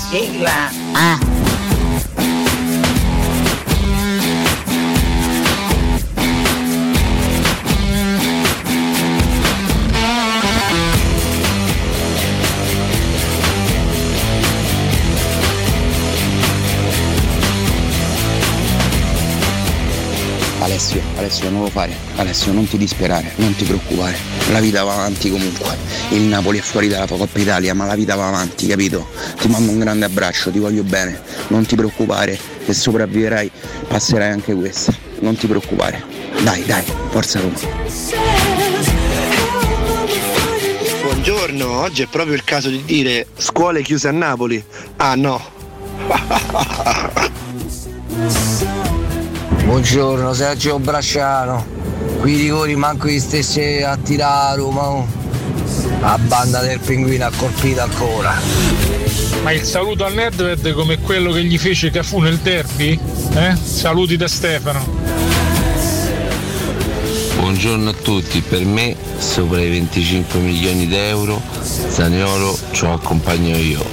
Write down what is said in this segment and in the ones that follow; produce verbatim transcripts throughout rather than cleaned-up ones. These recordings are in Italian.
Sigla. Ah. Alessio, Alessio non lo fare, Alessio non ti disperare, non ti preoccupare, la vita va avanti comunque, il Napoli è fuori dalla Coppa Italia ma la vita va avanti, capito? Ti mando un grande abbraccio, ti voglio bene, non ti preoccupare, se sopravviverai passerai anche questa, non ti preoccupare, dai dai, forza Roma. Buongiorno, oggi è proprio il caso di dire scuole chiuse a Napoli, ah no. Buongiorno Sergio Bracciano, qui i rigori manco gli stessi a tirare a Roma, la banda del pinguino ha colpito ancora. Ma il saluto a Nedved come quello che gli fece Cafù nel derby? Eh? Saluti da Stefano. Buongiorno a tutti, per me sopra i venticinque milioni di euro Zaniolo ce lo accompagno io.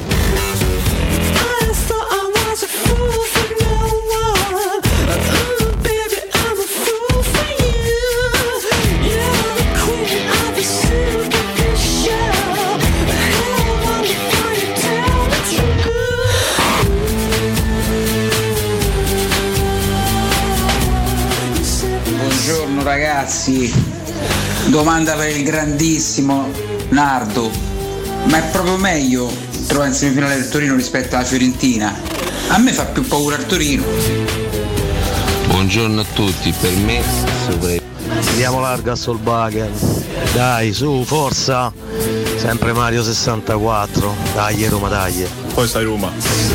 Ragazzi, domanda per il grandissimo Nardo, ma è proprio meglio trovare in semifinale del Torino rispetto alla Fiorentina? A me fa più paura il Torino. Buongiorno a tutti, per me sopra... Andiamo larga a Solbakken, dai su, forza, sempre Mario sessantaquattro, dai Roma, dai. Poi stai Roma.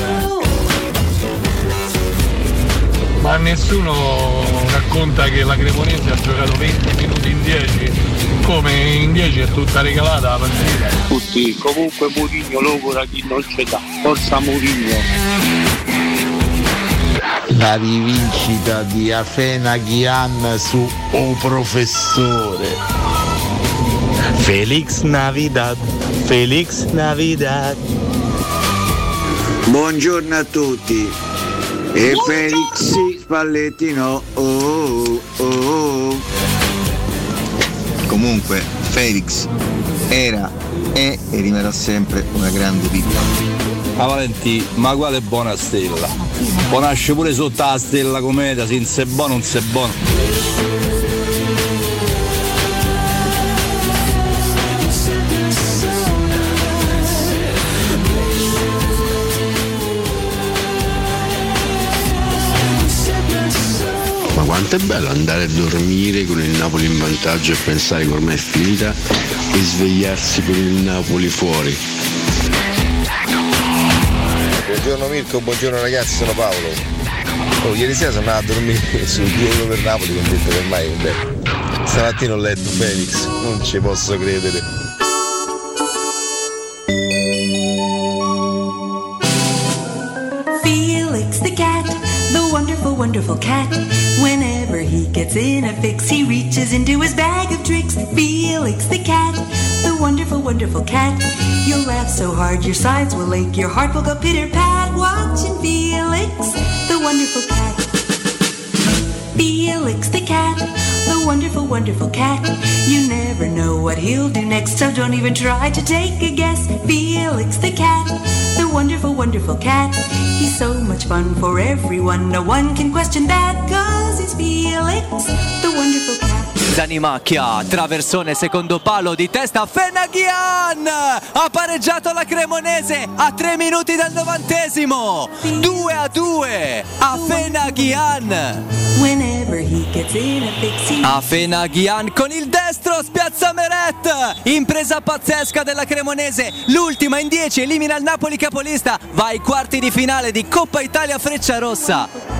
Ma nessuno racconta che la Cremonese ha giocato venti minuti in dieci, come in dieci è tutta regalata la partita. Tutti, comunque Mourinho logora chi non ce l'ha, forza Mourinho. La rivincita di Afena Ghian su O Professore. Felix Navidad, Felix Navidad. Buongiorno a tutti. E Felix Spalletti no, oh, oh, oh. Comunque Felix era, è e rimarrà sempre una grande pippa. Ma Valentì, ma quale buona stella? Può nasce pure sotto la stella cometa, se non sei buono non sei buono. Ma quanto è bello andare a dormire con il Napoli in vantaggio e pensare che ormai è finita e svegliarsi con il Napoli fuori. Buongiorno Mirko, buongiorno ragazzi, sono Paolo. Oh, ieri sera sono andato a dormire sul due euro per Napoli, ho detto che ormai beh, stamattina ho letto Felix, non ci posso credere. Felix the cat, the wonderful, wonderful cat. Whenever he gets in a fix, he reaches into his bag of tricks. Felix the cat, the wonderful, wonderful cat. You'll laugh so hard your sides will ache, your heart will go pitter-pat. Watching Felix, the wonderful cat. Felix the cat, the wonderful, wonderful cat. You never know what he'll do next, so don't even try to take a guess. Felix the cat, the wonderful, wonderful cat. He's so much fun for everyone, no one can question that, cause he's Felix, the wonderful cat. Zanimacchia, traversone secondo palo di testa, Fenaghian ha pareggiato la Cremonese a tre minuti dal novantesimo, due a due a Fenaghian. A Fenaghian con il destro spiazza Meret, impresa pazzesca della Cremonese, l'ultima in dieci, elimina il Napoli capolista, va ai quarti di finale di Coppa Italia Frecciarossa.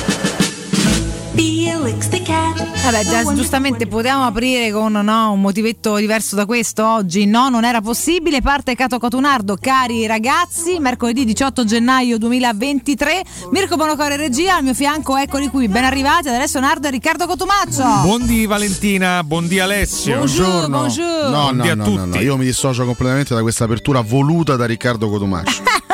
Vabbè, già, giustamente potevamo aprire con no, un motivetto diverso da questo oggi. No, non era possibile. Parte Cato Cotunardo, cari ragazzi, mercoledì diciotto gennaio duemilaventitré. Mirko Bonocore regia, al mio fianco eccoli qui, ben arrivati Adesso Nardo e Riccardo Cotumaccio. Buondì Valentina, buondì Alessio. Buongiorno, buongiorno. No, no, buondì no, a tutti. no, no, io mi dissocio completamente da questa apertura voluta da Riccardo Cotumaccio.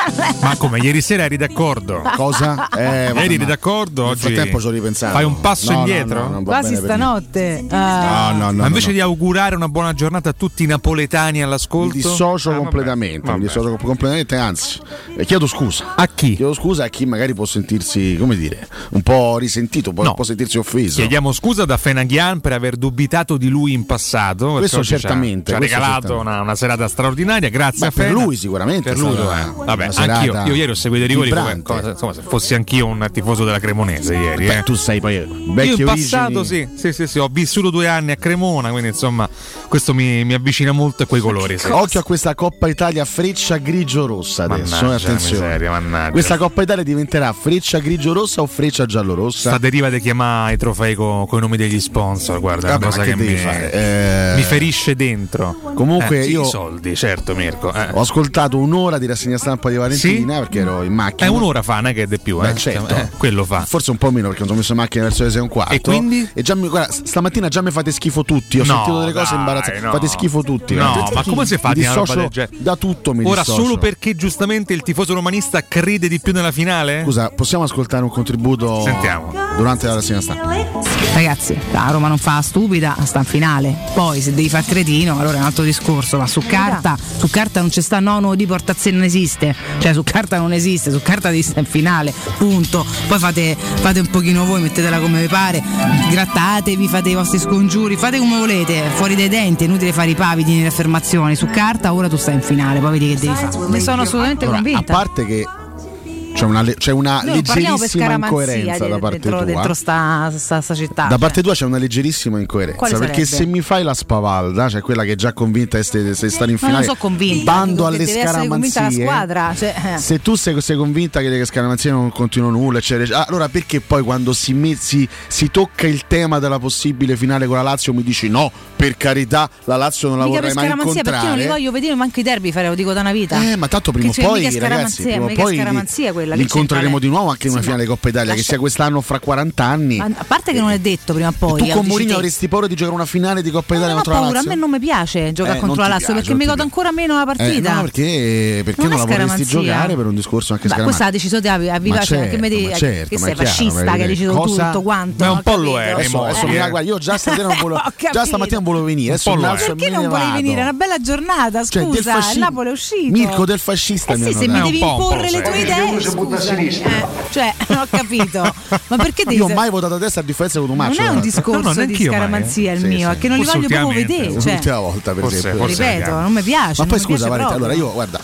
Ma come, ieri sera eri d'accordo? Cosa? Eh, Ieri eri d'accordo? Nel Oggi frattempo ci ho ripensato. fai un passo No, no, indietro? no, non va Quasi bene per stanotte. Ah. No, no, no, Ma invece no. di augurare una buona giornata a tutti i napoletani all'ascolto, Mi dissocio Ah, vabbè, completamente, vabbè. mi dissocio completamente, anzi, eh, chiedo scusa. A chi? Chiedo scusa a chi magari può sentirsi, come dire, un po' risentito, può, No. può sentirsi offeso. Chiediamo scusa da Fenaghian per aver dubitato di lui in passato. perché Questo oggi ci ha- certamente, Ci ha questo regalato certamente. una, una serata straordinaria. Grazie Beh, a per Fena. lui sicuramente Per è lui, stata eh. Vabbè, una serata anch'io. Io ieri ho seguito i rigori. Come, vibrante. come- insomma, se fossi anch'io un tifoso della Cremonese ieri. Beh, eh. tu sei poi Io vecchio in passato origini. sì, sì, sì, sì, ho vissuto due anni a Cremona, quindi insomma questo mi, mi avvicina molto a quei colori. Sì. Occhio a questa Coppa Italia freccia grigio-rossa adesso, Mannaggia eh, la attenzione. miseria, mannaggia. Questa Coppa Italia diventerà freccia grigio-rossa o freccia giallo-rossa? Sta deriva di chiamare i trofei con i nomi degli sponsor, guarda, è una Vabbè, cosa ma che, che devi mi, fare? Eh, mi ferisce dentro. Comunque Eh, sì, io i soldi, certo Mirko. eh. ho ascoltato un'ora di rassegna stampa di Valentina Sì? perché ero in macchina. È un'ora fa, non è che è di più, Beh, eh. certo. Eh, quello fa. Forse un po' meno perché non sono messo in macchina verso le sei e un quarto. E quindi? E già mi, guarda, stamattina già mi fate schifo tutti. Ho No, sentito delle cose dai, imbarazzanti. no. Fate schifo tutti. No, veramente. ma come si fa Mi di una roba dissocio del genere? da tutto mi Ora dissocio. solo perché giustamente il tifoso romanista crede di più nella finale? Scusa, possiamo ascoltare un contributo Sentiamo. durante la rassegna stampa? Ragazzi, la Roma non fa stupida, sta in finale. Poi se devi far cretino, allora è un altro discorso. Ma su carta, su carta non c'è sta nono di Portazzè, non esiste. Cioè su carta non esiste, su carta di sta in finale. Punto. Poi fate, fate un pochino voi, mettetela come vi pare, grattatevi, fate i vostri scongiuri, fate come volete, fuori dai denti, è inutile fare i pavidi nelle affermazioni. Su carta ora tu stai in finale, poi vedi che devi fare. Ne sono assolutamente Allora, a convinta. parte che c'è una, le- c'è una Noi non parliamo per leggerissima scaramanzia incoerenza di- da parte dentro, tua. dentro sta, sta, sta città. Da cioè. parte tua c'è una leggerissima incoerenza. Quale Perché sarebbe? se mi fai la spavalda, cioè quella che è già convinta di stare in Ma finale, non so convinta. bando dico che alle deve essere convinta la scaramanzie. squadra. Cioè, eh. Se tu sei, sei convinta che le scaramanzie non continuano nulla, eccetera, allora perché poi quando si, me- si, si tocca il tema della possibile finale con la Lazio mi dici no, per carità, la Lazio non la Mica per vorrei mai scaramanzia, perché io non li incontrare. voglio vedere manco i derby, fare, lo dico da una vita. Eh, ma tanto prima o Che c'è, poi, mica ragazzi, scaramanzia, prima o mica poi scaramanzia quella, li che incontreremo c'entra? di nuovo anche in una Sì, finale di Coppa Italia, che lascia- sia quest'anno o fra quaranta anni. Ma a parte che non è detto prima o poi. tu con lo dici Mourinho te. avresti paura di giocare una finale di Coppa Italia Non ho contro la paura, a Lazio? me non mi piace giocare Eh, contro non la ti Lazio piace, perché non mi ti godo piace. ancora meno la partita. Eh, no, perché, perché Non non, è la vorresti scaramanzia. giocare per un discorso anche Ma questa è la scaramanzia? decisione di Aviva, Ma cioè, certo, che mi devi- ma certo, che ma sei è chiaro, fascista ma che hai è- deciso cosa? tutto quanto. Ma un ho po' lo capito. è, Adesso, adesso Eh. mi raccomando, io già stasera non volevo, Ho capito. già stamattina non volevo venire, adesso Un po' mi lo alzo è. e Perché me non ne volevi vado. venire? È una bella giornata, Cioè, del scusa, fasci- il Napoli è uscito. Mirko del fascista Eh mi sì, hanno se mi dato. un devi po', un po' imporre lo le tue sai. idee, si butta a scusami, sinistra. eh, cioè, non ho capito. Ma perché devi Io ho mai votato a destra a differenza di non Tomaccio. è un No, discorso no, di neanch'io mai, scaramanzia il Sì, mio, sì. è che non li Forse voglio proprio ultimamente. vedere. Cioè, L'ultima volta, per Forse- esempio. forse ripeto, cambia. non mi piace. Ma non poi mi scusa, piace Valente, proprio. allora io guarda,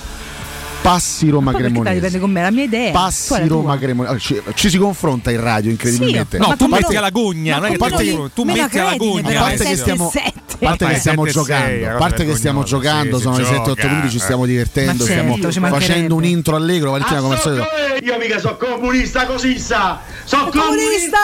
passi Roma Ma perché te la Cremonese. riprendi con me? La mia idea. Tu hai Passi la tua. Roma Cremonese. Ci, ci si confronta in radio incredibilmente. Sì, No, ma tu come metti no? alla gogna, Ma non è che come tu, no? tu Meno metti alla credine, gogna. però, A parte che sette stiamo, e sette. a parte che Fai stiamo sette e sei, giocando, una a cosa parte che stiamo vergognosa, giocando, sì, sono si le sette otto gioca, minuti, ci eh. stiamo divertendo, Ma stiamo certo, ci mancherebbe. facendo un intro allegro. Valentina, come al solito. Io mica sono comunista così sa. Sono Comunista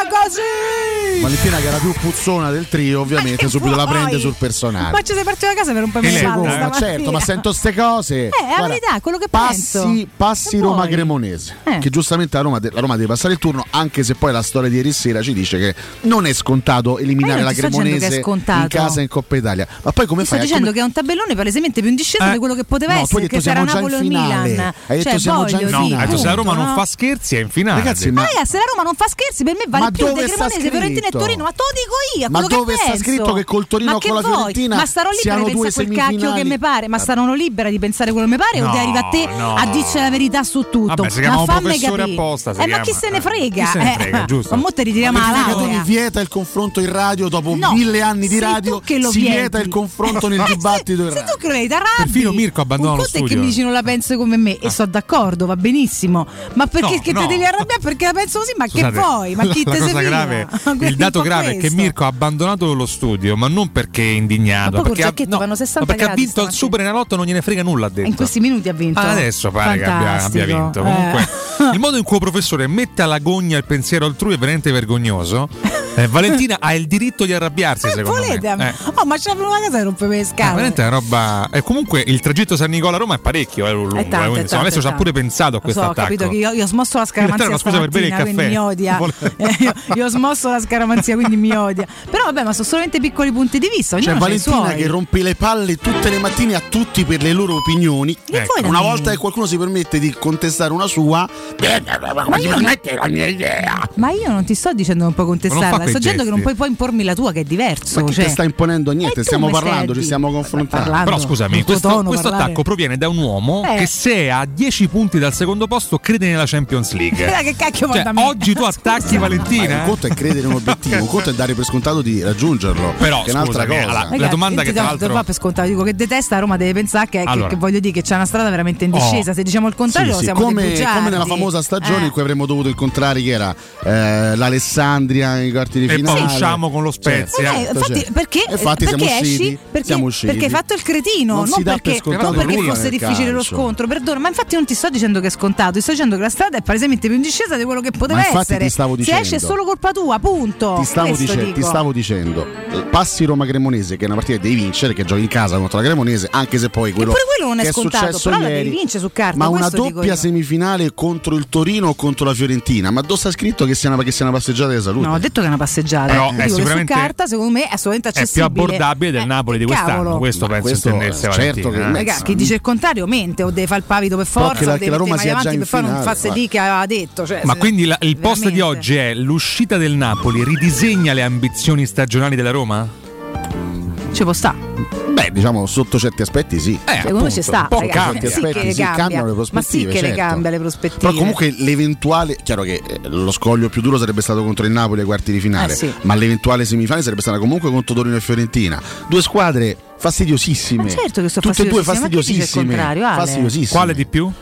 così! Valentina, che è la più puzzona del trio, ovviamente, che subito la vuoi? prende sul personale. Ma ci sei partito da casa per un po' di Elena, palle eh, Ma stamattina. certo, ma sento ste cose. Eh, è la Guarda, verità, è quello che passi, penso. passi Che Roma vuoi? Cremonese, Eh. che giustamente la Roma, de- la Roma deve passare il turno, anche se poi la storia di ieri sera ci dice che non è scontato eliminare Ma io non la ti sto dicendo che è Cremonese scontato. in casa in Coppa Italia. Ma poi come Ti sto fai? a- dicendo come- che è un tabellone palesemente più in discesa Eh. di quello che poteva No, tu essere, hai detto che sarà siamo già in Napoli o il finale. Milan. Hai detto Cioè, siamo già in voglio No, dire, hai detto se la Roma punto, non no? fa scherzi è in finale. Ragazzi, ma- Ma ragazzi, se la Roma non fa scherzi, per me vale Ma più dove di sta Cremonese, Fiorentina e scritto? Torino. Ma te lo dico io, è Ma quello dove che sta penso. scritto che col Torino Ma o che con la vuoi? Fiorentina Ma starò libera siano di due pensare quel cacchio che semifinali? mi pare. Ma saranno libera di pensare quello che mi pare o No, devi arrivare a te no. a dirci la verità su tutto? Vabbè, si chiama ma un fammi professore capire. apposta, si Eh, ma chi chiama. se ne frega? Chi se ne Eh, frega, giusto? Ma mo te ritiriamo la Perché Rigatoni laurea. vieta il confronto in radio dopo No, mille anni di sei radio, tu che lo si vieti. vieta il confronto nel Eh, dibattito in se, se radio. tu che lo vedi, arrabbi. Perfino Mirko abbandona un lo conto è che studio. mi dici non la penso come me e sono d'accordo, va benissimo. Ma perché No, che no. te devi arrabbiare? Perché la penso così? Ma Scusate, che vuoi? Ma chi la te cosa sei grave, fila? il dato Un po' grave è che questo. Mirko ha abbandonato lo studio, ma non perché è indignato, Ma poi col perché, ha, giacchetto vanno sessanta ma perché ha gradi vinto il stamattina. Super Enalotto, non gliene frega nulla, ha detto. In questi minuti ha vinto. Ah, adesso pare che abbia, abbia Fantastico. vinto. Eh. Comunque, il modo in cui il professore mette alla gogna il pensiero altrui è veramente vergognoso. Eh, Valentina ha il diritto di arrabbiarsi, eh, secondo volete, me. Eh. Oh, ma c'è una casa che rompeva le scale. Eh, è una roba. E comunque il tragitto San Nicola Roma è parecchio, è lungo. È tanto, eh, quindi, è tanto, adesso è ci ha tanto. pure pensato a questo so, attacco. Ho capito che io, io ho smosso la scaramanzia una scusa per bere il stamattina, caffè. quindi mi odia. eh, io, io ho smosso la scaramanzia, quindi mi odia. Però vabbè, ma sono solamente piccoli punti di vista. C'è Ognuno c'ha i Valentina suoi. che rompe le palle tutte le mattine a tutti per le loro opinioni. Ecco. Una volta che qualcuno si permette di contestare una sua, ma io non è la mia idea. Ma io non ti sto dicendo che non puoi contestarla, sto dicendo che non puoi poi impormi la tua, che è diverso. Ma chi cioè. ti sta imponendo niente? Stiamo parlando, ci stiamo confrontando. Però scusami, questo, questo attacco proviene da un uomo eh. che se è a dieci punti dal secondo posto crede nella Champions League. Eh, che cacchio cioè, da me? oggi tu attacchi Valentina? Un conto è credere in un obiettivo, un conto è dare per scontato di raggiungerlo. Però che è un'altra scusami, cosa. la, la domanda che tra l'altro fa per scontato, dico che detesta Roma, deve pensare che, allora. che, che voglio dire che c'è una strada veramente in discesa. Oh. Se diciamo il contrario, sì, sì. siamo come, dei come nella famosa stagione eh. in cui avremmo dovuto incontrare chi era eh, l'Alessandria nei quarti di e finale. E poi usciamo con lo Spezia. Eh, infatti, perché, infatti perché siamo esci? usciti, Perché, siamo usciti. perché hai fatto il cretino, non, non perché, per non perché nulla fosse nel difficile calcio. lo scontro, perdono, ma infatti non ti sto dicendo che è scontato, ti sto dicendo che la strada è palesemente più in discesa di quello che poteva ma infatti essere. ti stavo dicendo, se esce è solo colpa tua, punto. Ti stavo, Questo dice, dico. ti stavo dicendo, passi Roma Cremonese, che è una partita che devi vincere, che giochi in casa contro la Cremonese, anche se poi quello, e pure quello non è che scontato, è successo però ieri, la devi vincere su carta. ma una questo dico doppia io. semifinale contro il Torino o contro la Fiorentina, ma dove sta scritto che sia una, che sia una passeggiata di salute? No, ho detto che è una passeggiata. Però Dico è che sicuramente su carta, secondo me, è assolutamente è più accessibile. abbordabile del eh, Napoli di quest'anno. cavolo. Questo Ma penso questo, intendesse certo Valentina. che- Raga, chi dice il contrario mente o deve fare il pavido per Però forza che la- o che deve la Roma mettere sia avanti già in per fare un finale, fasse va. di che aveva detto, cioè, Ma se- quindi la, il post di veramente. oggi è l'uscita del Napoli ridisegna le ambizioni stagionali della Roma? ci può sta. Beh, diciamo sotto certi aspetti sì. Eh, secondo me ci sta, un po' ragazzi, certi sì che aspetti le sì, cambia. cambiano le Ma sì prospettive, che le certo. cambia le prospettive. Però comunque l'eventuale, chiaro che eh, lo scoglio più duro sarebbe stato contro il Napoli ai quarti di finale, Eh, sì. ma l'eventuale semifinale sarebbe stata comunque contro Torino e Fiorentina. Due squadre fastidiosissime. Ma certo che sono tutte e due fastidiosissime, ma chi dice il fastidiosissime. contrario, Ale? fastidiosissime. Quale di più?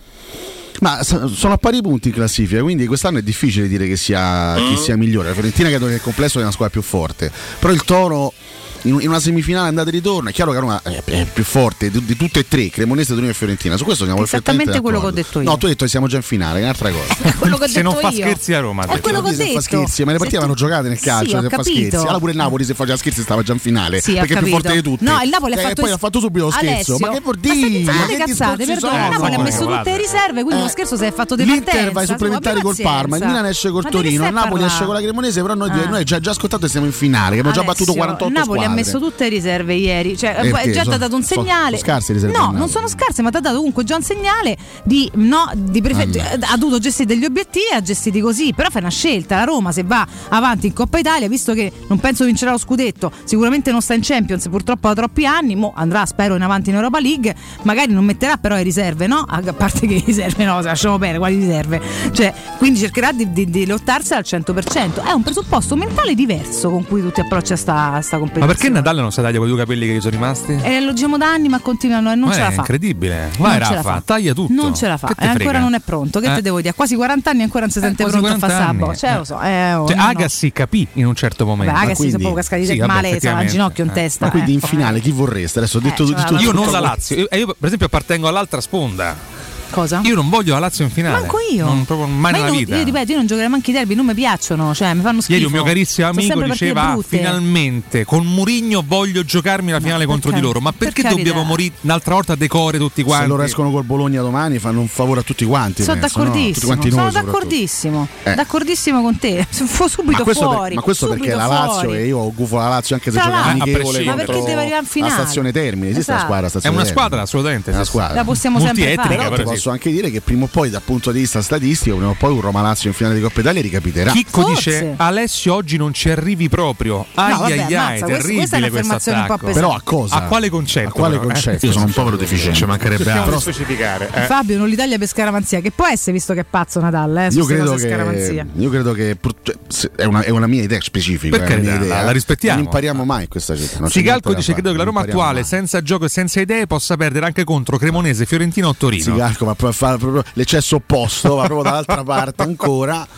Ma s- sono a pari punti in classifica, quindi quest'anno è difficile dire che sia, chi sia migliore. La Fiorentina credo che nel complesso è una squadra più forte, però il Toro in in una semifinale andata e ritorno è chiaro che Roma è è più forte di, di tutte e tre, Cremonese, Torino e Fiorentina. Su questo siamo Esattamente perfettamente quello che ho d'accordo. detto io. No, tu hai detto che siamo già in finale, che è un'altra cosa. quello che ho Se non detto fa io. scherzi a Roma, ha È detto. quello che ho Se fa detto. scherzi, ma le partite Se tu- vanno giocate nel calcio, Sì, ho se fa capito. scherzi. Allora pure il Napoli se faceva scherzi stava già in finale, Sì, ho perché è più forte di capito. tutti. No, il Napoli ha Eh, fatto poi ha fatto subito lo scherzo. Alessio, Ma che vuol ma stai dire? dicendo Ma delle che cazzate, discorsi perdona, il sono? Napoli ha No, messo guarda. tutte le riserve, quindi Eh, lo scherzo si è fatto di partenza. L'Inter va ai supplementari col Parma, il Milan esce col Torino, il Napoli esce con la Cremonese, però noi, Ah. noi già, già scontato e siamo in finale, che abbiamo già battuto quarantotto il Napoli squadre. ha messo tutte le riserve ieri, cioè Eh, ha perché? già Sono- dato un sono- segnale. sono scarse le riserve del No, non Napoli. sono scarse, ma ti ha dato comunque già un segnale di no, di prefer- Ah, ha dovuto gestire degli obiettivi e ha gestiti così, però fai una scelta, la Roma se va avanti in Coppa Italia, visto che non penso vincerà lo scudetto, sicuramente non sta in Champions purtroppo da troppi anni, mo andrà spero in avanti in Europa League, magari non metterà però le riserve, no? A parte che riserve no, se lasciamo bene, quali riserve? Cioè, quindi cercherà di, di, di lottarsela al cento per cento. È un presupposto mentale diverso con cui tu ti approcci a sta, sta competizione. Ma perché Natale non si taglia quei due capelli che gli sono rimasti? Eh, lo diciamo da anni, ma continuano e non Ma ce è la fa. incredibile. Vai Non ce la Rafa, fa. taglia tutto. Non ce la fa, Che e te ancora frega? non è pronto. Che Eh. te devo dire? A quasi quaranta anni ancora non si sente Eh, quasi pronto a fare quaranta sabbo. anni. Cioè, lo so. Eh, oh, Cioè, no, no. Agassi capì in un certo momento. Beh, Agassi quindi- si può cascare di sì, vabbè, male, sarà un effettivamente. ginocchio in Eh. testa. Ma quindi in eh. finale chi vorreste? Adesso ho detto, Eh, ho detto cioè, Io tutto- non la Lazio, io, io, per esempio appartengo all'altra sponda. Cosa? Io non voglio la Lazio in finale. Manco io. Non, proprio mai Ma io nella non- vita. Io ripeto, io non giocherei manco i derby, non mi piacciono, cioè mi fanno schifo. Ieri un mio carissimo Sono amico sempre partite diceva: "Ah, brutte." finalmente con Mourinho voglio giocarmi la finale per contro di cari- loro. Ma per perché carità. dobbiamo morire un'altra volta a decore tutti quanti? Se loro escono col Bologna domani fanno un favore a tutti quanti. Sono penso, no? Tutti d'accordissimo, quanti sono noi, soprattutto. d'accordissimo, Eh. d'accordissimo con te. Fu subito Ma questo, per- fuori. ma questo perché subito la Lazio, fuori. e io ho gufo la Lazio anche se Tra gioca l'altro. amichevole A prescindere. Ma perché deve arrivare in finale? a Stazione Termini. Esiste Esatto. la squadra a È Stazione una Termini. squadra, assolutamente. È una sì, squadra. La possiamo sempre multietnica, fare. Però però ti sì. posso anche dire che prima o poi dal punto di vista statistico prima o poi un Roma Lazio in finale di Coppa Italia ricapiterà. Chicco Forse. dice: Alessio oggi non ci arrivi proprio. Ai No, vabbè, ai ai, ammazza, questa- terribile questa è questo un'affermazione un po' attacco. pesante. Però a cosa? A quale concetto? A quale però, eh? concetto? Io sono un povero deficiente. Ci mancherebbe Cerchiamo altro. di specificare. eh. Fabio, non l'Italia per scaramanzia, che può essere visto che è pazzo Natale, eh, su Io queste credo, cose che, scaramanzia. io credo che pur- cioè, se- è, una, è una mia idea specifica. Per è una mia carità, idea. la- la rispettiamo. Non impariamo mai in questa città. non c'è Sigalco niente da dice: fare, credo che la non Roma impariamo attuale, mai. senza gioco e senza idee, possa perdere anche contro Cremonese, Fiorentina o Torino. Sigalco, ma poi fa proprio l'eccesso opposto, va proprio dall'altra parte ancora.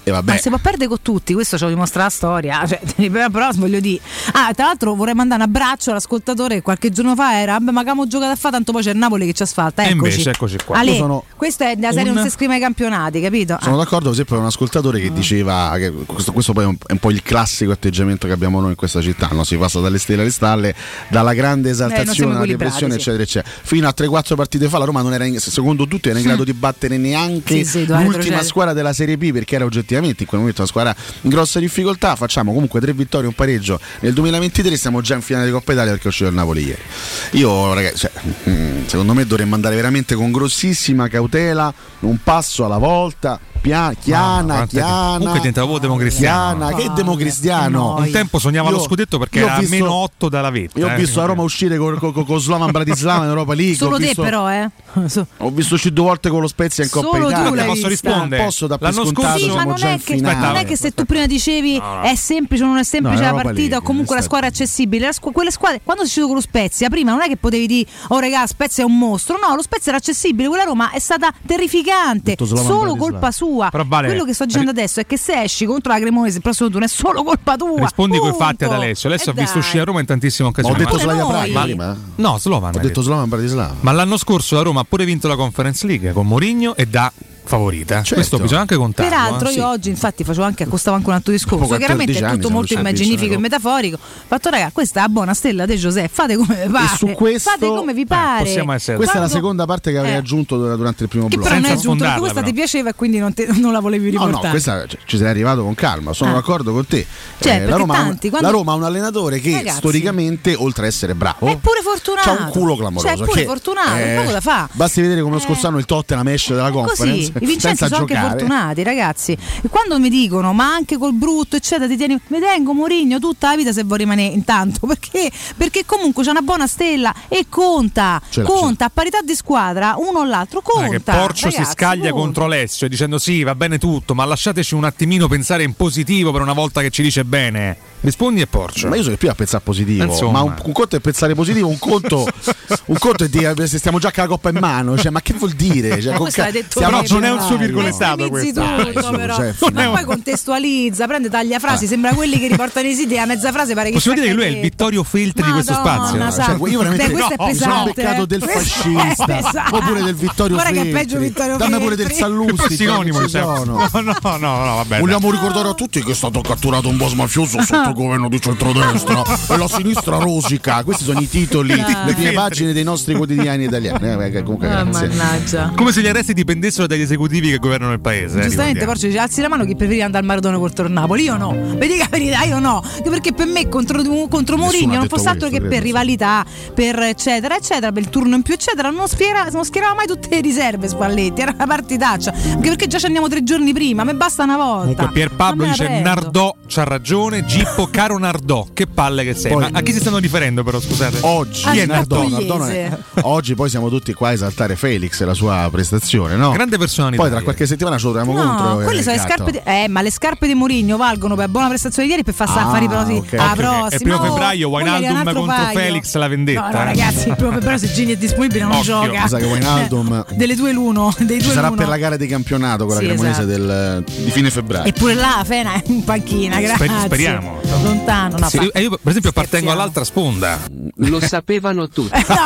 E vabbè. Ma si può perdere con tutti, questo ce lo dimostra la storia. Cioè, però voglio dire. Ah, tra l'altro vorrei mandare un abbraccio all'ascoltatore che qualche giorno fa era, ma che abbiamo giocato a fa, tanto poi c'è il Napoli che ci asfalta. Eccoci. E invece, eccoci qua. Ale, sono questa è la serie un... non si scrive ai campionati, capito? Sono ah. d'accordo, per esempio, con un ascoltatore che diceva che questo, questo poi è un, è un po' il classico atteggiamento che abbiamo noi in questa città, no? Si passa dalle stelle alle stalle, dalla grande esaltazione alla depressione, sì. eccetera, eccetera. Fino a tre quattro partite fa la Roma non era in, secondo tutti era in grado di battere neanche sì, sì, l'ultima squadra della Serie B, perché era oggettivamente in quel momento una squadra in grossa difficoltà. Facciamo comunque tre vittorie, un pareggio nel duemilaventitré, siamo già in finale di Coppa Italia perché è uscito il Napoli ieri. Io ragazzi, cioè, secondo me dovremmo andare veramente con grossissima cautela, un passo alla volta, pia, chiana, no, chiana. Comunque diventava un democristiano. Chiana, che democristiano. Un tempo sognava io, lo scudetto perché era visto, meno otto dalla vetta. Io ho eh. visto la Roma uscire con, con, con Slovan Bratislava in Europa League. Solo ho te visto, però, eh. Ho visto uscire due volte con lo Spezia in Coppa Solo Italia. Tu posso rispondere? Non posso da L'anno scontato, scorso, sì, ma non è, che, non è che se tu prima dicevi no, no. è semplice, non è semplice no, la partita League, o comunque la squadra è accessibile. La squ- quelle squadre, quando si è uscito con lo Spezia, prima non è che potevi dire oh regà, Spezia è un mostro. No, lo Spezia era accessibile, quella Roma è stata terrificante, solo colpa sua. Vale, quello che sto dicendo ri- adesso è che se esci contro la Cremonese il prossimo turno è solo colpa tua. Rispondi punto. coi fatti ad Alessio. Adesso eh ho visto dai. uscire a Roma in tantissime occasioni. Ma ho detto Ma Slavia noi. Praga prima? No, Slovan. Ho detto Slovan Bratislava. Ma l'anno scorso la Roma ha pure vinto la Conference League con Mourinho e da favorita. Certo. Questo bisogna anche contarlo. Peraltro eh? io sì. oggi infatti facevo anche accostavo anche un altro discorso. Dopo Chiaramente è tutto anni molto siamo immaginifico e metaforico. Fatto raga, questa è la buona stella di Giuseppe, fate come vi pare. E su questo, fate come vi pare. Eh, possiamo essere questa Quando, è la seconda parte che avevi eh, aggiunto durante il primo che blocco. però non è Senza aggiunto perché sfondarla, questa però. ti piaceva e quindi non, te, non la volevi No, riportare. no, questa cioè, ci sei arrivato con calma, sono Ah. d'accordo con te. Cioè, Eh, la, Roma tanti, un, quando... la Roma ha un allenatore che Ragazzi, storicamente, oltre a essere bravo, è pure fortunato. c'ha un culo clamoroso. Cioè, è pure che, fortunato, eh, poco da fa. Basti vedere come lo Eh. scorso anno il Tottenham esce dalla conference Così, i vincenti senza sono giocare. anche fortunati, ragazzi. E quando mi dicono ma anche col brutto eccetera ti tieni, mi tengo Mourinho tutta la vita se vuoi rimanere intanto, perché perché comunque c'è una buona stella e conta Ce l'ha, conta a parità di squadra uno o l'altro conta. Che Porcio ragazzi, si scaglia conta. contro Alessio dicendo sì va bene tutto ma lasciateci un attimino pensare in positivo per una volta che ci dice bene. Rispondi e Porcio. Ma io sono più a pensare positivo. Insomma. Ma un, un conto è pensare positivo, un conto, un conto è dire se stiamo già con la coppa in mano. Cioè, ma che vuol dire? Cioè, Ma con questo ca- l'hai detto stiamo- te, non è un però. suo virgolettato Estremizzi questo. tutto, Dai, su, però. cioè, Ma poi contestualizza, prende taglia frasi, sembra quelli che riportano i siti a mezza frase pare che Possiamo dire che lui è il detto. Vittorio Feltri di questo Madonna, spazio. sa- Cioè, io veramente Beh, questo è no, mi sono pesante, beccato eh. del Questo è fascista pesante. oppure del Vittorio Guarda che è Feltri. peggio Vittorio Dammi pure del Feltri. Sallusti. È sinonimo, ci sono. no, no, no, no, vabbè. Vogliamo ricordare a tutti che è stato catturato un boss mafioso sotto il governo di centrodestra e la sinistra rosica. Questi sono i titoli, le prime pagine dei nostri quotidiani italiani. Eh, comunque, Ah, grazie. mannaggia. Come se gli arresti dipendessero dagli esecutivi che governano il paese. eh, Giustamente ricordiamo. Porcio dice alzi la mano chi preferiva andare al Maradona contro il Napoli. Io no, vi dica la verità, io no. Anche perché per me contro, contro Mourinho ha non detto fosse altro questo, che credo, per sì. rivalità, per eccetera eccetera, per il turno in più eccetera, non schierava, non schierava mai tutte le riserve Spalletti, era una partitaccia. Anche perché già ci andiamo tre giorni prima, a me basta una volta. Comunque Pier Pablo Ma me la dice prendo. Nardò c'ha ragione, Gippo caro Nardò, che palle che sei. Poi- Ma a chi si stanno riferendo però, scusate? Oggi, Ah, Chi è sì, Nardò? Pugliese. Nardò non è- oggi poi siamo tutti qua a esaltare Felix e la sua prestazione, no? Grande personalità. Poi tra qualche settimana ce lo troviamo No, contro. quelle eh, sono le gatto. scarpe di, eh, ma le scarpe di Mourinho valgono per buona prestazione di ieri per far Ah, fare i prosi ok. alla Ok, ok. prossima. E primo Oh, febbraio poi gli Wijnaldum un altro contro paio. Felix la vendetta. No, no, ragazzi, il primo febbraio se Gini è disponibile non Occhio. gioca. Mi sa che Wijnaldum Eh, delle due l'uno, dei ci due sarà l'uno. per la gara di campionato con la Sì, Cremonese esatto. del, di fine febbraio. Eppure là Fena è in panchina, grazie. Sper- speriamo. Lontano, no. Sì, fa- e io per esempio appartengo Scherziamo. all'altra sponda. Lo sapevano tutti. No,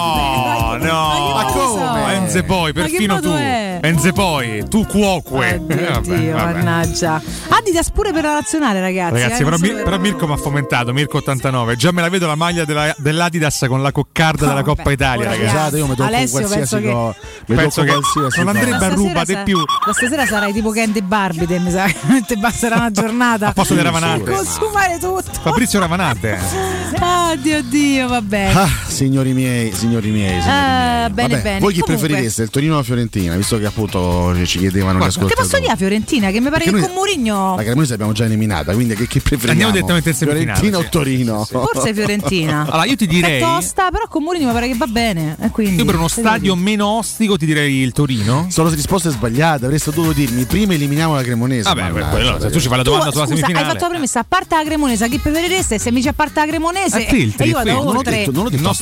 No, vabbè, no, ma che modo è? Enze poi, Ma che perfino modo tu. è? Enze poi, tu cuoque. Oddio, Eh, vabbè, Dio, vabbè. mannaggia. Adidas pure per la nazionale, ragazzi. Ragazzi, eh, però, non Mi- solo per- però Mirko mi ha fomentato, Mirko ottantanove. Già me la vedo la maglia della- dell'Adidas con la coccarda della Vabbè, Coppa Italia, ora ragazzi. Scusate, io mi tocco Alessio, qualsiasi penso che- cosa. Mi Penso tocco che qualsiasi non cosa. andrebbe Da a stasera ruba di sa- più. Da stasera sarai tipo Candy Barbie, te, mi sa che ti basterà una giornata. A posto delle ravanate. Consumare tutto. Fabrizio Ravanate. Ah, Dio Dio, vabbè. Ah, signori miei, signori miei, signori Ah, miei. bene, Vabbè, bene. voi chi Comunque- preferireste, il Torino o la Fiorentina? Visto che appunto ci chiedevano gli Guarda, Che ascoltatori. posso dire a Fiorentina? Che mi pare Perché che noi- con Mourinho. La Cremonese l'abbiamo già eliminata, quindi che, che preferiamo? Andiamo direttamente in semifinale, Fiorentina sì. o Torino? Forse Fiorentina. Allora, io ti direi. È tosta, però con Mourinho mi pare che va bene. E quindi, Io per uno che stadio devo meno ostico ti direi il Torino. Sono risposte sbagliate, avreste dovuto dirmi prima eliminiamo la Cremonese. Vabbè, mannaggia, quello, se tu ci fai la Tu, domanda sulla scusa, hai semifinale. fatto la premessa a parte la Cremonese, chi preferireste? Se mi dici a parte la Cremonese A filtri, e io vado qui. non, ho oltre. detto, non ho detto Il a nostro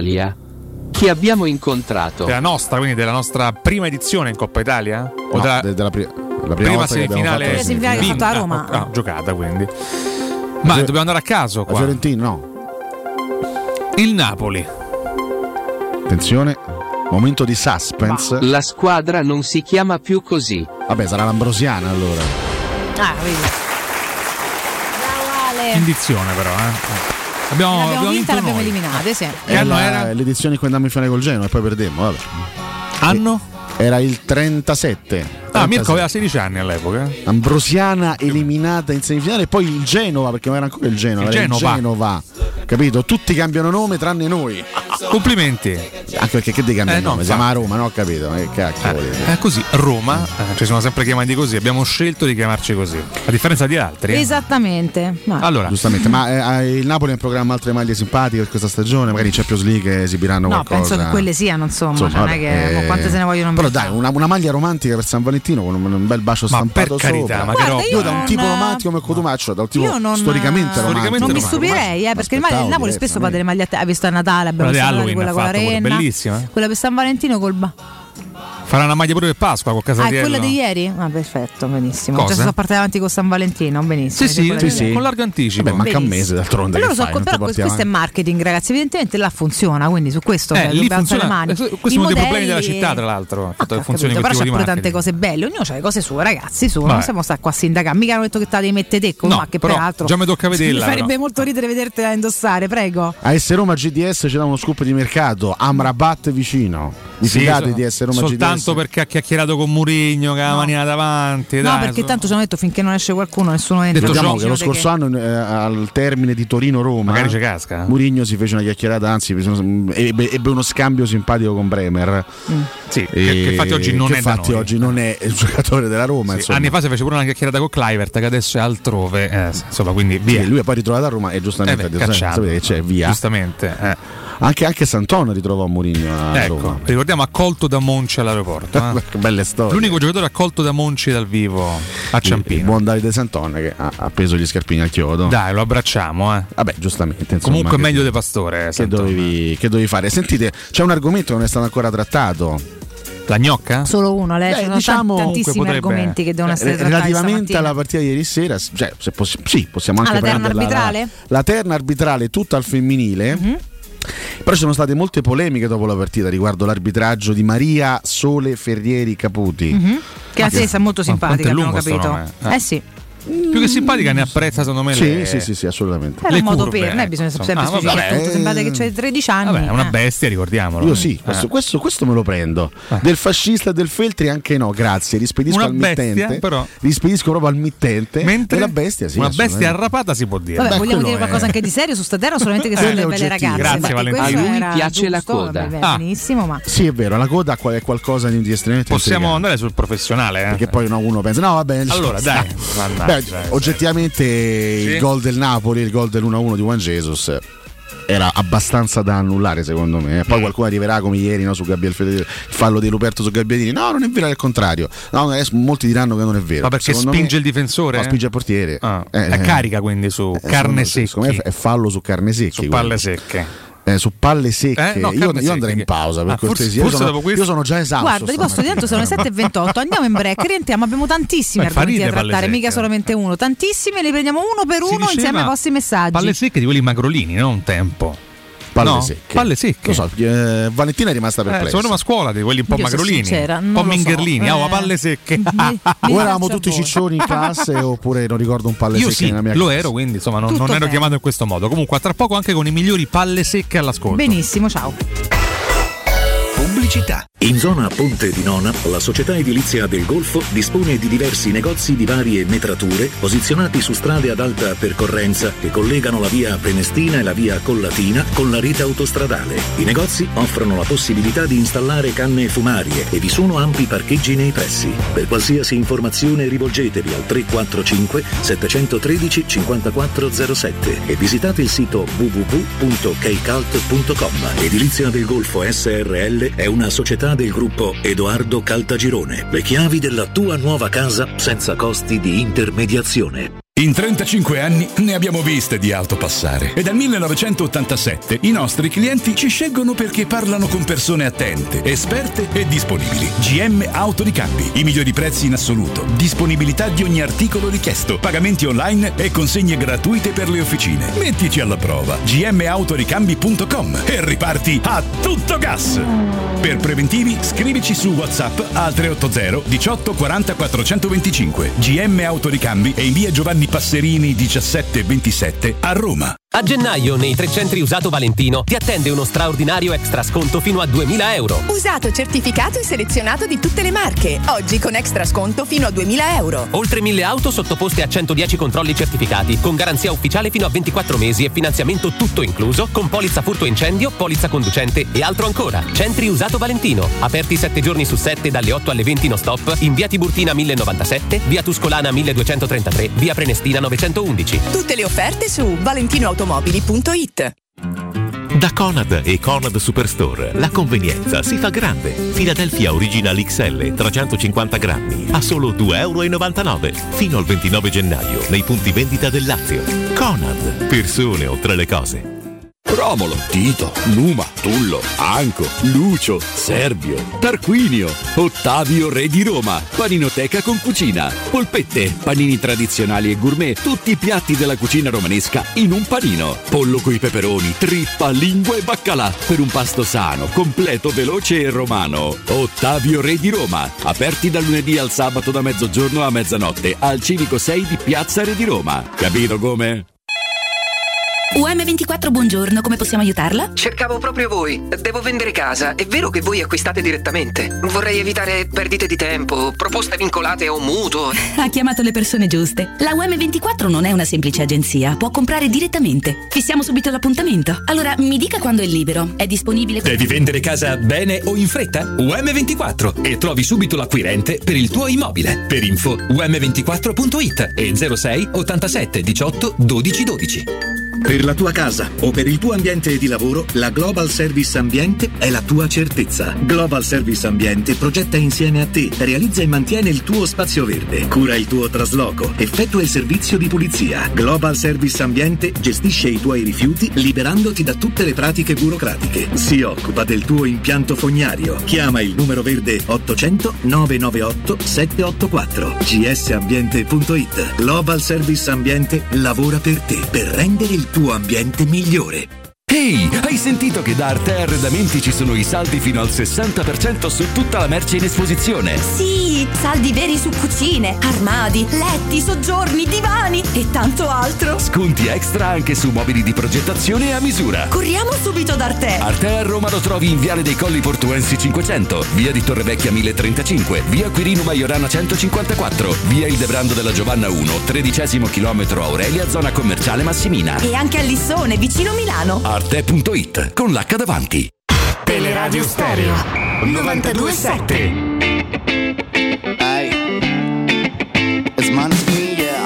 Italia Chi abbiamo incontrato? Della nostra, quindi della nostra prima edizione in Coppa Italia? O No, della, de- della pri- la prima, prima volta che abbiamo semifinale, fatto la semifinale che ha fatto a Roma. Ah, ah, giocata quindi. Ma Fior- dobbiamo andare a caso La qua. Fiorentina, no. Il Napoli. Attenzione, momento di suspense. La squadra non si chiama più così. Vabbè, sarà l'Ambrosiana allora. Ah, vedi. Bravo Ale. Indizione però, eh. Abbiamo, L'abbiamo abbiamo vinta e vinto l'abbiamo noi. eliminate, sì. Che anno la- era? L'edizione in cui andammo in finale col Genoa e poi perdemmo, vabbè. Anno? Era il trentasette. Ah, Mirko aveva sedici anni all'epoca. Ambrosiana eliminata in semifinale, poi il Genova, perché non era ancora il Genova, Il era Genova. il Genova. Capito? Tutti cambiano nome tranne noi. Complimenti. Anche perché che devi cambiare Eh, no, nome? Siamo a infatti. Roma, no? Ho capito? Ma che cacchio vuol dire? È così, Roma, eh, ci siamo sempre chiamati così, abbiamo scelto di chiamarci così, a differenza di altri. eh. Esattamente. Ma- Allora, Giustamente, ma eh, il Napoli ha in programma altre maglie simpatiche per questa stagione, magari in Champions League esibiranno no, qualcosa. penso che quelle siano, insomma, Insomma, cioè, non è vabbè, che eh, mo quante se ne vogliono Però inventare. dai, una, una maglia romantica per San Valentino con un, un bel bacio Ma stampato per carità, sopra. ma che roba. Io da un non- tipo romantico come Cotumaccio, da un tipo Io non, storicamente romantico. Storicamente non mi romantico. stupirei, eh, perché il Aspettavo il Napoli spesso fa diversamente. delle magliette. Ha visto a Natale, abbiamo Quella di visto a Natale, Halloween quella ha con la fatto pure, renna, bellissima, eh. quella per San Valentino col ba. farà una maglia pure per Pasqua con Ah, è Casatiello. quella di ieri? Ah, perfetto, benissimo. Cosa? Già si sono partiti avanti con San Valentino, benissimo. Sì, sì, quella sì, di sì, ieri. con largo anticipo. Vabbè, manca un Benissimo. mese d'altronde. E loro che so, fai? Non ti però porti questo è avanti. marketing, ragazzi. Evidentemente là funziona, quindi su questo Eh, eh, lì dobbiamo alzare le funziona. mani. eh, Questo è I uno dei problemi modelli- della città, tra l'altro. Il fatto che Ho funzioni capito, quel però tipo c'ha di pure tante marketing. cose belle, ognuno ha le cose sue, ragazzi, su, non Vabbè. siamo sta qua a sindacare, mica hanno detto che te la devi mettere te, No, ma che però peraltro già mi tocca vederla, mi farebbe però. molto ridere vedertela indossare, prego. A S Roma G D S ci dà uno scoop di mercato, Amrabat vicino. Vi Sì, fidate so- di S Roma G D S? soltanto perché ha chiacchierato con Murigno, che ha la manina davanti. No, dai, perché so- tanto ci hanno detto finché non esce qualcuno nessuno entra. Ricordiamo Quindi che lo diciamo scorso anno eh, al termine di Torino-Roma Magari ci casca. Mourinho si fece una chiacchierata, anzi ebbe, ebbe uno scambio simpatico con Bremer. Sì, che, che infatti oggi non che è da infatti noi. oggi non è il giocatore della Roma. Sì, insomma. anni fa si fece pure una chiacchierata con Kluivert, che adesso è altrove. Eh, insomma, quindi via. Sì, lui è poi ritrovato a Roma e giustamente Eh ha beh, detto, cacciato. sapete che c'è, via. Giustamente. eh. Anche, anche Santon ritrovò Mourinho a Ecco, Roma. ricordiamo accolto da Monci all'aeroporto. eh. Che belle storie. L'unico giocatore accolto da Monci dal vivo a Il Ciampino. buon Davide Santon che ha ha appeso gli scarpini al chiodo. Dai, lo abbracciamo. Eh. Vabbè, giustamente. Insomma, Comunque che- meglio De Pastore. eh, Che Santon. dovevi, che dovevi fare? Sentite, c'è un argomento che non è stato ancora trattato. La gnocca? Solo uno, lei, Beh, ci sono diciamo- tan- tantissimi Comunque potrebbe- argomenti che devono essere Eh, trattati relativamente stamattina. alla partita di ieri sera, cioè, se possi- sì, possiamo Ah, anche la terna prenderla arbitrale? La, la terna arbitrale tutta al femminile. Mhm. Però ci sono state molte polemiche dopo la partita riguardo l'arbitraggio di Maria Sole Ferrieri Caputi. Mhm. Che a che- te è molto ma quanto simpatica, è abbiamo lungo sto capito. nome? Eh. Eh sì. Più che simpatica ne apprezza secondo me Sì, le... sì, sì, sì, assolutamente. Era le un modo curve, per, noi ecco, bisogna insomma. sempre Ah, vabbè, specificare tutto, eh, sembrate che c'è tredici anni. Vabbè, è una eh. bestia, ricordiamolo. Io sì, Eh. questo, questo, questo me lo prendo. Del fascista e del Feltri anche no, grazie. Rispedisco Una al bestia, mittente. però. Rispedisco proprio al mittente. Mentre della bestia, sì. una bestia assolutamente. arrapata si può dire. Vabbè, Beh, vogliamo quello dire qualcosa è- anche di serio su sta terra o solamente che sono Quello delle è belle oggettivo. ragazze? Grazie, Perché Valentina. questo A lui era piace la giusto, coda. vabbè, Ah. benissimo, ma Sì, è vero, la coda qua è qualcosa di estremamente Possiamo intrigante. andare sul professionale, eh? Perché poi no, uno pensa, no, vabbè. Allora, dai. Beh, Mannaggia, oggettivamente il Sì. gol del Napoli, il gol dell'uno a uno di Juan Jesus era abbastanza da annullare secondo me. Poi Mm. qualcuno arriverà come ieri, no, su Gabriel Fede- il fallo di Ruperto su Gabbiadini. No, non è vero, è il contrario. No, adesso molti diranno che non è vero. Ma perché Secondo spinge me- il difensore? No, spinge il portiere. Ah, Eh, è eh. carica quindi su Eh, carne secondo- secondo me secchi. è fallo su carne secchi. Su palle quello. secche. Eh, su palle secche. Eh, no, io, carne io andrei secche. in pausa per Ah, forse- cortesia. forse io, sono, dopo questo- io sono già esausto. guarda, ti posso dire, tanto sono le sette e ventotto, andiamo in break, rientriamo, abbiamo tantissimi Ma fa argomenti da ridere palle trattare, mica secche. solamente uno, tantissimi, li prendiamo uno per Si uno diceva insieme ai vostri messaggi. Palle secche di quelli magrolini, non un tempo. Palle No, secche. palle secche. Lo so, eh, Valentina è rimasta Eh, perplessa. sono una scuola di quelli un po' Io sono magrolini, sincera, un non po' lo so. mingherlini, ah, Eh. a palle secche. Mi- mi O eravamo faccio tutti a voi. ciccioni in classe oppure non ricordo un palle Io secche sì, nella mia lo classe. ero, quindi insomma non, Tutto non ero bene. chiamato in questo modo. Comunque, tra poco anche con i migliori palle secche all'ascolto. Benissimo, ciao. Pubblicità. In zona Ponte di Nona, la società edilizia del Golfo dispone di diversi negozi di varie metrature posizionati su strade ad alta percorrenza che collegano la via Prenestina e la via Collatina con la rete autostradale. I negozi offrono la possibilità di installare canne fumarie e vi sono ampi parcheggi nei pressi. Per qualsiasi informazione rivolgetevi al tre quattro cinque sette uno tre cinque zero sette e visitate il sito w w w punto keicalt punto com. Edilizia del Golfo S R L è una società del gruppo Edoardo Caltagirone. Le chiavi della tua nuova casa senza costi di intermediazione. In trentacinque anni ne abbiamo viste di auto passare e dal millenovecentottantasette i nostri clienti ci scelgono perché parlano con persone attente, esperte e disponibili. G M Autoricambi, i migliori prezzi in assoluto, disponibilità di ogni articolo richiesto, pagamenti online e consegne gratuite per le officine. Mettici alla prova. g m autoricambi punto com e riparti a tutto gas. Per preventivi scrivici su WhatsApp al tre otto zero diciotto quaranta quattrocentoventicinque. G M Autoricambi e in via Giovanni Passerini diciassette ventisette a Roma. A gennaio nei tre centri usato Valentino ti attende uno straordinario extra sconto fino a duemila euro. Usato certificato e selezionato di tutte le marche. Oggi con extra sconto fino a duemila euro. Oltre mille auto sottoposte a centodieci controlli certificati, con garanzia ufficiale fino a ventiquattro mesi e finanziamento tutto incluso, con polizza furto incendio, polizza conducente e altro ancora. Centri usato Valentino, aperti sette giorni su sette dalle otto alle venti non stop, in via Tiburtina mille novantasette, via Tuscolana milleduecentotrentatré, via Prenestina novecentoundici. Tutte le offerte su valentinoautomobili punto it. Da Conad e Conad Superstore la convenienza si fa grande. Philadelphia Original X L trecentocinquanta grammi a solo due e novantanove euro fino al ventinove gennaio nei punti vendita del Lazio. Conad, persone oltre le cose. Romolo, Tito, Numa, Tullo, Anco, Lucio, Servio, Tarquinio, Ottavio Re di Roma, paninoteca con cucina, polpette, panini tradizionali e gourmet, tutti i piatti della cucina romanesca in un panino, pollo coi peperoni, trippa, lingua e baccalà per un pasto sano, completo, veloce e romano. Ottavio Re di Roma, aperti dal lunedì al sabato da mezzogiorno a mezzanotte al Civico sei di Piazza Re di Roma. Capito come? U M ventiquattro, buongiorno, come possiamo aiutarla? Cercavo proprio voi. Devo vendere casa. È vero che voi acquistate direttamente? Vorrei evitare perdite di tempo, proposte vincolate o mutuo. Ha chiamato le persone giuste. La U M ventiquattro non è una semplice agenzia, può comprare direttamente. Fissiamo subito l'appuntamento. Allora, mi dica quando è libero. È disponibile? Devi vendere casa bene o in fretta? U M ventiquattro e trovi subito l'acquirente per il tuo immobile. Per info u m ventiquattro punto it e zero sei ottantasette diciotto dodici dodici. Per la tua casa o per il tuo ambiente di lavoro, la Global Service Ambiente è la tua certezza. Global Service Ambiente progetta insieme a te, realizza e mantiene il tuo spazio verde, cura il tuo trasloco, effettua il servizio di pulizia. Global Service Ambiente gestisce i tuoi rifiuti liberandoti da tutte le pratiche burocratiche. Si occupa del tuo impianto fognario. Chiama il numero verde ottocento nove nove otto sette otto quattro. g s ambiente punto it. Global Service Ambiente lavora per te, per rendere il tuo ambiente migliore. Ehi, hai sentito che da Arte Arredamenti ci sono i saldi fino al sessanta per cento su tutta la merce in esposizione? Sì, saldi veri su cucine, armadi, letti, soggiorni, divani e tanto altro. Sconti extra anche su mobili di progettazione a misura. Corriamo subito da Arte. Arte a Roma lo trovi in Viale dei Colli Portuensi cinquecento, via di Torrevecchia mille trentacinque, via Quirino Maiorana centocinquantaquattro, via Il Debrando della Giovanna uno, tredicesimo chilometro Aurelia, zona commerciale Massimina. E anche a Lissone, vicino Milano. Arte punto it con l'H davanti. Teleradio Stereo novantadue sette. Hey, it's Manskin, yeah.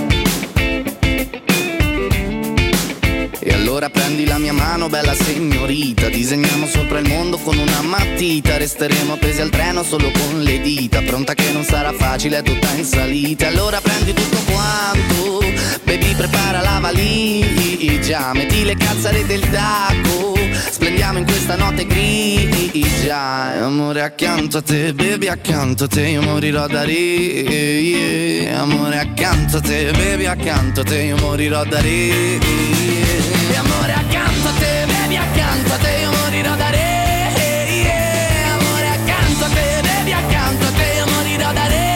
E allora prendi la mia mano, bella signorita, disegniamo sopra il mondo con una matita, resteremo appesi al treno solo con le dita, pronta che non sarà facile, è tutta in salita. Allora prendi tutto quanto, baby, prepara la valigia, metti le calzare del tacco, splendiamo in questa notte grigia. Amore accanto a te, baby accanto a te, io morirò da ridere, yeah. Amore accanto a te, baby accanto a te, io morirò da ridere, yeah. Amore accanto a te, baby accanto a te, io morirò da ridere, yeah. Amore accanto a te, baby accanto a te, io morirò da ridere.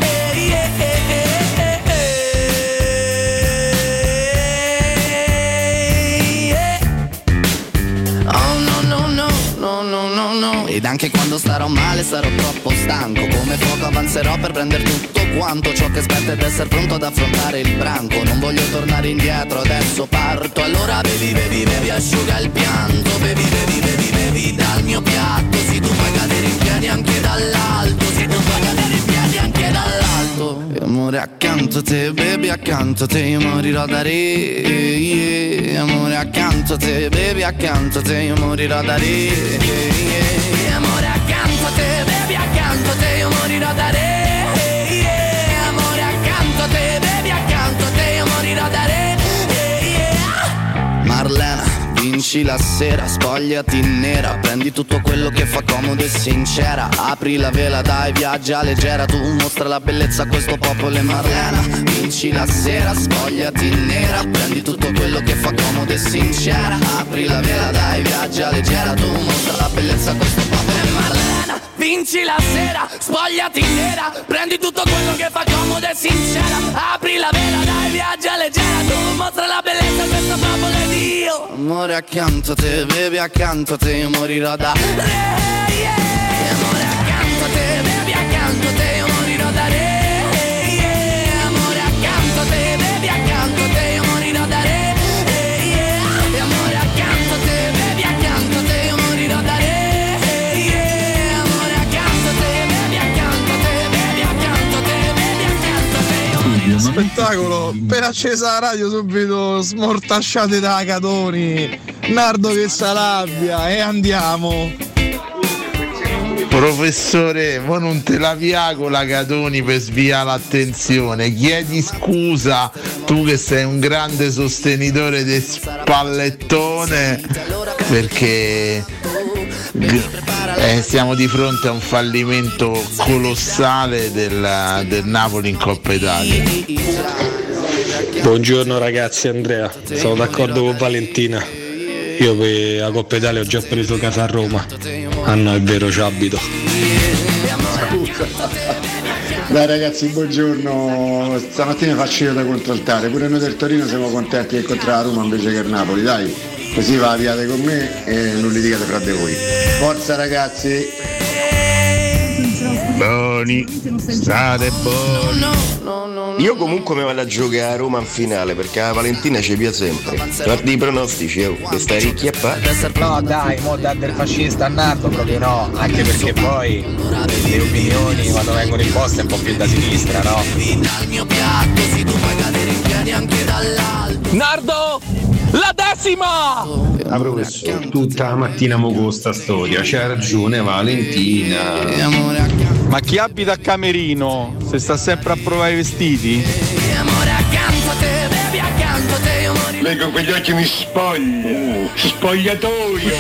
Ed anche quando starò male sarò troppo stanco, come fuoco avanzerò per prendere tutto quanto ciò che aspetta ed essere pronto ad affrontare il branco. Non voglio tornare indietro, adesso parto. Allora bevi, bevi, bevi, asciuga il pianto. Bevi, bevi, bevi, bevi dal mio piatto. Se tu puoi cadere in piedi anche dall'alto, se tu puoi cadere in piedi anche dall'alto. E amore accanto a te, baby accanto a te, io morirò da re, yeah. Amore accanto a te, baby accanto a te, io morirò da re, yeah. Amore accanto a te, baby accanto a te, io morirò da re, yeah. Amore accanto a te, baby accanto a te, io vinci la sera, spogliati nera, prendi tutto quello che fa comodo e sincera, apri la vela, dai, viaggia leggera, tu mostra la bellezza a questo popolo e Marlena. Vinci la sera, spogliati nera, prendi tutto quello che fa comodo e sincera, apri la vela, dai, viaggia leggera, tu mostra la bellezza a questo popolo e Marlena. Vinci la sera, spogliati nera, prendi tutto quello che fa comodo e sincera, apri la vela, dai, viaggia leggera, tu mostra la bellezza a questo popolo ed io. Amore accanto a te, bevi accanto a te, io morirò da re, yeah. Amore accanto a te, bevi accanto a te, io morirò da re, yeah. Amore accanto a te, bevi accanto a te, io morirò da re, yeah. Amore accanto a te, bevi accanto a te, io morirò da re. Spettacolo, appena accesa la radio subito smortasciate da Catoni, Nardo che s'arrabbia e andiamo. Professore, ma non te la piagola Catoni per sviare l'attenzione, chiedi scusa tu che sei un grande sostenitore del spallettone, perché eh, siamo di fronte a un fallimento colossale del, del Napoli in Coppa Italia. Buongiorno ragazzi, Andrea, sono d'accordo con Valentina, io per la Coppa Italia ho già preso casa a Roma. Ah no, è vero, ci abito. Dai ragazzi, buongiorno, stamattina faccio io da contraltare, pure noi del Torino siamo contenti di incontrare la Roma invece che il Napoli, dai, così va viate con me e non litigate fra di voi. Forza ragazzi! Buoni, state buoni. Io comunque mi vado a giocare a Roma in finale perché la Valentina ci piace sempre. Guardi i pronostici, oh, che stai ricchi a pa'. No dai, mo da del fascista a Nardo proprio no, anche perché poi le opinioni quando vengono imposte un po' più da sinistra, no? Nardo! La decima! Ah, professore, tutta la mattina mo con sta storia, c'ha ragione Valentina. Ma chi abita a Camerino, se sta sempre a provare i vestiti? Lei con quegli occhi mi spoglia, spogliatoio.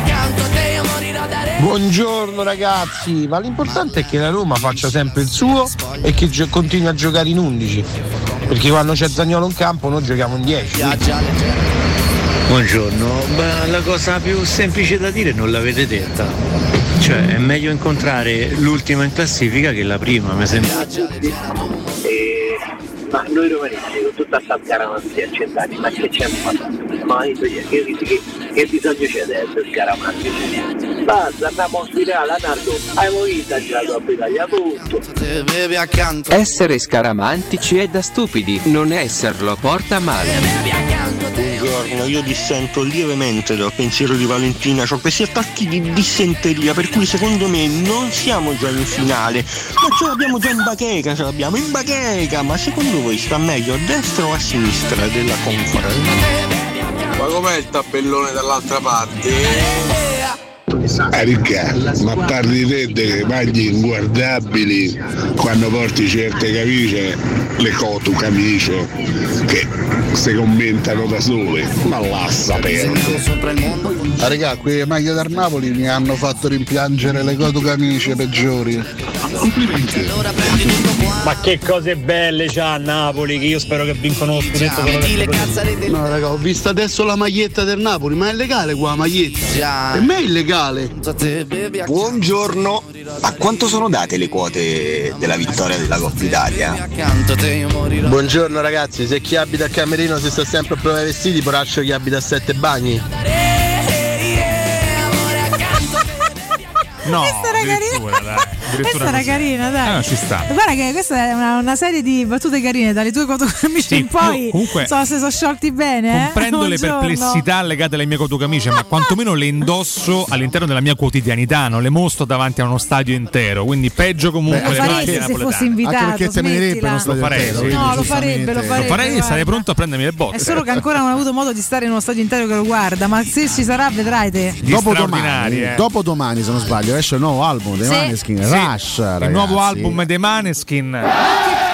Buongiorno ragazzi, ma l'importante è che la Roma faccia sempre il suo e che gio- continui a giocare in undici, perché quando c'è Zaniolo in campo noi giochiamo in dieci. Buongiorno, ma la cosa più semplice da dire non l'avete detta, cioè è meglio incontrare l'ultima in classifica che la prima, mi sembra. Eh, ma noi romanisti con tutta questa scaramanzia a cent'anni, ma che c'è fatto? Ma io che, che, che bisogno c'è adesso scaramanzia? Basta, andiamo a ospitare a Nardo, hai vinto già la Coppa Italia, tutto. Essere scaramantici è da stupidi, non esserlo porta male. Buongiorno, io dissento lievemente dal pensiero di Valentina, ho questi attacchi di dissenteria, per cui secondo me non siamo già in finale, ma ce l'abbiamo già in bacheca, ce l'abbiamo in bacheca, ma secondo voi sta meglio a destra o a sinistra della conference? Ma com'è il tabellone dall'altra parte? Ah, Ricca, ma parli te delle maglie inguardabili quando porti certe camicie, le cotu camicie che si commentano da sole, ma lascia perdere. Ah, regà, quelle maglie del Napoli mi hanno fatto rimpiangere le cotu camicie peggiori. Complimenti. Ma che cose belle c'ha a Napoli, che io spero che vincono lo scudetto. No raga, ho visto adesso la maglietta del Napoli, ma è legale qua la maglietta? Per me è illegale. Buongiorno, a quanto sono date le quote della vittoria della Coppa Italia? Buongiorno ragazzi, se chi abita a Camerino si sta sempre a provare i vestiti, poraccio chi abita a Sette Bagni. No, questa era carina, dai. Questa era carina, dai. Ah, ci sta. Guarda che questa è una, una serie di battute carine, dalle tue cotocamicie sì, in poi. Comunque, so se sono sciolti bene. Comprendo eh? le Buongiorno. perplessità legate alle mie cotocamicie, ma quantomeno le indosso all'interno della mia quotidianità, non le mostro davanti a uno stadio intero. Quindi peggio comunque. Beh, le lo faresti se fossi invitato. Anche perché te meriterebbe uno stadio intero. No, lo farebbe, lo farebbe. Lo farei e sarei pronto a prendermi le botte. È solo che ancora non ho avuto modo di stare in uno stadio intero che lo guarda, ma se ci sarà vedrai te. Dopo domani, eh. dopo domani, se non sbaglio, esce il nuovo album dei Sì. Maneskin, Sì. Rush, Il ragazzi. nuovo album dei Maneskin. Che pizza, ma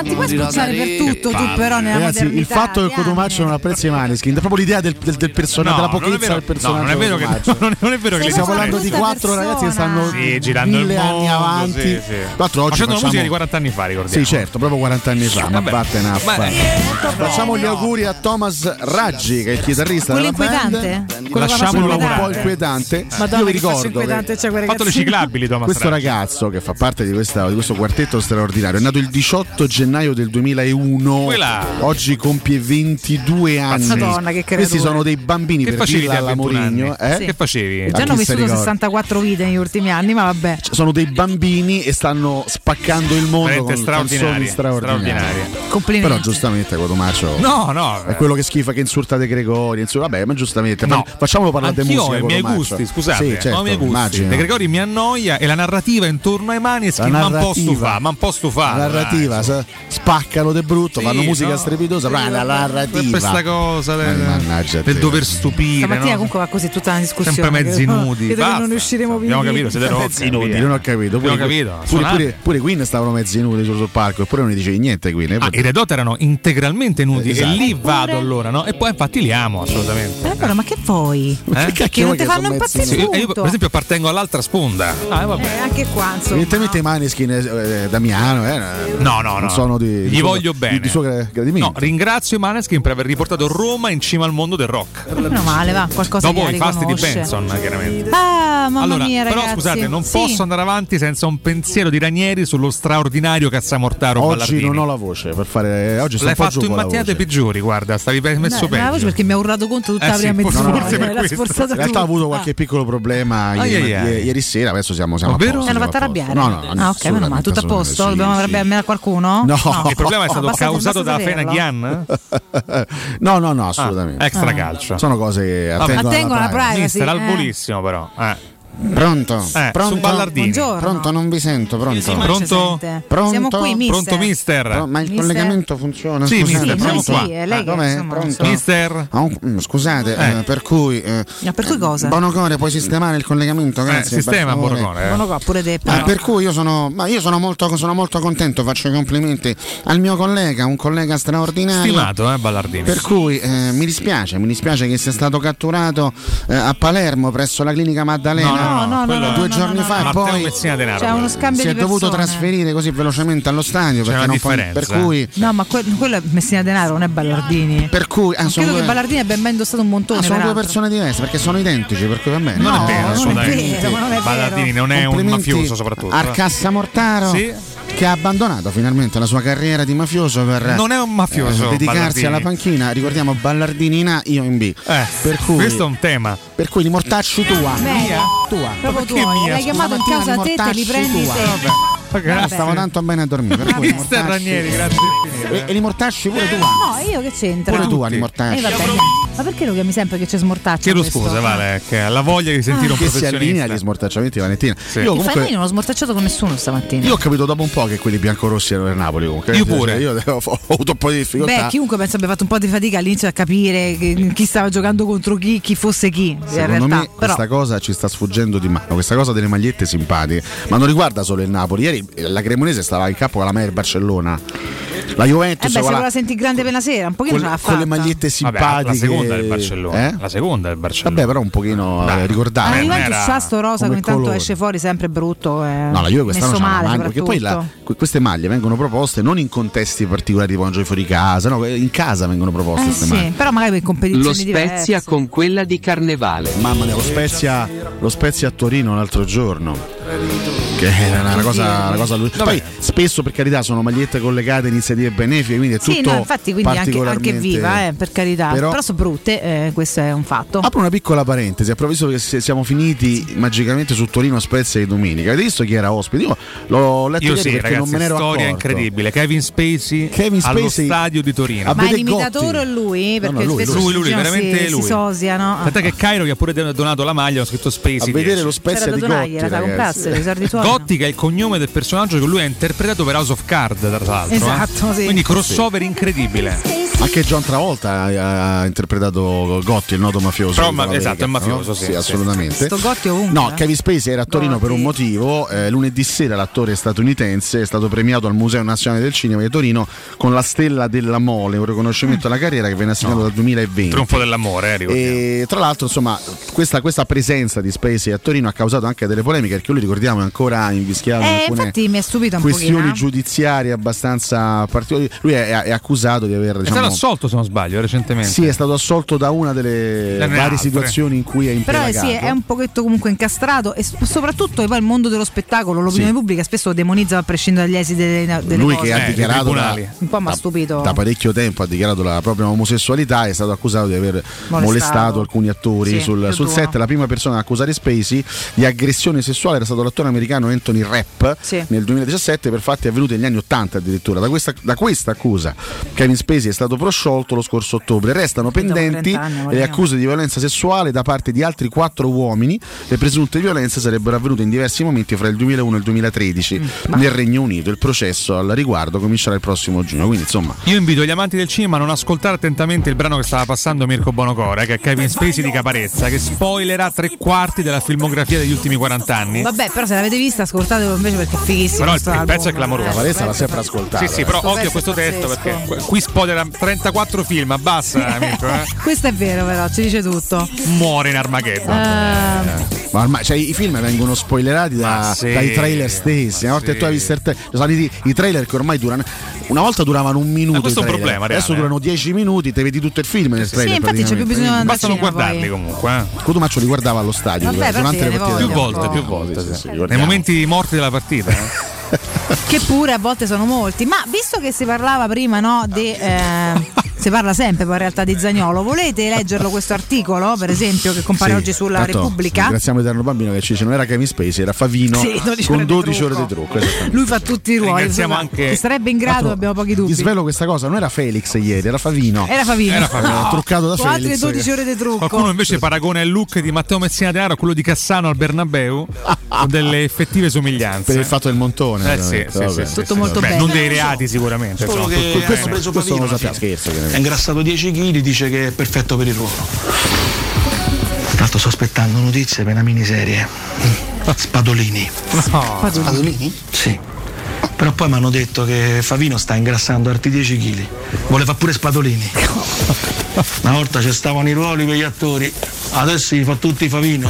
non ti puoi scocciare per tutto, tu però nella Ragazzi, il fatto che Cotumaccio non apprezzi i Maneskin, proprio l'idea del, del, del personaggio, No, della non è pochezza vero- del personaggio. no, non è vero che- Cotumaccio. non è- non è vero che stiamo li parlando di apprezzi. quattro ragazzi che stanno Sì, girando il mille anni mondo, avanti. sì, sì. Tra l'altro oggi Facendo una facciamo... musica di quaranta anni fa, ricordiamo. Sì, certo, proprio quaranta anni fa, ma Vabbè. batte una Ma- Facciamo gli auguri a Thomas Raggi, che è il chitarrista Quello della band. inquietante? Quello Lasciamolo che fa un po' inquietante. inquietante. Madonna, Io vi che faccia ricordo inquietante, che c'è quel Fatto le ragazzino. ciclabili, Thomas questo Raggi. ragazzo che fa parte di, questa, di questo quartetto straordinario è nato il diciotto gennaio del duemilauno. Quella. Oggi compie ventidue anni. Madonna, che creatura. Questi sono dei bambini Che per facevi dirla te a alla ventuno Mourinho. anni? Eh? Sì. Che facevi? A Già hanno chi se vissuto ricorda? sessantaquattro vite negli ultimi anni, ma vabbè. Sono dei bambini e stanno spaccando il mondo Veramente con canzoni straordinarie, straordinarie. straordinarie. Complimenti. Però giustamente Cotumaccio No, no. è quello che schifa, che insulta De Gregori, insulta, vabbè, ma giustamente No. fa- facciamolo parlare di Anch'io musica. ho i miei Cotumaccio. gusti, scusate, Sì, certo, ho i miei gusti. immagino. De Gregori mi annoia e la narrativa intorno ai Maneskin La ma un po' narrativa. stufa, ma un po' stufa. La narrativa, sa- spaccano de brutto, Sì, fanno musica no. strepitosa, ma la narrativa. Questa cosa del, Ma mannaggia del te. dover stupire, Stamattina no? comunque va così tutta una discussione. Sempre mezzi credo- nudi. Credo che Basta. non ne usciremo vivi. Abbiamo capito, siete rotti. Mezzi nudi, non ho capito. Abbiamo Pure, capito. pure, Suonate. pure, pure Queen stavano mezzi nudi sul, sul palco, eppure non ne dicevi niente Queen. eh, Ah, i Red Hot erano integralmente nudi Esatto. e lì vado allora, no? E poi infatti li amo assolutamente. Eh, allora, ma che vuoi? Eh? Perché non ti fanno impazzire Sì, e io tutto. per esempio appartengo all'altra sponda. Ah, vabbè. Eh, anche qua, insomma. Evidentemente i Maneskin, eh, Damiano, eh, No, no, no. non sono di, di Gli suo- voglio bene. Di, di suo gra- gradimento. No, ringrazio i Maneskin per aver riportato Roma in cima al mondo del rock. Meno male, va, qualcosa Dopo che i fasti di riconosce. Benson, chiaramente. Ah, mamma allora, mia, però ragazzi. scusate, non Sì. posso andare avanti senza un pensiero di Ranieri sullo straordinario Cassamortaro Oggi Ballardini. non ho la voce per fare. Oggi sto L'hai un po' fatto giù in con la mattinate voce. peggiori, guarda, stavi pe- messo No, la voce peggio. perché mi ha urlato contro tutta Eh la sì, prima forse- mezz'ora. forse per l'ha questo. sforzata In realtà ho tutta. avuto qualche piccolo problema Ah, ieri, ai, ai. ieri- ieri sera, adesso siamo, siamo Ovvero? a posto. Mi hanno siamo fatto a posto. arrabbiare. No, no, Ah, ok, meno male, tutto a assolutamente, posto. sì, Dobbiamo sì. arrabbiare a qualcuno? No. Il problema è stato basta- causato basta da Fena saperlo. Ghian? No, no, no, assolutamente. Ah, extra calcio. Sono cose che Vabbè. attengono, Attengono alla privacy. privacy. Mister, al eh. volissimo però. Eh. Pronto? Eh, Pronto? su Ballardini. Buongiorno. Pronto, non vi sento, pronto. Come ci Pronto? sente? Pronto? Siamo qui, mister. Pronto mister? Però- ma il Mister? collegamento funziona? Sì, Scusate, mister, Sì, siamo noi qua. sì, è lei Ah, che com'è? insomma, Pronto? Mister? Ah, un- mm, scusate, Eh. eh, per cui eh, Ah, per cui cosa? Bonocore, puoi sistemare il collegamento? Eh, Grazie. sistema per favore. Bonocore. eh. Buono qua, pure te. Ah, però. per cui io sono, ma io sono molto, sono molto contento, faccio i complimenti al mio collega, un collega straordinario. Stimato, eh, Ballardini. Per cui eh, mi dispiace, mi dispiace che sia stato catturato eh, a Palermo presso la clinica Maddalena No, no, no, quello- no, due no, giorni no, fa no. e Matteo poi Messina Denaro. C'è uno scambio si è di dovuto persone. trasferire così velocemente allo stadio C'è perché una non può- differenza. per cui No, ma que- quello è Messina Denaro, non è Ballardini. per cui ah, Non sono, credo che due, Ballardini abbia mai indossato un montone. ah, sono due peraltro. persone diverse perché sono identici, per cui va bene. Non No, è vero, non è assolutamente. vero, non è vero. Ballardini non è un Complimenti mafioso soprattutto. al Cassamortaro Sì. che ha abbandonato finalmente la sua carriera di mafioso per Non è un mafioso. eh, dedicarsi Ballardini. alla panchina. Ricordiamo Ballardini in A, io in B. Eh, per cui, questo è un tema. per cui li mortacci tua. Mia? Tua. Proprio perché tuoi. mia? L'hai chiamato in Stamattina casa li te, te li mortacci prendi tua. te. Vabbè. Grazie. Stavo tanto bene a dormire. Per cui li Mister mortacci- Ranieri, grazie E, e li mortacci pure tua. No, io che c'entro? Pure tua tutti. li mortacci. Eh, vabbè, niente. Ma perché lo chiami sempre che c'è smortaccio? Chiedo questo? scusa, Vale, che ha la voglia di sentire un Che si allinea professionista. agli smortacciamenti, Valentina. Sì. Io Infatti comunque io non ho smortacciato con nessuno stamattina. io ho capito dopo un po' che quelli biancorossi erano del Napoli comunque. Io pure. Io ho, ho avuto un po' di difficoltà. Beh, chiunque penso abbia fatto un po' di fatica all'inizio a capire che- chi stava giocando contro chi, chi fosse chi. In Secondo realtà, me però. questa cosa ci sta sfuggendo di mano, questa cosa delle magliette simpatiche, ma non riguarda solo il Napoli. Ieri la Cremonese stava in campo con la maglia del Barcellona. La Eh Juventus beh, se con, la- la senti grande per la sera, un pochino con, ce l'ha con le fatta. magliette Vabbè, simpatiche. la seconda del Barcellona. Eh? La seconda del Barcellona. Vabbè, però un pochino Dai. eh, ricordate. Ah, la non Juventus era- c'ha sto rosa che come ogni tanto colore. esce fuori sempre brutto. Eh, No, la Juve quest'anno messo c'ha una male, maglia, perché poi la- soprattutto. que- queste maglie vengono proposte non in contesti particolari tipo giochi fuori casa, no, in casa vengono proposte Eh queste sì, maglie. però magari in competizioni Lo diverse. Spezia con quella di Carnevale. Mamma mia, lo Spezia, lo Spezia a Torino l'altro giorno. Che è una, una cosa, una cosa poi spesso per carità sono magliette collegate a iniziative benefiche, quindi è tutto Sì, no, infatti quindi anche, anche particolarmente- viva, eh, per carità. Però- Però, sono brutte, eh, questo è un fatto. Apro una piccola parentesi, a proposito che se- siamo finiti magicamente su Torino Spezia di domenica. Avete visto chi era ospite? Io l'ho letto Io ieri sì, perché ragazzi, non me ne ero storia accorto. incredibile. Kevin Spacey, Kevin allo Spacey- stadio di Torino. a Ma è Bedegotti. l'imitatore o lui? Perché No, no, lui, spesso lui, lui, diciamo, veramente si, lui. si sosiano. Ah. Tant'è che Cairo gli ha pure donato la maglia, ho scritto Spacey A vedere dieci. lo Spezia C'era da di donargli, Gotti, era da ragazzi. comprarsela, i soldi suoi. Gotti, che è il cognome del personaggio che lui ha interpretato per House of Cards, tra l'altro. Esatto, eh? sì. Quindi crossover incredibile. Anche John Travolta ha, ha interpretato Gotti, il noto mafioso. Però, ma, esatto, è mafioso, no? sì, sì, sì. assolutamente. Sto Gotti ovunque. No, Kevin Spacey era a Torino Gotti. per un motivo. Eh, lunedì sera l'attore statunitense è stato premiato al Museo Nazionale del Cinema di Torino con la Stella della Mole, un riconoscimento alla carriera che viene assegnato No. dal duemilaventi. Trionfo dell'amore, eh, ricordiamo. E tra l'altro, insomma, questa, questa presenza di Spacey a Torino ha causato anche delle polemiche, perché lui, ricordiamo, è ancora invischiato in Eh, alcune infatti mi è stupito un questioni pochino. giudiziarie abbastanza particolari. Lui è, è accusato di aver, È diciamo, stato assolto, se non sbaglio, recentemente. sì, è stato assolto da una delle Dalle varie altre. situazioni in cui è Però eh, impiegato. sì, è un pochetto comunque incastrato e s- soprattutto poi il mondo dello spettacolo, l'opinione Sì. pubblica spesso lo demonizza a prescindere dagli esiti delle, delle Lui cose. che ha Eh, dichiarato dei da, tribunali. Un po' mi ha da- stupito. da parecchio tempo ha dichiarato la propria omosessualità, è stato accusato di aver molestato, Molestato. alcuni attori Sì, sul, più sul duro. set. La prima persona ad accusare Spacey di aggressione sessuale era stato l'attore americano Anthony Rapp Sì. nel duemiladiciassette per fatti avvenuti negli anni ottanta addirittura. Da questa, da questa accusa Kevin Spacey è stato prosciolto lo scorso ottobre. Restano pendenti trenta anni, amore le mio. accuse di violenza sessuale da parte di altri quattro uomini. Le presunte violenze sarebbero avvenute in diversi momenti fra il duemilauno e il duemilatredici Mm, nel Regno Unito. Il processo al riguardo comincerà il prossimo giugno, quindi insomma Io invito gli amanti del cinema a non ascoltare attentamente il brano che stava passando Mirko Bonocore, che è Kevin Spacey di Caparezza, che spoilerà tre quarti della filmografia degli ultimi quaranta anni. Vabbè, però se l'avete vista ascoltatelo invece perché è fighissimo. Però il, questo il album. pezzo è clamoroso. Caparezza l'ha sempre ascoltato. Sì, sì, però Questo occhio a pezzo questo è testo, pazzesco. perché qui spoilerà trentaquattro film, abbassa Mirko, eh. Questo è vero, però ci dice tutto. Muore in Armageddon. Eh, Ma ormai, cioè, i film vengono spoilerati da- Ma sì, dai trailer stessi. Una volta sì. che tu hai visto il trailer, sono saliti i trailer che ormai durano. Una volta duravano un minuto. Ma questo i è un trailer. problema reale, Adesso durano dieci minuti, te vedi tutto il film nel sì, trailer. infatti c'è più bisogno di andare Basta al non cinema, guardarli poi. comunque. Eh. Cotumaccio li guardava allo stadio Vabbè, durante perché le ne partite. Più voglio un volte, po'. più volte. Sì, sì. sì, Nei guardiamo. momenti morti della partita. eh. Che pure a volte sono molti. Ma visto che si parlava prima, no, di eh, si parla sempre poi in realtà di Zaniolo, volete leggerlo questo articolo, per esempio, che compare Sì, oggi sulla tanto Repubblica? Ringraziamo Eterno Bambino che ci dice non era Kevin Spacey, era Favino Sì, dodici con ore di dodici ore trucco. di trucco. esattamente. Lui fa tutti i ruoli. Ringraziamo insomma, anche- che sarebbe in grado, Tanto, abbiamo pochi Ti dubbi. svelo questa cosa, non era Felix ieri, era Favino. Era Favino. Era Favino. No, truccato da Con altre Felix. dodici ore di trucco. Qualcuno invece paragona il look di Matteo Messina Denaro a quello di Cassano al Bernabeu con delle effettive somiglianze. Per il fatto del montone. Eh sì, veramente, sì, vabbè. sì, Tutto sì, molto Beh, bene. non dei reati sicuramente. Solo insomma, che tutto- questo- ha preso questo Favino lo alla sappiamo, fine. scherzo, che- È ingrassato dieci chili, dice che è perfetto per il ruolo. Tra l'altro sto aspettando notizie per una miniserie. Spadolini. Spadolini? Sì. Però poi mi hanno detto che Favino sta ingrassando altri dieci chili. Vuole fare pure Spadolini. Una volta ci stavano i ruoli per gli attori, adesso li fa tutti Favino.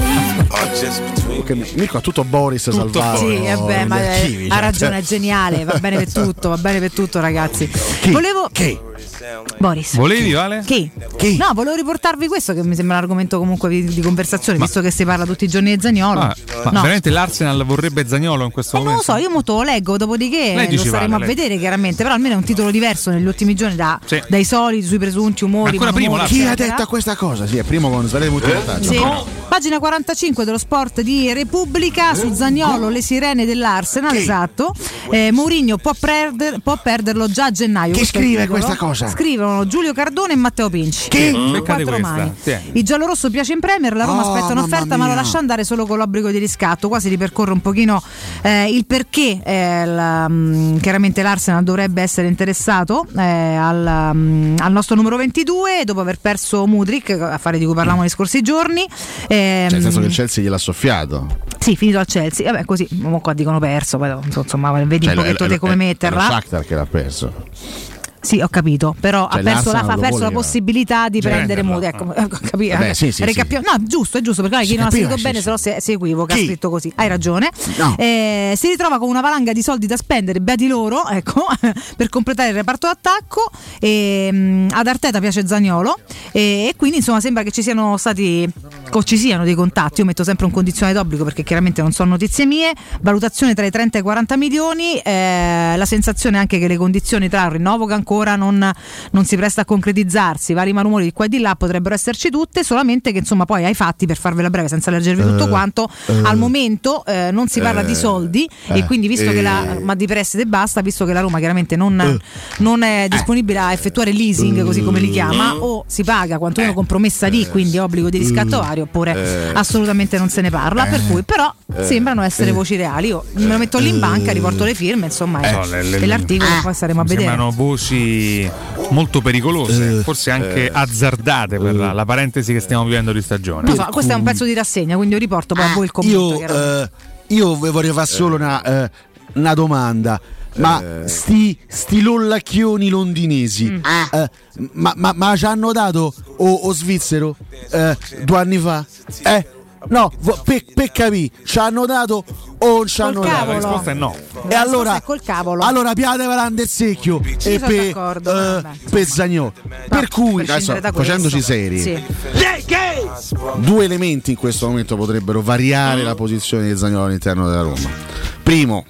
Ok, Mirko ha tutto Boris salvato. Sì, vabbè, negli ma eh, archivi, ha cioè. ragione, è geniale, va bene per tutto, va bene per tutto, ragazzi. Volevo Che? Boris. Volevi, Vale? Chi? Chi? No, volevo riportarvi questo che mi sembra un argomento comunque di, di conversazione, visto che si parla tutti i giorni di Zaniolo. Ma, ma no. veramente l'Arsenal vorrebbe Zaniolo in questo Eh, non lo momento? so, io molto lo leggo, dopodiché Leggi lo ci staremo vale, a leggi. vedere chiaramente, però almeno è un titolo diverso negli ultimi giorni da- Sì. dai soliti sui presunti umori. Ma ancora primo, malumori, Chi ha eccetera. detto questa cosa? Sì, è primo con Svele Multivantaggio. Sì. Pagina quarantacinque dello Sport di Repubblica su Zaniolo, le sirene dell'Arsenal, esatto. Eh, Mourinho può, perder- può perderlo già a gennaio. Chi questo è il scrive titolo. questa cosa? Scrivono Giulio Cardone e Matteo Pinci. Chi? Con Beccate quattro questa. mani. Sì. Il giallorosso piace in Premier, la Roma Oh, aspetta mamma un'offerta ma lo mia. lascia andare solo con l'obbligo di riscatto. Qua si ripercorre un pochino eh, il perché eh, la, mh, chiaramente l'Arsenal dovrebbe essere interessato eh, al, mh, al nostro numero ventidue dopo aver perso Mudryk, affare di cui parlavamo nei scorsi giorni. Ehm, Cioè, nel senso che il Chelsea gliel'ha soffiato. Sì, finito al Chelsea. Vabbè, così, mo qua dicono perso, poi insomma, vedi Cioè, un pochetto è- te è- come è- metterla. È lo Shakhtar che l'ha perso. Sì, ho capito, però Cioè, ha perso, la, l'Arsenal ha lo perso la voleva. possibilità di Cioè, prendere prenderlo. Mudryk. Ecco, capito? Vabbè, sì, sì, Recapio- sì. No, giusto, è giusto, perché Si chi non ha capiva, scritto sì, bene, sì. se no si, si equivoca. Ha Chi? scritto così, hai ragione. No. Eh, si ritrova con una valanga di soldi da spendere, beati loro, ecco, per completare il reparto d'attacco. E, mh, ad Arteta piace Zaniolo, e, e quindi insomma sembra che ci siano stati o ci siano dei contatti. Io metto sempre un condizionale d'obbligo perché chiaramente non sono notizie mie. Valutazione tra i trenta e i quaranta milioni. Eh, la sensazione è anche che le condizioni tra un rinnovo che ancora non, non si presta a concretizzarsi, vari malumori di qua e di là potrebbero esserci tutte, solamente che insomma poi ai fatti, per farvela breve senza leggervi tutto Uh, quanto, uh, al momento eh, non si parla eh, di soldi eh, e quindi visto eh, che la ma di prestiti e basta, visto che la Roma chiaramente non, Eh. non è disponibile a effettuare leasing così come li chiama, o si paga quantomeno compromessa di, quindi obbligo di riscatto vario, oppure eh, assolutamente non se ne parla, eh, per cui però eh, sembrano essere eh, voci reali. Io me lo metto lì in banca, riporto le firme, insomma, Eh, e, no, le- le- e l'articolo poi staremo a vedere. Sembrano voci molto pericolose, forse anche azzardate per la, la parentesi che stiamo vivendo di stagione. Non so, questo è un pezzo di rassegna, quindi io riporto poi a voi il commento. Io, chiaramente. eh, io vorrei fare solo una, eh, una domanda. Ma sti, sti lollacchioni londinesi, Mm. eh, ma, ma, ma ci hanno dato o, o svizzero eh, due anni fa? Eh? No, vo- per pe capire, ci hanno dato o non ci hanno dato? La risposta è no. E allora, è col cavolo. allora piatevela del secchio e sono per d'accordo, eh, pe Zagnolo. Per cui, adesso, da facendoci questo, seri, sì. due elementi in questo momento potrebbero variare la posizione di Zaniolo all'interno della Roma. Primo,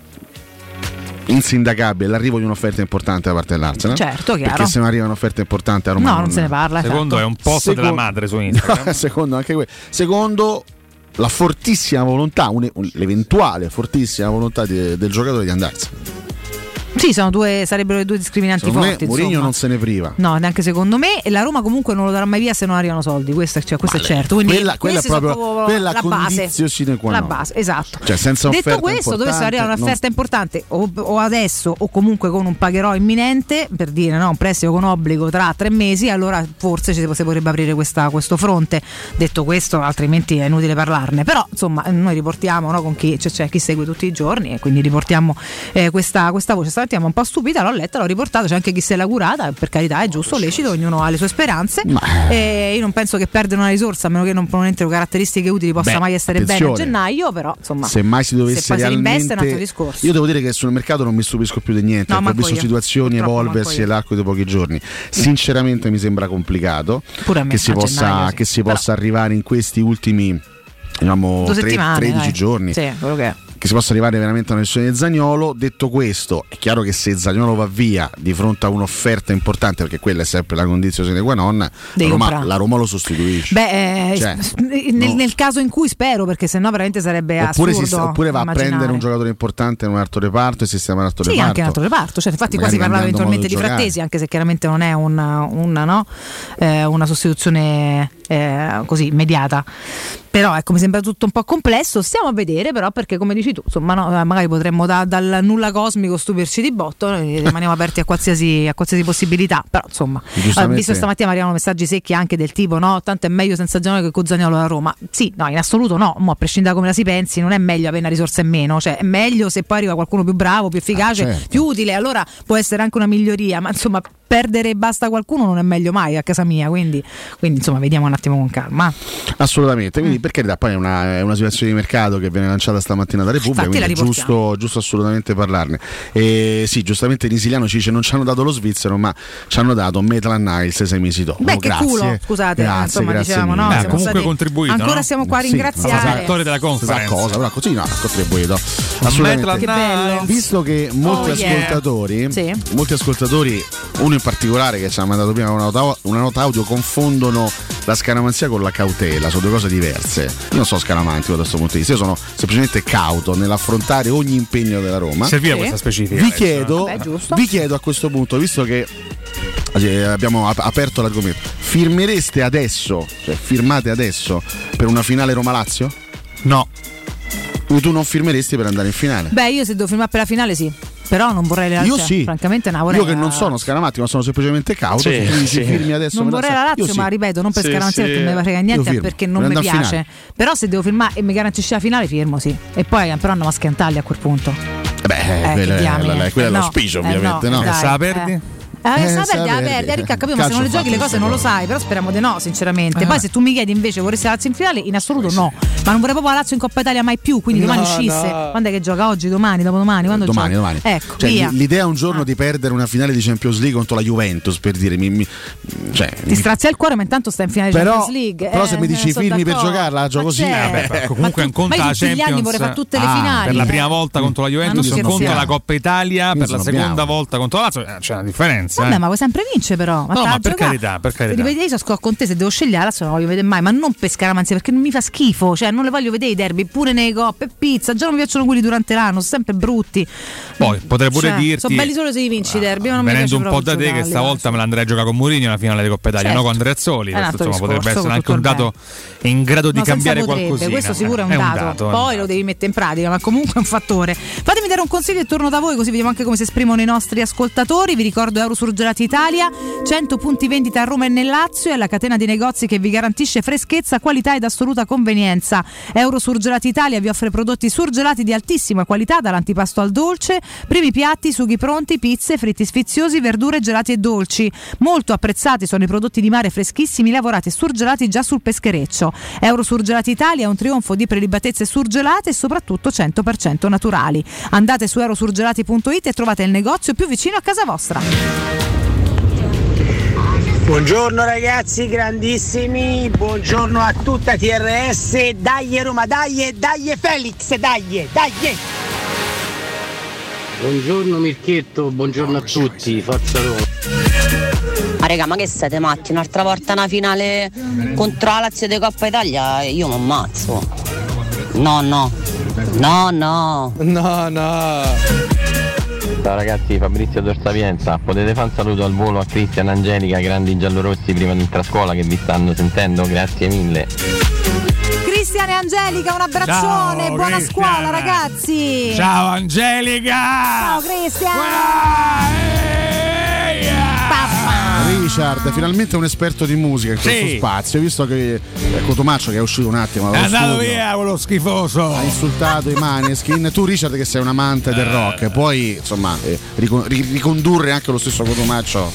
insindacabile l'arrivo di un'offerta importante da parte dell'Arsenal. Certo, chiaro. Perché se non arriva un'offerta importante a Roma No, non se ne parla. Secondo esatto. è un post Secondo- della madre su Instagram. Secondo anche quello. Secondo, la fortissima volontà, un- un- l'eventuale fortissima volontà di- del giocatore di andarsene. Sì, sono due, sarebbero le due discriminanti Secondo me forti. Mourinho insomma. non se ne priva. No, neanche secondo me. E la Roma comunque non lo darà mai via se non arrivano soldi. Questo, cioè, questo è certo. Quindi quella, quella è questi sono proprio quella la base. condizio sine qua La non. base, esatto. Cioè, senza Detto offerta questo, dovesse importante, arrivare non- un'offerta importante o, o adesso o comunque con un pagherò imminente, per dire no, un prestito con obbligo tra tre mesi, allora forse ci si potrebbe aprire questa, questo fronte. Detto questo, altrimenti è inutile parlarne. Però insomma noi riportiamo, no, con chi, cioè, c'è chi segue tutti i giorni e quindi riportiamo eh, questa, questa voce. Stamattina un po' stupita, l'ho letta, l'ho riportata, c'è anche chi se l'ha curata, per carità è giusto, lecito, ognuno ha le sue speranze. E io non penso che perdere una risorsa, a meno che non entri caratteristiche utili, possa Beh, mai essere attenzione. bene a gennaio, però insomma Se mai si dovesse se poi si realmente, rinveste è un altro discorso. io devo dire che sul mercato non mi stupisco più di niente, No, perché ho manco visto io. situazioni Purtroppo evolversi manco io. nell'arco di pochi giorni. Sinceramente mi sembra complicato Pure a me, che si a possa, gennaio, sì. che si Però- possa arrivare in questi ultimi, diciamo, Due tre- settimane, tredici dai. giorni. Sì, quello che è. Che si possa arrivare veramente a una decisione di Zaniolo. Detto questo, è chiaro che se Zaniolo va via di fronte a un'offerta importante, perché quella è sempre la condizione sine qua non, la Devi Roma, comprare. la Roma lo sostituisce. Beh, eh, Cioè, nel, no. nel caso in cui spero, perché sennò veramente sarebbe Oppure, si- assurdo. oppure va a immaginare. prendere un giocatore importante in un altro reparto e sistema un altro Sì, reparto. anche in altro reparto. Cioè, infatti, qua Magari si parlava cambiando eventualmente di modo di giocare. Frattesi, anche se chiaramente non è una, una, no? eh, una sostituzione eh, così immediata. Però ecco, mi sembra tutto un po' complesso. Stiamo a vedere, però, perché come dici tu, insomma, no, magari potremmo da- dal nulla cosmico stupirci di botto, noi rimaniamo aperti a qualsiasi, a qualsiasi possibilità. Però insomma, Giustamente. ho visto stamattina mi arrivano messaggi secchi anche del tipo: no, tanto è meglio senza Zaniolo che con Zaniolo da Roma. Sì, no, in assoluto no. Mo, a prescindere da come la si pensi, non è meglio avere una risorsa in meno, cioè è meglio se poi arriva qualcuno più bravo, più efficace, Ah, certo. più utile, allora può essere anche una miglioria, ma insomma perdere e basta qualcuno non è meglio mai a casa mia, quindi, quindi insomma vediamo un attimo con calma. Assolutamente, Mm. quindi per carità, poi è una, è una situazione di mercato che viene lanciata stamattina da Repubblica, Infatti quindi la è giusto, giusto assolutamente parlarne. E sì, giustamente Nisiliano ci dice non ci hanno dato lo svizzero, ma ci hanno dato Maitland Niles sei mesi dopo. Beh, che grazie. culo, scusate, grazie, insomma, grazie dicevamo, no? mille. Beh, Siamo comunque stati- contribuito, ancora no? siamo qua a Sì, ringraziare. Attore della Stessa conference. cosa, però così no, ha contribuito. Assolutamente. Che bello. Visto che molti Oh, yeah. ascoltatori, Sì. molti ascoltatori, uno in particolare che ci ha mandato prima una nota, una nota audio, confondono la scaramanzia con la cautela, sono due cose diverse. Io non sono scaramantico da questo punto di vista, io sono semplicemente cauto nell'affrontare ogni impegno della Roma. Serviva Sì. questa specifica. Vi adesso, chiedo, Vabbè, giusto. vi chiedo a questo punto, visto che eh, abbiamo ap- aperto l'argomento, firmereste adesso, cioè firmate adesso per una finale Roma-Lazio? No. Quindi tu non firmeresti per andare in finale? Beh, io se devo filmare per la finale sì, però non vorrei la Io cioè, sì. francamente no, vorrei Io che la- non sono scaramatico, ma sono semplicemente cauto. Sì, se tu dici sì. firmi adesso non per vorrei la Lazio, io sì. ma ripeto, non per Sì, scaramanzia sì. perché non mi frega Io niente, è firmo. perché non Per mi andare a piace. Però se devo filmare e mi garantisce la finale, firmo sì. E poi però andiamo a schiantarli a quel punto. Beh, Eh, quello che è, diamine. quello è Eh, no, l'auspicio, eh, ovviamente, no, no? dai. Se la perdi? Eh. Eh, Eh, se la se la perdi, la perdi. perdi, Ricca, capito, ma se Calcio non le giochi le fatto cose non lo questa sai, però speriamo di no, sinceramente. Eh. Poi se tu mi chiedi invece vorresti la Lazio in finale, in assoluto no. Ma non vorrei proprio la Lazio in Coppa Italia mai più, quindi domani No, uscisse. no. Quando è che gioca? Oggi, domani, dopodomani? Quando domani, gioca? domani. Ecco, Cioè, via. l'idea un giorno di perdere una finale di Champions League contro la Juventus, per dire, mi, mi- cioè, Ti mi- strazia il cuore, ma intanto sta in finale di Però- Champions League. però eh, se mi dici sono firmi per d'accordo. giocarla, la gioco Ma così. certo. Eh, beh, comunque Ma un tu- conto ma io la tutti gli anni Champions vorrei fare tutte le Ah, finali. per la eh. prima volta contro la Juventus, non un conto scherziamo. la Coppa Italia, Quindi per la sono seconda bianchi. volta contro la Lazio, eh, c'è una differenza. differenza. Vabbè, eh. ma vuoi sempre vince però. Ma No, t'ha ma per giocato. carità, per carità. Ripeto, io sto con te, se devo scegliere la Lazio non la voglio vedere mai, ma non per scaramanzia, perché non mi fa schifo, cioè non le voglio vedere i derby, pure nei coppe, pizza, già non mi piacciono quelli durante l'anno, sono sempre brutti. Poi potrei pure Cioè, dirti, sono belli solo se li vinci i derby, ma non mi piace venendo un po' proprio da te, che giocarli, stavolta me l'andrei a giocare con Mourinho nella finale di Coppa Italia, Certo. no? Con Andreazzoli. È un Questo, altro insomma, potrebbe discorso, essere anche tutto un il dato in grado di No, senza cambiare potrebbe, qualcosina. questo sicuro è un, È dato, è un poi lo devi mettere in pratica, ma comunque è un fattore. Fatemi dare un consiglio e torno da voi, così vediamo anche come si esprimono i nostri ascoltatori. Vi ricordo Eurosurgelati Italia, cento punti vendita a Roma e nel Lazio, è la catena di negozi che vi garantisce freschezza, qualità ed assoluta convenienza. Eurosurgelati Italia vi offre prodotti surgelati di altissima qualità, dall'antipasto al dolce, primi piatti, sughi pronti, pizze, fritti sfiziosi, verdure, gelati e dolci. Molto apprezzati sono i prodotti di mare freschissimi, lavorati e surgelati già sul peschereccio. Eurosurgelati Italia è un trionfo di prelibatezze surgelate e soprattutto cento per cento naturali. Andate su eurosurgelati punto it e trovate il negozio più vicino a casa vostra. Buongiorno ragazzi, grandissimi, buongiorno a tutta T R S, dai Roma, dai, dai Felix, dai, dai! Buongiorno Mirchetto, buongiorno a tutti, forza Roma. Ma raga, ma che siete matti? Un'altra volta una finale contro la Lazio di Coppa Italia, io mi ammazzo. No, no, no, no. No, no. Ciao ragazzi, Fabrizio Dorsapienza, potete fare un saluto al volo a Cristian, Angelica, grandi giallorossi prima di entrare a scuola che vi stanno sentendo, grazie mille. Cristian e Angelica, un abbraccione, Ciao, buona Cristian. scuola ragazzi. Ciao Angelica! Ciao Cristian! Richard, finalmente un esperto di musica in questo Sì. spazio. Ho visto che eh, Cotomaccio, che è uscito un attimo È dallo andato studio, via quello schifoso. ha insultato i Maneskin. Tu Richard, che sei un amante del rock, puoi insomma eh, ricon- ri- ricondurre anche lo stesso Cotomaccio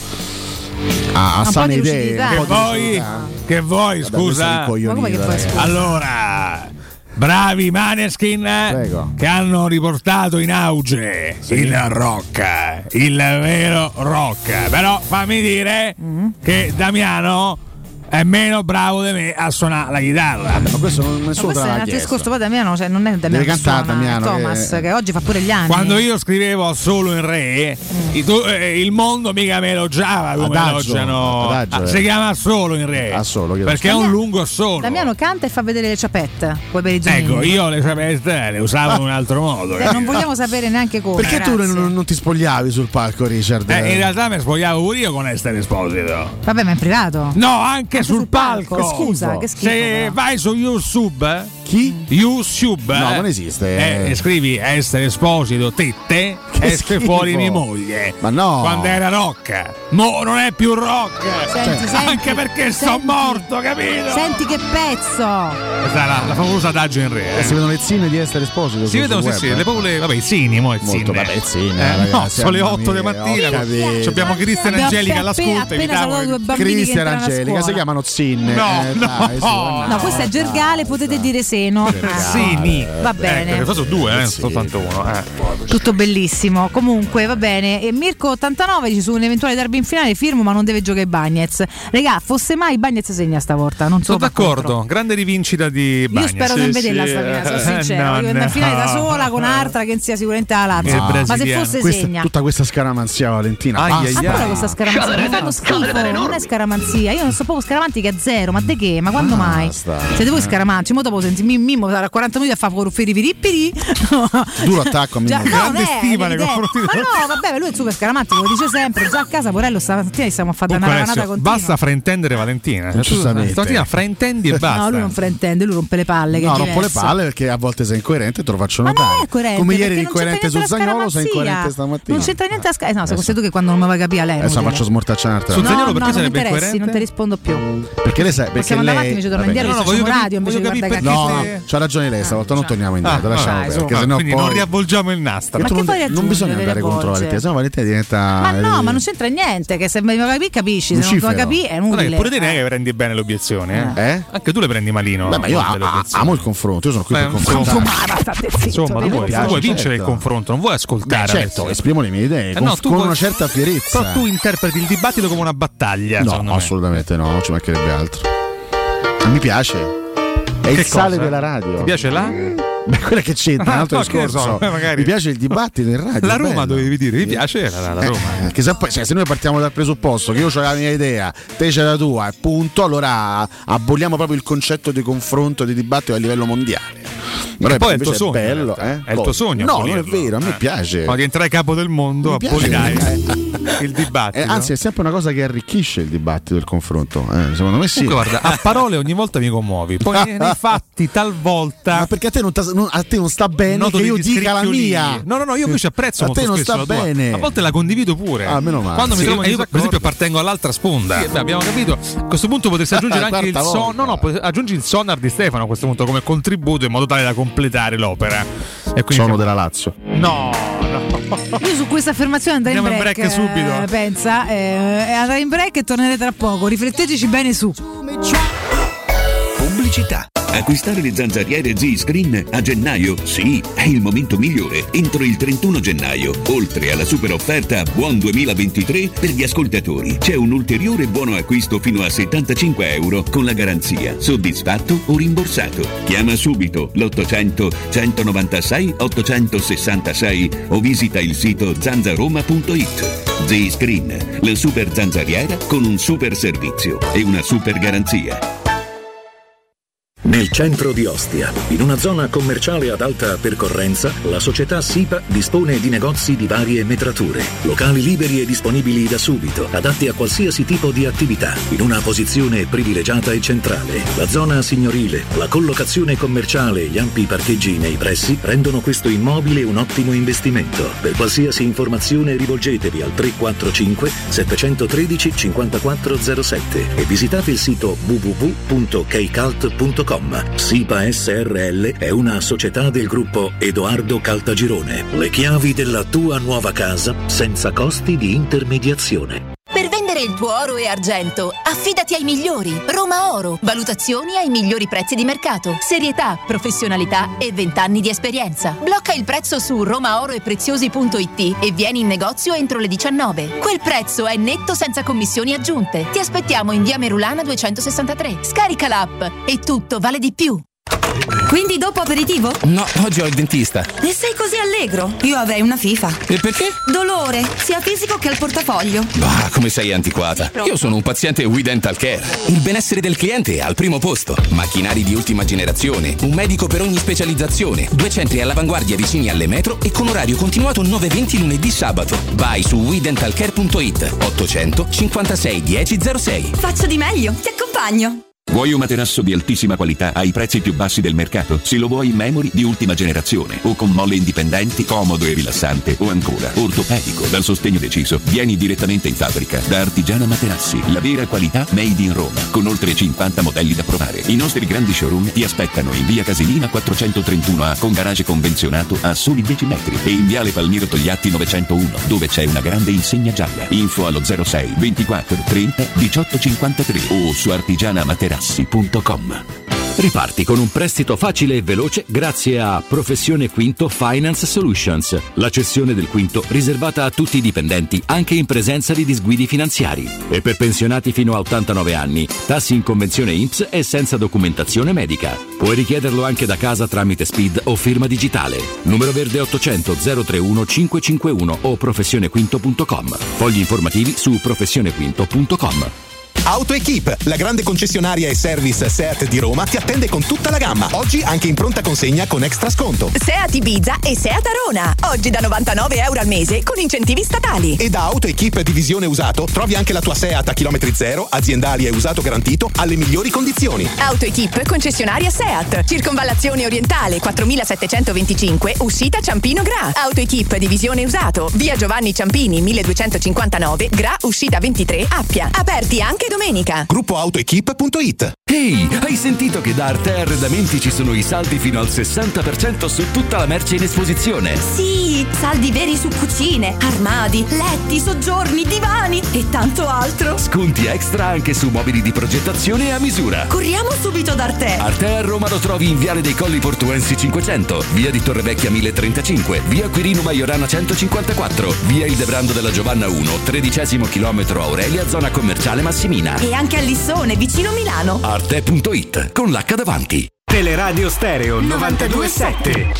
a, a Un po' sane di idee. lucidità. un po' Che di vuoi? lucidità. Che vuoi, Vabbè, questo è scusa? ricoglionito, Ma come che vuoi, ragazzi. scusa? Allora, bravi Maneskin Prego. che hanno riportato in auge il rock, il vero rock. Però fammi dire Mm-hmm. che Damiano è meno bravo di me a suonare la chitarra. Ma questo non, Ma nessuno questo te è un l'ha altro chiesto. discorso, poi Damiano, cioè non è Damiano Deve che cantare suona, Damiano, è Thomas che- che... oggi fa pure gli anni. Quando io scrivevo solo in re, i tu- eh, il mondo mica me elogiava come Adagio, elogiano. adagio, Ah, eh. si chiama solo in re. Ah, solo, chiedo perché è scusa. un lungo solo. Damiano canta e fa vedere le ciapette, poi per i giorni. Ecco, io le sapete, le usavo in un altro modo. Eh, non vogliamo sapere neanche come. Perché tu grazie. non, non ti spogliavi sul palco, Richard? Eh, in realtà mi spogliavo pure io con Esther Esposito. Vabbè, ma in privato. No, anche, sul, palco. palco. Scusa, che schifo, Se però. vai su YouTube, Chi? YouTube, No, eh, non esiste. eh, e scrivi Esther Esposito, tette, esce schifo. fuori mia moglie. Ma no. Quando era rock. Mo non è più rock. Senti, Cioè, senti, anche perché sto senti. morto, capito? Senti che pezzo! Questa è la, la famosa adagio in re. Eh, eh. si vedono le zinne di Esther Esposito. Si sul vedono, sì, web, sì, eh? le popole, vabbè, i zini, mo, i Molto, zine. vabbè, zine, Eh, ragazzi, no, sono le mamma otto di mia, mattina. ho capito. Abbiamo Cristian e Abbiamo Angelica appena- all'ascolto. appena evitiamo salutato che- due bambini che Cristian e entrano a Angelica si scuola. chiamano zinne. No, eh, no, dai, su, no. No, questo è Gergale, potete dire seno. Zini. Va bene. Ecco, sono due, eh, soltanto uno. Eh. Tutto bellissimo. Comunque va bene. E Mirko ottantanove dice su un eventuale derby in finale firmo, ma non deve giocare Bagnez. Regà, fosse mai Bagnez segna stavolta, non Sono sono d'accordo, grande rivincita di Bagnez. Io spero di non vederla sta finale, sono sincera. no, Voglio andare in finale da no. sola con Artra che sia sicuramente la Lazio. Che Ma se brasiliano. fosse Questa- segna. tutta questa scaramanzia, Valentina. Ai, basta. ai, Ma ai. pure questa scaramanzia mi fanno schifo, non è scaramanzia. Io non so proprio scaramanti che è zero, ma de che? Ma quando mai? Basta. Siete voi scaramanti? Mo dopo senti Mimmo sarà quaranta minuti a fare rufferi pirippiri. Duro attacco a Già, Mimmo. no, Grande non è stima nei evidente. confronti Ma del- no, vabbè, lui è super scaramanti, lo dice sempre. Già a casa Porello stamattina gli stiamo a fare una Comunque, ravanata Alessio, continua. basta fraintendere Valentina. Giustamente. Stamattina fraintendi e basta. No, lui non fraintende, lui rompe le palle. Che No, è rompo le diverso. palle perché a volte sei incoerente e te lo faccio Ma notare. non è coerente. Come ieri perché eri non c'entra incoerente su niente la Zaniolo, sei scaramanzia. incoerente stamattina. Non c'entra niente la scaramanzia. Eh, no, se questo tu che quando non mi vai a capire a lei. è Adesso inutile. faccio smortacciare un'altra Su volta. Zaniolo No, perché no, non mi sarebbe interessi, incoerente? non ti rispondo più. Perché lei sa, perché Possiamo andare lei avanti, invece torna vabbè, indietro, no, no, facciamo voglio radio invece di voglio guardare capire No, cacchette. no, c'ha ragione lei, stavolta non torniamo indietro, Ah, lasciamo dai, perdere, su. perché Ah, sennò quindi poi non riavvolgiamo il nastro. Ma tu che non, poi non raggiunge bisogna delle andare contro volge? Valentina, sennò Valentina diventa Ma no, eh, ma non c'entra niente. Che se mi capi, capisci. Se non Lucifero. mi capi, è Guarda che inutile. pure te ne che prendi bene le obiezioni, eh? Eh? Anche tu le prendi malino. Beh, ma io molte le a- a- obiezioni. amo il confronto, io sono qui Beh, per insomma, confrontare. Ma state zitto, Insomma, tu mi vuoi, piace. tu vuoi vincere certo. il confronto, non vuoi ascoltare. Beh, certo, Alessio. esprimo le mie idee Eh con, no, tu con vuoi- una certa fierezza. Però tu interpreti il dibattito come una battaglia. No, secondo me. assolutamente no, non ci mancherebbe altro. Ma mi piace. È Che il sale cosa? della radio. Ti piace là? Beh, quella che c'entra, un altro no, discorso. so, magari. Mi piace il dibattito in radio. La Roma dovevi dire, mi piace la, la Roma. Eh, che se, poi, cioè, se noi partiamo dal presupposto che io ho la mia idea, te c'è la tua, e punto, allora aboliamo proprio il concetto di confronto, di dibattito a livello mondiale. E poi è il tuo sogno, è bello, eh? è il tuo sogno. No, non è vero, a me eh. piace. Quando diventerai capo del mondo, abolirai il dibattito. Eh, anzi, è sempre una cosa che arricchisce il dibattito, il confronto. Eh, secondo me sì. Comunque, guarda, a parole ogni volta mi commuovi, poi nei, nei fatti talvolta. Ma perché a te non, non, a te non sta bene Noto che io degli dica la mia. No, no, no, io invece apprezzo a molto te non spesso sta la tua. bene. A volte la condivido pure. Ah, meno male. Quando sì, mi trovo, io, per esempio, appartengo all'altra sponda. Sì, beh, abbiamo capito. A questo punto potresti aggiungere anche il son. No, no, aggiungi il sonar di Stefano a questo punto come contributo in modo tale da completare l'opera. E Sono siamo... della Lazio. No, no. Io su questa affermazione andrei in break, break eh, subito. Pensa, eh, andrei in break e tornerei tra poco. Rifletteteci bene su. Pubblicità. Acquistare le zanzariere Z-Screen a gennaio? Sì, è il momento migliore. Entro il trentuno gennaio, oltre alla super offerta Buon duemilaventitré per gli ascoltatori, c'è un ulteriore buono acquisto fino a settantacinque euro con la garanzia soddisfatto o rimborsato. Chiama subito l'ottocento centonovantasei ottocentosessantasei o visita il sito zanzaroma punto it. Z-Screen, la super zanzariera con un super servizio e una super garanzia. Nel centro di Ostia, in una zona commerciale ad alta percorrenza, la società SIPA dispone di negozi di varie metrature, locali liberi e disponibili da subito, adatti a qualsiasi tipo di attività, in una posizione privilegiata e centrale. La zona signorile, la collocazione commerciale e gli ampi parcheggi nei pressi rendono questo immobile un ottimo investimento. Per qualsiasi informazione rivolgetevi al tre quattro cinque sette uno tre cinque zero sette e visitate il sito w w w punto keycult punto com. SIPA S R L è una società del gruppo Edoardo Caltagirone. Le chiavi della tua nuova casa senza costi di intermediazione. Per vendere il tuo oro e argento, affidati ai migliori. Roma Oro. Valutazioni ai migliori prezzi di mercato. Serietà, professionalità e vent'anni di esperienza. Blocca il prezzo su romaoroepreziosi punto it e vieni in negozio entro le diciannove. Quel prezzo è netto senza commissioni aggiunte. Ti aspettiamo in via Merulana duecentosessantatré. Scarica l'app e tutto vale di più. Quindi dopo aperitivo? No, oggi ho il dentista. E sei così allegro? Io avrei una FIFA. E perché? Dolore, sia fisico che al portafoglio. Bah, come sei antiquata. Io sono un paziente We Dental Care. Il benessere del cliente è al primo posto. Macchinari di ultima generazione, un medico per ogni specializzazione, due centri all'avanguardia vicini alle metro e con orario continuato nove e venti lunedì sabato. Vai su we dental care punto it ottocento cinquantasei dieci zero sei. Faccio di meglio, ti accompagno. Vuoi un materasso di altissima qualità ai prezzi più bassi del mercato? Se lo vuoi in memory di ultima generazione o con molle indipendenti, comodo e rilassante o ancora ortopedico dal sostegno deciso, vieni direttamente in fabbrica da Artigiana Materassi, la vera qualità made in Roma, con oltre cinquanta modelli da provare. I nostri grandi showroom ti aspettano in via Casilina quattrocentotrentuno A con garage convenzionato a soli dieci metri e in viale Palmiro Togliatti novecentouno dove c'è una grande insegna gialla. Info allo zero sei ventiquattro trenta diciotto cinquantatré o su artigiana materassi punto com. Riparti con un prestito facile e veloce grazie a Professione Quinto Finance Solutions, la cessione del quinto riservata a tutti i dipendenti anche in presenza di disguidi finanziari. E per pensionati fino a ottantanove anni, tassi in convenzione I N P S e senza documentazione medica. Puoi richiederlo anche da casa tramite S P I D o firma digitale. Numero verde ottocento zero trentuno cinquecentocinquantuno o professione quinto punto com. Fogli informativi su professione quinto punto com. AutoEquip, la grande concessionaria e service Seat di Roma, ti attende con tutta la gamma. Oggi anche in pronta consegna con extra sconto. Seat Ibiza e Seat Arona. Oggi da novantanove euro al mese con incentivi statali. E da AutoEquip Divisione Usato trovi anche la tua Seat a chilometri zero, aziendali e usato garantito alle migliori condizioni. AutoEquip concessionaria Seat. Circonvallazione orientale quattromilasettecentoventicinque, uscita Ciampino Gra. AutoEquip Divisione Usato. Via Giovanni Ciampini milleduecentocinquantanove, Gra, uscita ventitré, Appia. Aperti anche domenica. Gruppo autoequip punto it. Ehi, hai sentito che da Arte Arredamenti ci sono i saldi fino al sessanta per cento su tutta la merce in esposizione? Sì, saldi veri su cucine, armadi, letti, soggiorni, divani e tanto altro. Sconti extra anche su mobili di progettazione a misura. Corriamo subito da Arte. Arte a Roma lo trovi in Viale dei Colli Portuensi cinquecento, via di Torrevecchia mille trentacinque, via Quirino Maiorana centocinquantaquattro, via Il Debrando della Giovanna uno, tredicesimo chilometro Aurelia, zona commerciale Massimina. E anche a Lissone, vicino Milano. Arte punto it, con l'H davanti. Teleradio Stereo novantadue sette.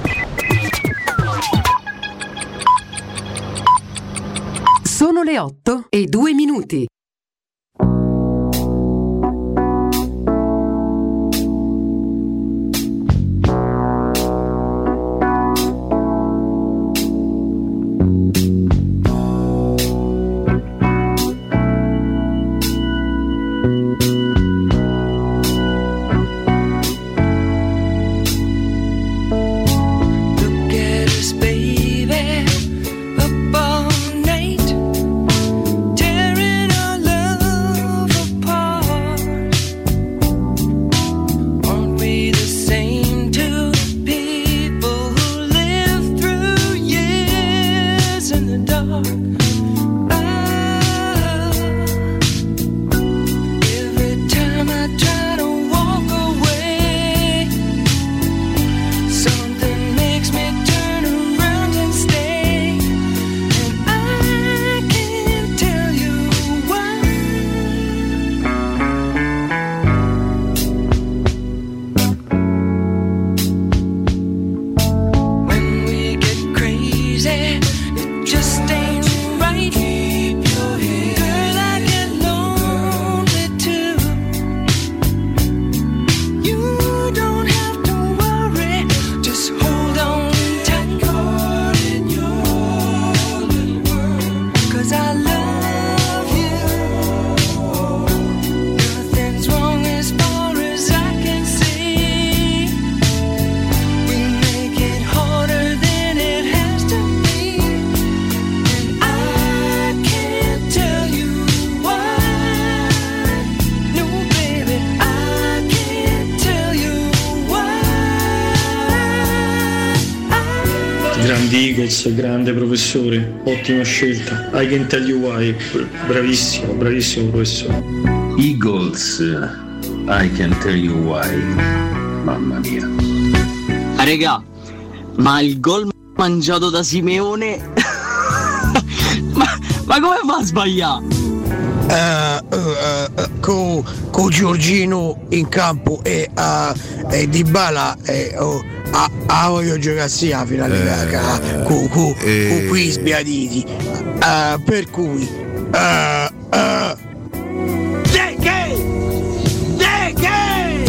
Sono le otto e due minuti. Eagles, grande professore, ottima scelta. I can tell you why. Bravissimo, bravissimo professore. Eagles, I can tell you why. Mamma mia. Ah, regà, ma il gol mangiato da Simeone ma, ma come fa a sbagliare? Uh, uh, uh, con co Giorgino in campo e, uh, e Dybala e, oh, ah, ah, voglio giocare sia a finale eh, con co, eh, co qui sbiaditi, uh, per cui uh, uh, De che De che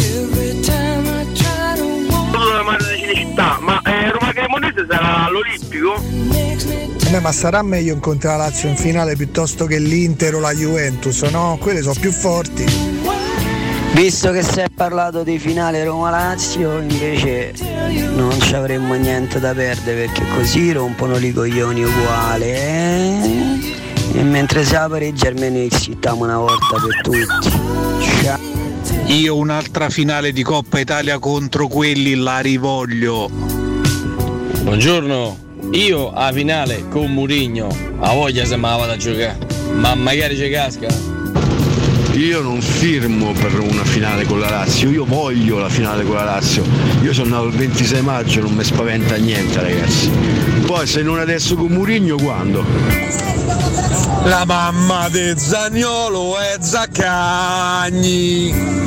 città, ma eh, Roma Cremonese sarà all'Olimpico? Eh, ma sarà meglio incontrare la Lazio in finale piuttosto che l'Inter o la Juventus, no? Quelle sono più forti. Visto che si è parlato di finale Roma-Lazio, invece non ci avremmo niente da perdere, perché così rompono i coglioni uguale, eh? E mentre si pareggia almeno iniziamo una volta per tutti. Ciao. Io un'altra finale di Coppa Italia contro quelli la rivoglio. Buongiorno, io a finale con Mourinho, a voglia se me la vado a giocare, ma magari ci casca. Io non firmo per una finale con la Lazio, io voglio la finale con la Lazio. Io sono nato il ventisei maggio, non mi spaventa niente, ragazzi. Poi se non adesso con Mourinho, quando? La mamma de Zaniolo è Zaccagni.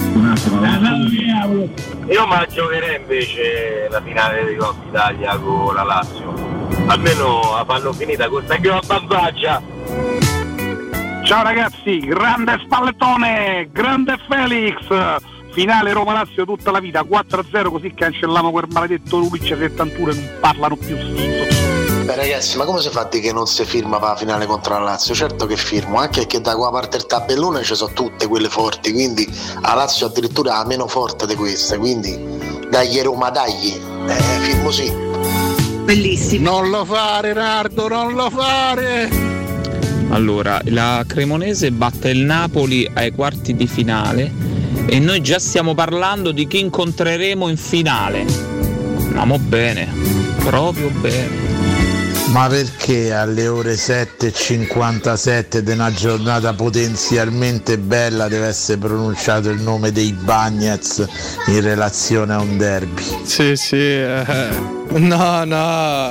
Io me la giocherei invece la finale di Coppa Italia con la Lazio. Almeno la fanno finita con sta chioma bambaggia. Ciao ragazzi, grande spallettone, grande Felix. Finale Roma-Lazio tutta la vita, quattro a zero, così cancelliamo quel maledetto Lulic settantuno e non parlano più sto. Beh ragazzi, ma come si fa di che non si firma per la finale contro la Lazio? Certo che firmo, anche perché da qua parte il tabellone ci sono tutte quelle forti, quindi la Lazio addirittura la meno forte di queste, quindi dai Roma, dai, eh, firmo sì. Bellissimo. Non lo fare Nardo, non lo fare! Allora, la Cremonese batte il Napoli ai quarti di finale e noi già stiamo parlando di chi incontreremo in finale. Andiamo bene, proprio bene. Ma perché alle ore sette e cinquantasette di una giornata potenzialmente bella deve essere pronunciato il nome dei Bagnets in relazione a un derby? Sì, sì, eh. no, no.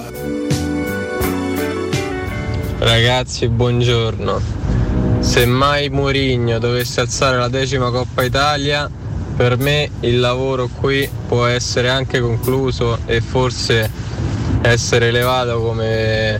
Ragazzi, buongiorno. Se mai Mourinho dovesse alzare la decima Coppa Italia, per me il lavoro qui può essere anche concluso e forse essere elevato come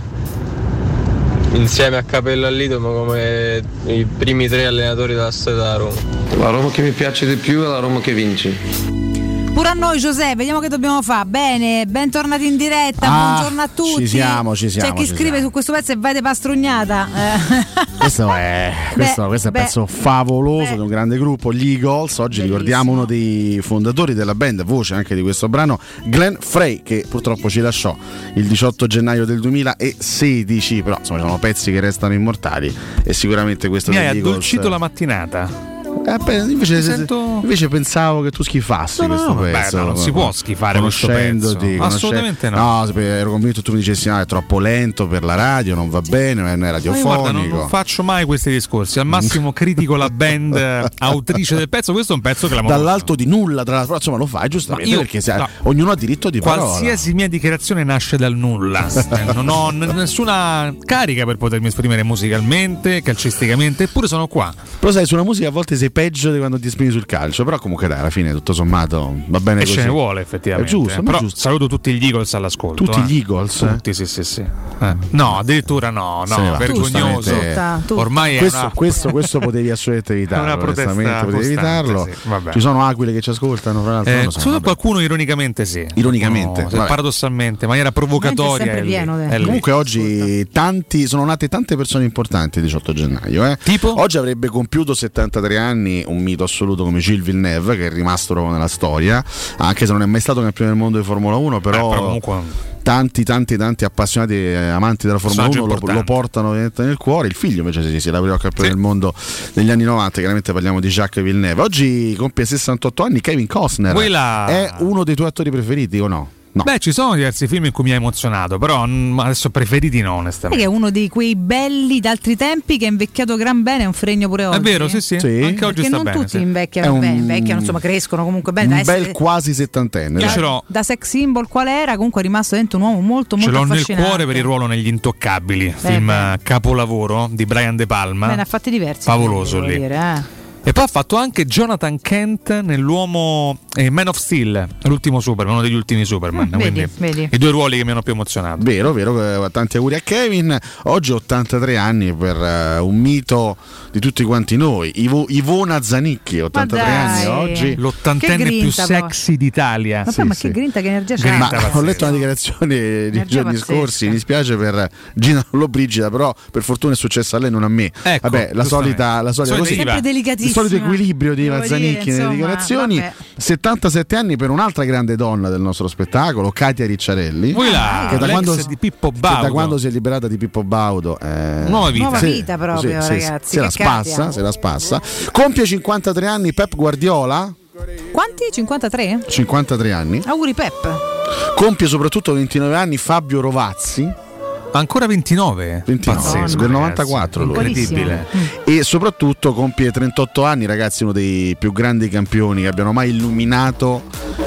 insieme a Capello Allito, ma come i primi tre allenatori della storia della Roma. La Roma che mi piace di più è la Roma che vince. Pure a noi, Giuseppe, vediamo che dobbiamo fare. Bene, bentornati in diretta, ah, buongiorno a tutti. Ci siamo, ci siamo. C'è chi ci scrive siamo. su questo pezzo e vai de pastrugnata. Questo è, questo, beh, questo è un beh, pezzo favoloso beh. di un grande gruppo, gli Eagles. Oggi Bellissimo. ricordiamo uno dei fondatori della band, voce anche di questo brano, Glenn Frey, che purtroppo ci lasciò il diciotto gennaio del duemilasedici. Però insomma sono pezzi che restano immortali e sicuramente questo mi degli hai Eagles. addolcito la mattinata. Eh, beh, invece, sento... invece pensavo che tu schifassi no, no, questo no, pezzo. Beh, no, non si può schifare questo pezzo. Assolutamente no. No, ero convinto tu mi dicessi no, è troppo lento per la radio, non va bene, non è radiofonico. Guarda, non, non faccio mai questi discorsi. Al massimo critico la band autrice del pezzo. Questo è un pezzo che la dall'alto di nulla, tra l'altro, insomma, lo fai giustamente io, perché no, ognuno ha diritto di parola. Qualsiasi mia dichiarazione nasce dal nulla. Non ho n- nessuna carica per potermi esprimere musicalmente, calcisticamente, eppure sono qua. Però sai, sulla musica a volte sei peggio di quando ti esprimi sul calcio, però comunque dai, alla fine tutto sommato va bene e così. Ce ne vuole effettivamente. È giusto, però giusto. Saluto tutti gli Eagles all'ascolto. Tutti eh. gli Eagles? Tutti, sì, sì, sì. Eh. No, addirittura no, no, vergognoso. Tutta, tutta. Ormai è questo, una... questo, questo potevi assolutamente evitarlo. Una protesta potevi evitarlo. Sì, vabbè. Ci sono aquile che ci ascoltano, fra l'altro. Eh, non so, solo qualcuno ironicamente sì. Ironicamente, no, paradossalmente, in maniera provocatoria. È pieno, è comunque oggi tanti sono nate tante persone importanti il diciotto gennaio. Eh. Tipo? Oggi avrebbe compiuto settantatré anni un mito assoluto come Gilles Villeneuve, che è rimasto nella storia, anche se non è mai stato campione del mondo di Formula uno, però, eh, però comunque... tanti tanti tanti appassionati e amanti della Formula uno lo, lo portano nel cuore. Il figlio invece si, si laureò campione sì. del mondo negli anni novanta, chiaramente parliamo di Jacques Villeneuve. Oggi compie sessantotto anni Kevin Costner. Quella... è uno dei tuoi attori preferiti o no? No. Beh, ci sono diversi film in cui mi ha emozionato, però mh, adesso preferiti no, onestamente. Che è uno di quei belli d'altri tempi che è invecchiato gran bene, è un fregno pure oggi. È vero, sì, sì. sì. Anche oggi perché sta non bene. tutti Sì. invecchiano un... bene, invecchiano, insomma, crescono comunque bene. Un da bel essere... quasi settantenne. Da, ce l'ho. da sex symbol qual era, comunque è rimasto dentro un uomo molto molto ce l'ho affascinante. nel cuore per il ruolo negli Intoccabili, eh, film beh. capolavoro di Brian De Palma. Beh, ne ha fatti diversi. Favoloso lì. Dire, eh. E poi ha fatto anche Jonathan Kent nell'uomo eh, Man of Steel, l'ultimo Superman, uno degli ultimi Superman. Mm, quindi vedi, vedi. i due ruoli che mi hanno più emozionato. Vero, vero, tanti auguri a Kevin. Oggi ottantatré anni per uh, un mito di tutti quanti noi, Ivo, Ivona Zanicchi, ottantatré anni oggi. L'ottantenne più sexy poi. d'Italia. Ma, sì, poi, ma sì. che grinta, che energia c'è? Ma ho letto una dichiarazione di giorni pazzesca. scorsi, mi dispiace per Gina Lollobrigida, però per fortuna è successo a lei, non a me. Ecco, vabbè, la solita, la solita così, sempre delicatissima. il solito equilibrio di Mazzanicchi nelle dichiarazioni. Vabbè. settantasette anni per un'altra grande donna del nostro spettacolo, Katia Ricciarelli, Voi là, che da quando, di Pippo Baudo. che da quando si è liberata di Pippo Baudo eh, nuova vita, nuova sì, vita proprio, sì, ragazzi. sì, se la spassa, Katia. se la spassa. Compie cinquantatré anni Pep Guardiola. Quanti? cinquantatré? cinquantatré anni. Auguri Pep. Compie soprattutto ventinove anni Fabio Rovazzi. Ancora ventinove? ventinove Pazzesco, del novantaquattro lui. Incredibile. E soprattutto compie trentotto anni, ragazzi, uno dei più grandi campioni che abbiano mai illuminato.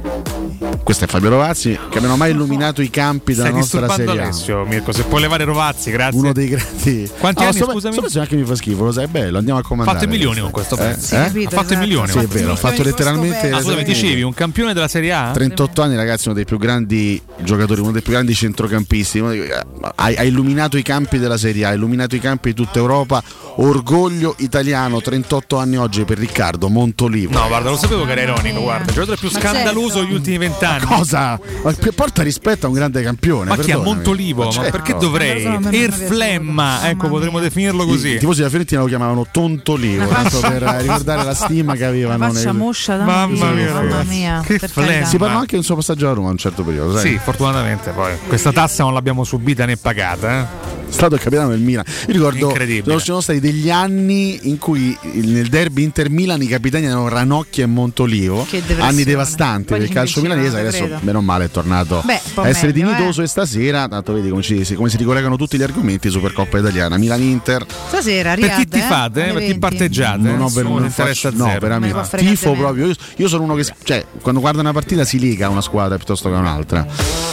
Questo è Fabio Rovazzi, che abbiano mai illuminato i campi della Stai nostra Serie A. Alessio, Mirko, se puoi levare Rovazzi, grazie. Uno dei grandi. Quanti oh, anni, so, scusami? So se anche mi fa schifo, lo sai, è bello, andiamo a comandare. Ha fatto i milioni con questo pezzo. Eh? Sì, Eh? capito, Ha fatto esatto. i milioni. Sì, è vero, ha fatto letteralmente. Ah, scusami, dicevi, un campione della Serie A? trentotto anni, ragazzi, uno dei più grandi giocatori, uno dei più grandi centrocampisti. Uno dei, ha, ha illuminato i campi della Serie A, ha illuminato i campi di tutta Europa. Orgoglio italiano, trentotto anni oggi per Riccardo Montolivo. No, guarda, lo sapevo che era ironico, guarda. Il giocatore più Ma scandaloso certo. degli ultimi vent'anni. Cosa? Ma porta rispetto a un grande campione. Ma chi ha perdonami. Montolivo? Ma, certo. perché dovrei? Erflemma, ecco, potremmo definirlo così. I tifosi della Fiorentina lo chiamavano Tontolivo, tanto per ricordare la stima che avevano. Faccia nei... moscia da Mamma mia, mamma mia. Che per flemma. carità. Si parla anche di un suo passaggio a Roma a un certo periodo, sai? Sì, fortunatamente poi. Questa tassa non l'abbiamo subita né pagata, eh? Stato il capitano del Milan. Io ricordo Incredibile. ci sono stati degli anni in cui nel derby Inter-Milan i capitani erano Ranocchia e Montolivo, anni devastanti Poi del calcio milanese, adesso credo. meno male è tornato Beh, a essere meglio, dignitoso eh. e stasera, tanto vedi come, ci, come si ricollegano tutti gli argomenti, Supercoppa italiana, Milan-Inter. Stasera Per Riyadh, chi ti eh? fate? Alle Per chi venti. parteggiate? Non ho per non non interessa faccio, no, zero. veramente. Me ne può fregare Tifo di me. proprio. Io, io sono uno che, cioè, quando guarda una partita si lega a una squadra piuttosto che a un'altra.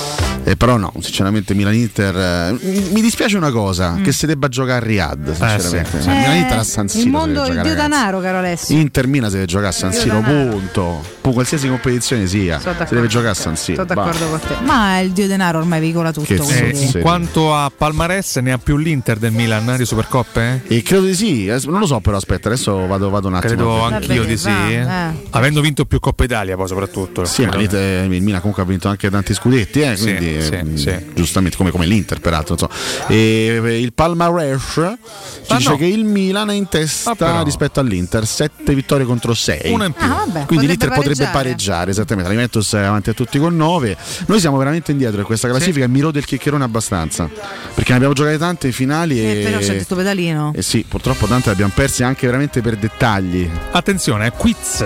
Eh, però no, sinceramente Milan-Inter eh, mi, mi dispiace una cosa, mm. che si debba giocare a Riyadh, sinceramente. Eh, sì. Cioè, eh, Milan-Inter a San Siro. Il mondo, il dio danaro, caro Alessio. Inter-Milan si deve giocare a San Siro, punto. Pu- qualsiasi competizione sia, si deve giocare a San Siro. Sono d'accordo con te. Ma il dio denaro ormai veicola tutto. Che eh, in sì. quanto a palmarès ne ha più l'Inter del Milan di Supercoppe? E credo di sì, non lo so, però aspetta, adesso vado, vado un attimo. Credo anch'io di sì. Eh. Avendo vinto più Coppa Italia, poi soprattutto. Sì, ma il Milan comunque ha vinto anche tanti scudetti, eh, quindi sì, eh, sì, sì. giustamente come, come l'Inter, peraltro. So. E il palmarès ci ah, dice no. che il Milan è in testa ah, rispetto all'Inter, sette vittorie contro sei. Una in più. Ah, vabbè, quindi potrebbe l'Inter pareggiare. potrebbe pareggiare, esattamente. La Juventus è avanti a tutti con nove. Noi siamo veramente indietro in questa classifica, sì. e mi rode il chiccherone abbastanza, perché ne abbiamo giocate tante in finali eh, e però c'è questo pedalino. E eh sì, purtroppo tante le abbiamo perse anche veramente per dettagli. Attenzione, quiz.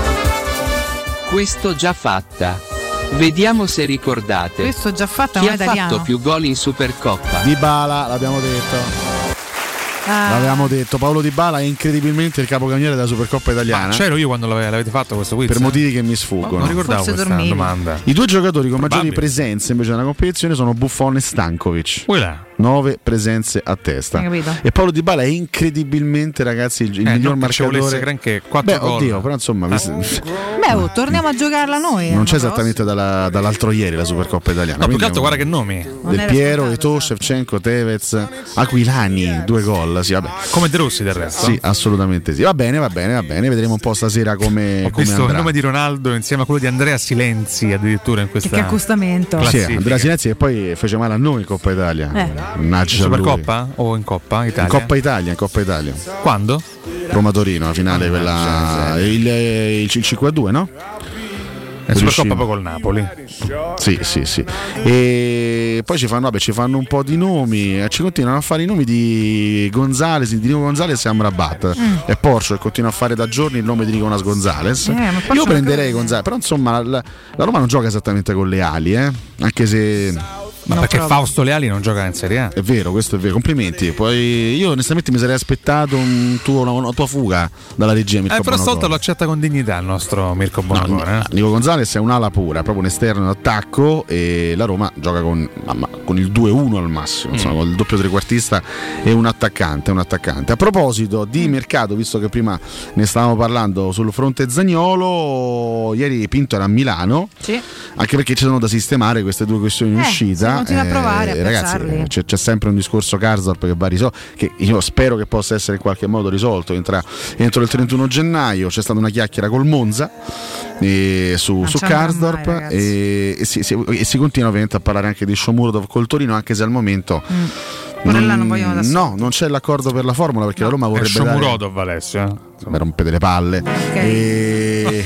Questo già fatta. Vediamo se ricordate. Questo già fatta, chi non ha è italiano. fatto più gol in Supercoppa? Dybala, l'abbiamo detto. Ah. L'avevamo detto, Paolo Dybala è incredibilmente il capocannoniere della Supercoppa italiana. Ma c'ero io quando l'avete fatto questo quiz? Per motivi che mi sfuggono. Ma non ricordavo Forse questa dormivi. domanda. I due giocatori con Probabile. maggiori presenze invece nella competizione sono Buffon e Stankovic. Quella. nove presenze a testa. Hai capito? E Paolo Dybala è incredibilmente, ragazzi, il, il eh, miglior non che ci volesse marcatore. Granché, quattro Beh, gol. oddio, però insomma, ah. vi... Beh, oh, torniamo a giocarla noi. non eh, c'è esattamente dalla, dall'altro ieri la Supercoppa italiana. No, più che Quindi altro, guarda che nomi. Non Del era Piero, scontato, Eto'o, so. Shevchenko, Tevez, Aquilani, due gol. Sì, vabbè. Come De Rossi del resto. Sì, assolutamente sì. Va bene, va bene, va bene. Vedremo un po' stasera come, Ho come visto andrà. il nome di Ronaldo insieme a quello di Andrea Silenzi addirittura in questa. Che, che accostamento. Sì, Andrea Silenzi che poi fece male a noi in Coppa Italia. Eh. Mannaggia In lui. Supercoppa o in Coppa Italia? In Coppa Italia, in Coppa Italia. Quando? Roma-Torino, la finale, quella il, il cinque a due, no? In Supercoppa poi col Napoli. Sì, sì, sì. E poi ci fanno, vabbè, ci fanno un po' di nomi, ci continuano a fare i nomi di Gonzales, di Nico Gonzales e Amrabat. Mm. E Porsche continua a fare da giorni il nome di Nicolas Gonzales. Eh, Io prenderei Gonzales, però insomma la, la Roma non gioca esattamente con le ali, eh? Anche se Ma no, perché proprio. Fausto Leali non gioca in Serie A? È vero, questo è vero, complimenti. Poi io onestamente mi sarei aspettato un tuo, una, una tua fuga dalla regia Mirko Eh, però stavolta Bonacore. lo accetta con dignità il nostro Mirko Bonacore. No, eh? Nico Gonzales è un'ala pura, proprio un esterno d'attacco e la Roma gioca con, ma, con il due uno al massimo, insomma, mm. con il doppio trequartista e un attaccante, un attaccante. A proposito di mercato, visto che prima ne stavamo parlando sul fronte Zaniolo, ieri Pinto era a Milano, sì. anche perché ci sono da sistemare queste due questioni in eh, uscita. Continua a provare, a ragazzi, pensarli. c'è, c'è sempre un discorso Karsdorp che va risolto, che io spero che possa essere in qualche modo risolto entro, entro il trentuno gennaio. C'è stata una chiacchiera col Monza e su, su Karsdorp mai, e, e, si, si, e si continua ovviamente a parlare anche di Shomurodov col Torino, anche se al momento mm. non, non no, non c'è l'accordo per la formula, perché no. la Roma vorrebbe è Shomurodov dare... Alessio mi rompete le palle, okay. e...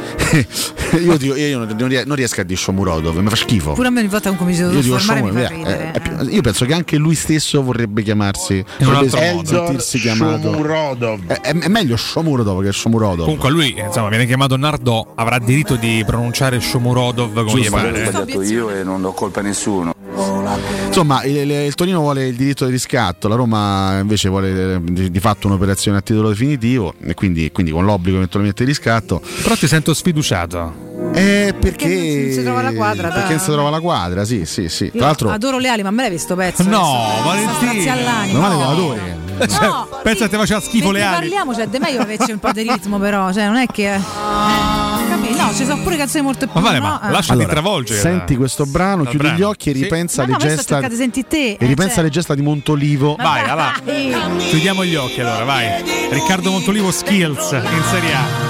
io, dico, io non riesco a dire Shomurodov, mi fa schifo. Pure a me ogni volta comunque mi devo trasformare mi fa ridere. Eh, eh, io penso che anche lui stesso vorrebbe chiamarsi, vorrebbe sentirsi chiamato Shomurodov. È, è, è meglio Shomurodov che Shomurodov. Comunque lui, insomma, viene chiamato Nardò, avrà diritto di pronunciare Shomurodov come gli pare. Ho sbagliato io e non do colpa a nessuno. Insomma, il, il Torino vuole il diritto di riscatto, la Roma invece vuole di, di fatto un'operazione a titolo definitivo e quindi, quindi con l'obbligo eventualmente di riscatto. Però ti sento sfiduciato. Eh, perché, perché non si trova la quadra, perché non si trova la quadra, sì, sì, sì. Tra l'altro adoro Leali, ma me l'hai visto pezzo? No, Valentina. Non male che adori. No, cioè, pensa sì, che faceva schifo le ali. Parliamo, cioè, de meglio averci un po' di ritmo, però, cioè, non è che. Eh, capì? No, ci sono pure canzoni molto più. Ma vale, no? ma lasciati allora, travolgere. Senti questo brano, chiudi brano. gli occhi e ripensa sì. alle no, gesta. No, senti te, e ripensa eh, cioè. alle gesta di Montolivo. Vai, allora. Chiudiamo gli occhi allora, vai. Riccardo Montolivo Skills in Serie A.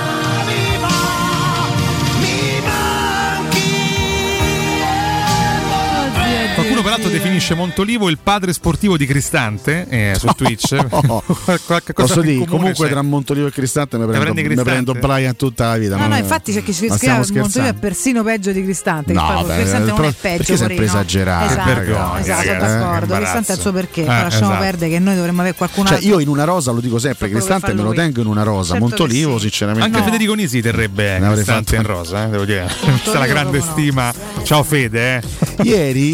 Qualcuno peraltro definisce Montolivo il padre sportivo di Cristante eh, su Twitch. Oh, posso dire, comunque c'è. Tra Montolivo e Cristante mi prendo, mi prendo Brian tutta la vita. No, no, infatti c'è chi si scrive Montolivo è persino peggio di Cristante. No, che beh, Cristante non è peggio. Perché sempre esagerato. Esatto, vergogna, esatto, ragazzi, d'accordo. Cristante ha il suo perché. Eh, lasciamo esatto. perdere che noi dovremmo avere qualcun altro. Cioè, io in una rosa lo dico sempre, Cristante me lo tengo in una rosa. Certo Montolivo, sì. sinceramente. Anche no. Federico Nisi terrebbe Cristante in rosa, eh, devo dire. Questa è la grande stima. Ciao Fede, eh. Ieri ha parlato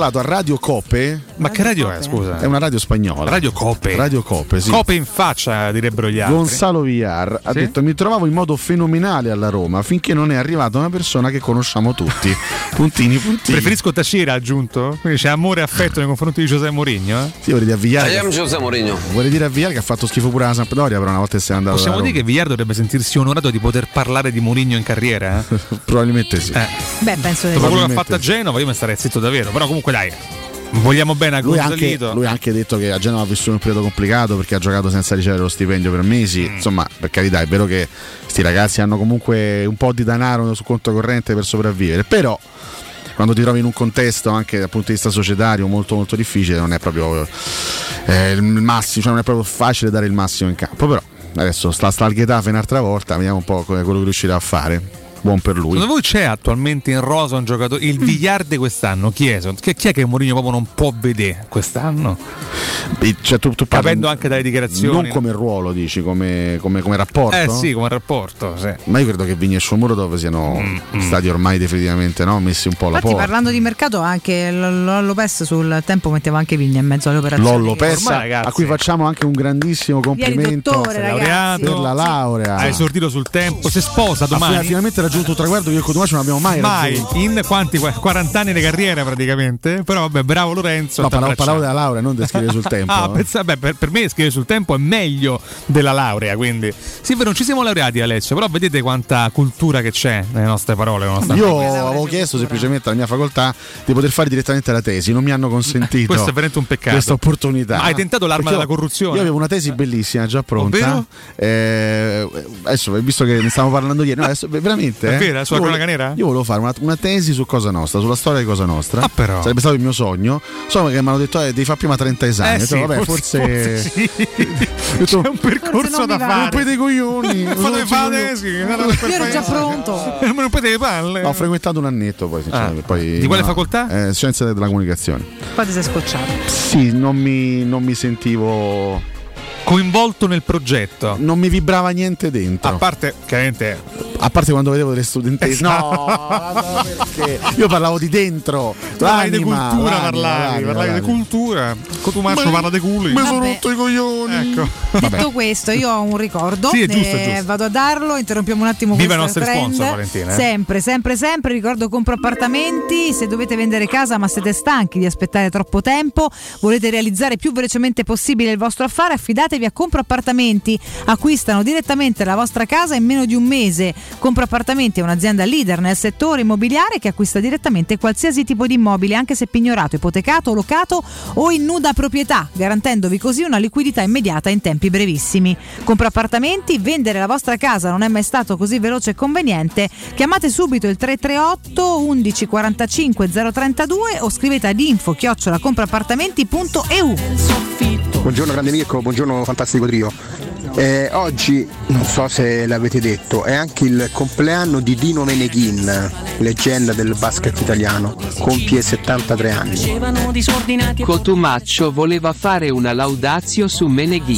parlato a Radio Cope. Ma che radio è, scusa? È una radio spagnola. Radio Cope. Radio Cope, sì. Cope in faccia, direbbero gli altri. Gonzalo Villar ha Sì? detto: mi trovavo in modo fenomenale alla Roma finché non è arrivata una persona che conosciamo tutti. Puntini, puntini. Preferisco tacere, ha aggiunto. Quindi c'è amore e affetto nei confronti di Giuseppe Mourinho. Eh? Sì, vorrei dire a Villar. I am José Mourinho. Vorrei dire a Villar che ha fatto schifo pure alla Sampdoria, però una volta che se n'è andato. Possiamo dire che Villar dovrebbe sentirsi onorato di poter parlare di Mourinho in carriera? Eh? Probabilmente sì. Eh. Beh, penso che Dopo quello che ha fatto a Genova, io mi starei zitto davvero. Però comunque dai, vogliamo bene a Lui ha Gonzalito. anche, lui ha anche detto che a Genova ha vissuto un periodo complicato perché ha giocato senza ricevere lo stipendio per mesi. Mm. Insomma, per carità, è vero che questi ragazzi hanno comunque un po' di denaro sul conto corrente per sopravvivere, però quando ti trovi in un contesto anche dal punto di vista societario molto molto difficile, non è proprio eh, il massimo, cioè non è proprio facile dare il massimo in campo. Però adesso sta sta al Getafe un'altra volta, vediamo un po' quello che riuscirà a fare. Buon per lui. Secondo voi c'è attualmente in rosa un giocatore? Il Villar di quest'anno chi è? Chi chi è che Mourinho proprio non può vedere quest'anno? Cioè, tu, tu parli, Capendo anche dalle dichiarazioni. non come ruolo, dici, come, come, come rapporto? Eh sì, come rapporto, sì. Ma io credo che Vigna e Shomurodov siano mm. stati ormai definitivamente, no, messi un po' alla Infatti, porta. parlando di mercato, anche Lollo Lopez sul tempo metteva anche Vigna in mezzo alle operazioni. Lollo Lopez, Ormai, ragazzi, a cui facciamo anche un grandissimo complimento dottore, ragazzi. per la laurea. Ha esordito sul tempo, si sposa Ha domani. finalmente raggiunto un traguardo che io con Cotumaccio non abbiamo mai Mai, raggiunto. in quanti? quaranta anni di carriera praticamente. Però vabbè, bravo Lorenzo. No, parlavo, parlavo della laurea, non di scrivere sul tempo. Ah, eh. pensa, beh, per, per me scrivere sul tempo è meglio della laurea, quindi sì, vero, non ci siamo laureati, Alessio, però vedete quanta cultura che c'è nelle nostre parole. Io avevo chiesto semplicemente alla mia facoltà di poter fare direttamente la tesi, non mi hanno consentito. Questo è veramente un peccato. Questa opportunità. Ma hai tentato l'arma Perché della corruzione? Io avevo una tesi bellissima già pronta. Ovvero? Eh, adesso, visto che ne stavamo parlando ieri, no, adesso, veramente. È eh, vera, sulla io cronaca volevo- nera? Io volevo fare una, una tesi su Cosa Nostra, sulla storia di Cosa Nostra. Ah, però. Sarebbe stato il mio sogno. Solo che mi hanno detto, eh, devi fare prima trenta esami. Eh Ho detto, sì, vabbè, forse- forse. forse sì. Ho detto, C'è un percorso da fare. rompete i coglioni. Fate fare la tesi. Io ero già pronto. Non me lo potete palle. No, ho frequentato un annetto poi, sinceramente. Ah. Poi, Di quale no, facoltà? Eh, scienze della comunicazione. Poi ti sei scocciato. Sì, non mi, non mi sentivo. Coinvolto nel progetto. Non mi vibrava niente dentro. A parte, chiaramente. A parte quando vedevo delle studentesse. Esatto. No, no, perché io parlavo di dentro. Parlavi di L'anima, cultura, l'anima, parlavi, l'anima, parlavi di l'anima. cultura. Cotumaccio parla di culi. Mi sono Vabbè. rotto i coglioni. Ecco. Detto questo, io ho un ricordo. Sì, è giusto, eh, è giusto. Vado a darlo, interrompiamo un attimo Viva questo i nostri trend. sponsor, Valentina, eh. Sempre, sempre, sempre. Ricordo Compro Appartamenti. Se dovete vendere casa ma siete stanchi di aspettare troppo tempo, volete realizzare più velocemente possibile il vostro affare, affidatevi a Compro Appartamenti. Acquistano direttamente la vostra casa in meno di un mese. Compro Appartamenti è un'azienda leader nel settore immobiliare che acquista direttamente qualsiasi tipo di immobile, anche se pignorato, ipotecato, locato o in nuda proprietà, garantendovi così una liquidità immediata in tempi brevissimi. Compro Appartamenti, vendere la vostra casa non è mai stato così veloce e conveniente. Chiamate subito il tre tre otto undici quarantacinque zero trentadue o scrivete ad info chiocciola comproappartamenti punto e u. Buongiorno grande Mirko, buongiorno fantastico trio. Eh, oggi, non so se l'avete detto, è anche il compleanno di Dino Meneghin, leggenda del basket italiano, compie settantatré anni. Cotumaccio voleva fare una laudazio su Meneghin.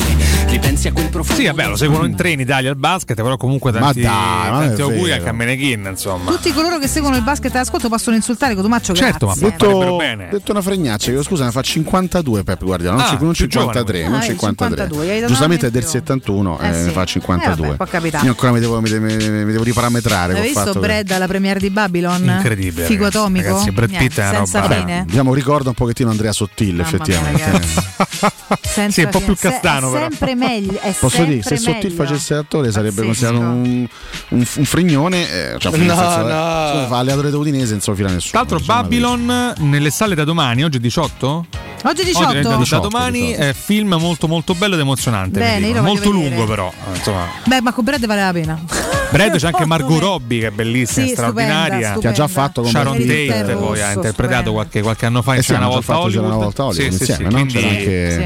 Sì, vabbè, lo seguono in tre in Italia al basket, però comunque tanti, Ma dai, ma tanti è auguri vero. anche a Meneghin, insomma. Tutti coloro che seguono il basket all'ascolto possono insultare Cotumaccio. Certo, grazie. ma farebbero Detto, bene. detto una fregnaccia, che scusa, ne fa cinquantadue Pep Guardiola, non, Ah, ci- non più cinquantatré, giovane, non Ah, il cinquantatré. cinquantadue, gli hai dato Giustamente è un anno del in più. settantuno, Eh eh, sì. ne fa cinquantadue. Eh, vabbè, può capitare. Io ancora mi devo, mi devo, mi devo riparametrare. Hai col visto fatto che- Brad alla premiere di Babylon? Incredibile, Figo ragazzi. atomico? Ragazzi, Brad Pitt Niente, è una senza roba- fine. Diciamo, ricorda un pochettino Andrea Sottile, Mamma mia, effettivamente. ragazzi. Senza Sì, un po' più fine. castano, Se- però. È sempre meglio. È Posso sempre dire, se Sottil meglio. facesse l'attore sarebbe Pazzesco. considerato un, un, un frignone, eh, cioè, nel No, senso, no. eh, insomma, fa alleatore udinese, non se lo fila nessuno. Tra l'altro diciamo Babylon nelle sale da domani, oggi è diciotto? Oggi è Oggi, da, diciotto? da domani è film molto molto bello ed emozionante. Bene, mi io dicono. lo voglio molto vedere. lungo però, eh, insomma. Beh, ma con Brad vale la pena. Brad c'è anche Margot Robbie che è bellissima, Sì, straordinaria. stupenda, Che ha già fatto con Sharon Brad Pitt, Tate eh, poi ha rosso, interpretato stupendo. qualche, qualche anno fa in Eh sì, C'era una hanno già volta fatto C'era Hollywood. una volta Hollywood Sì, sì, insieme, sì, no? quindi- C'era anche Sì.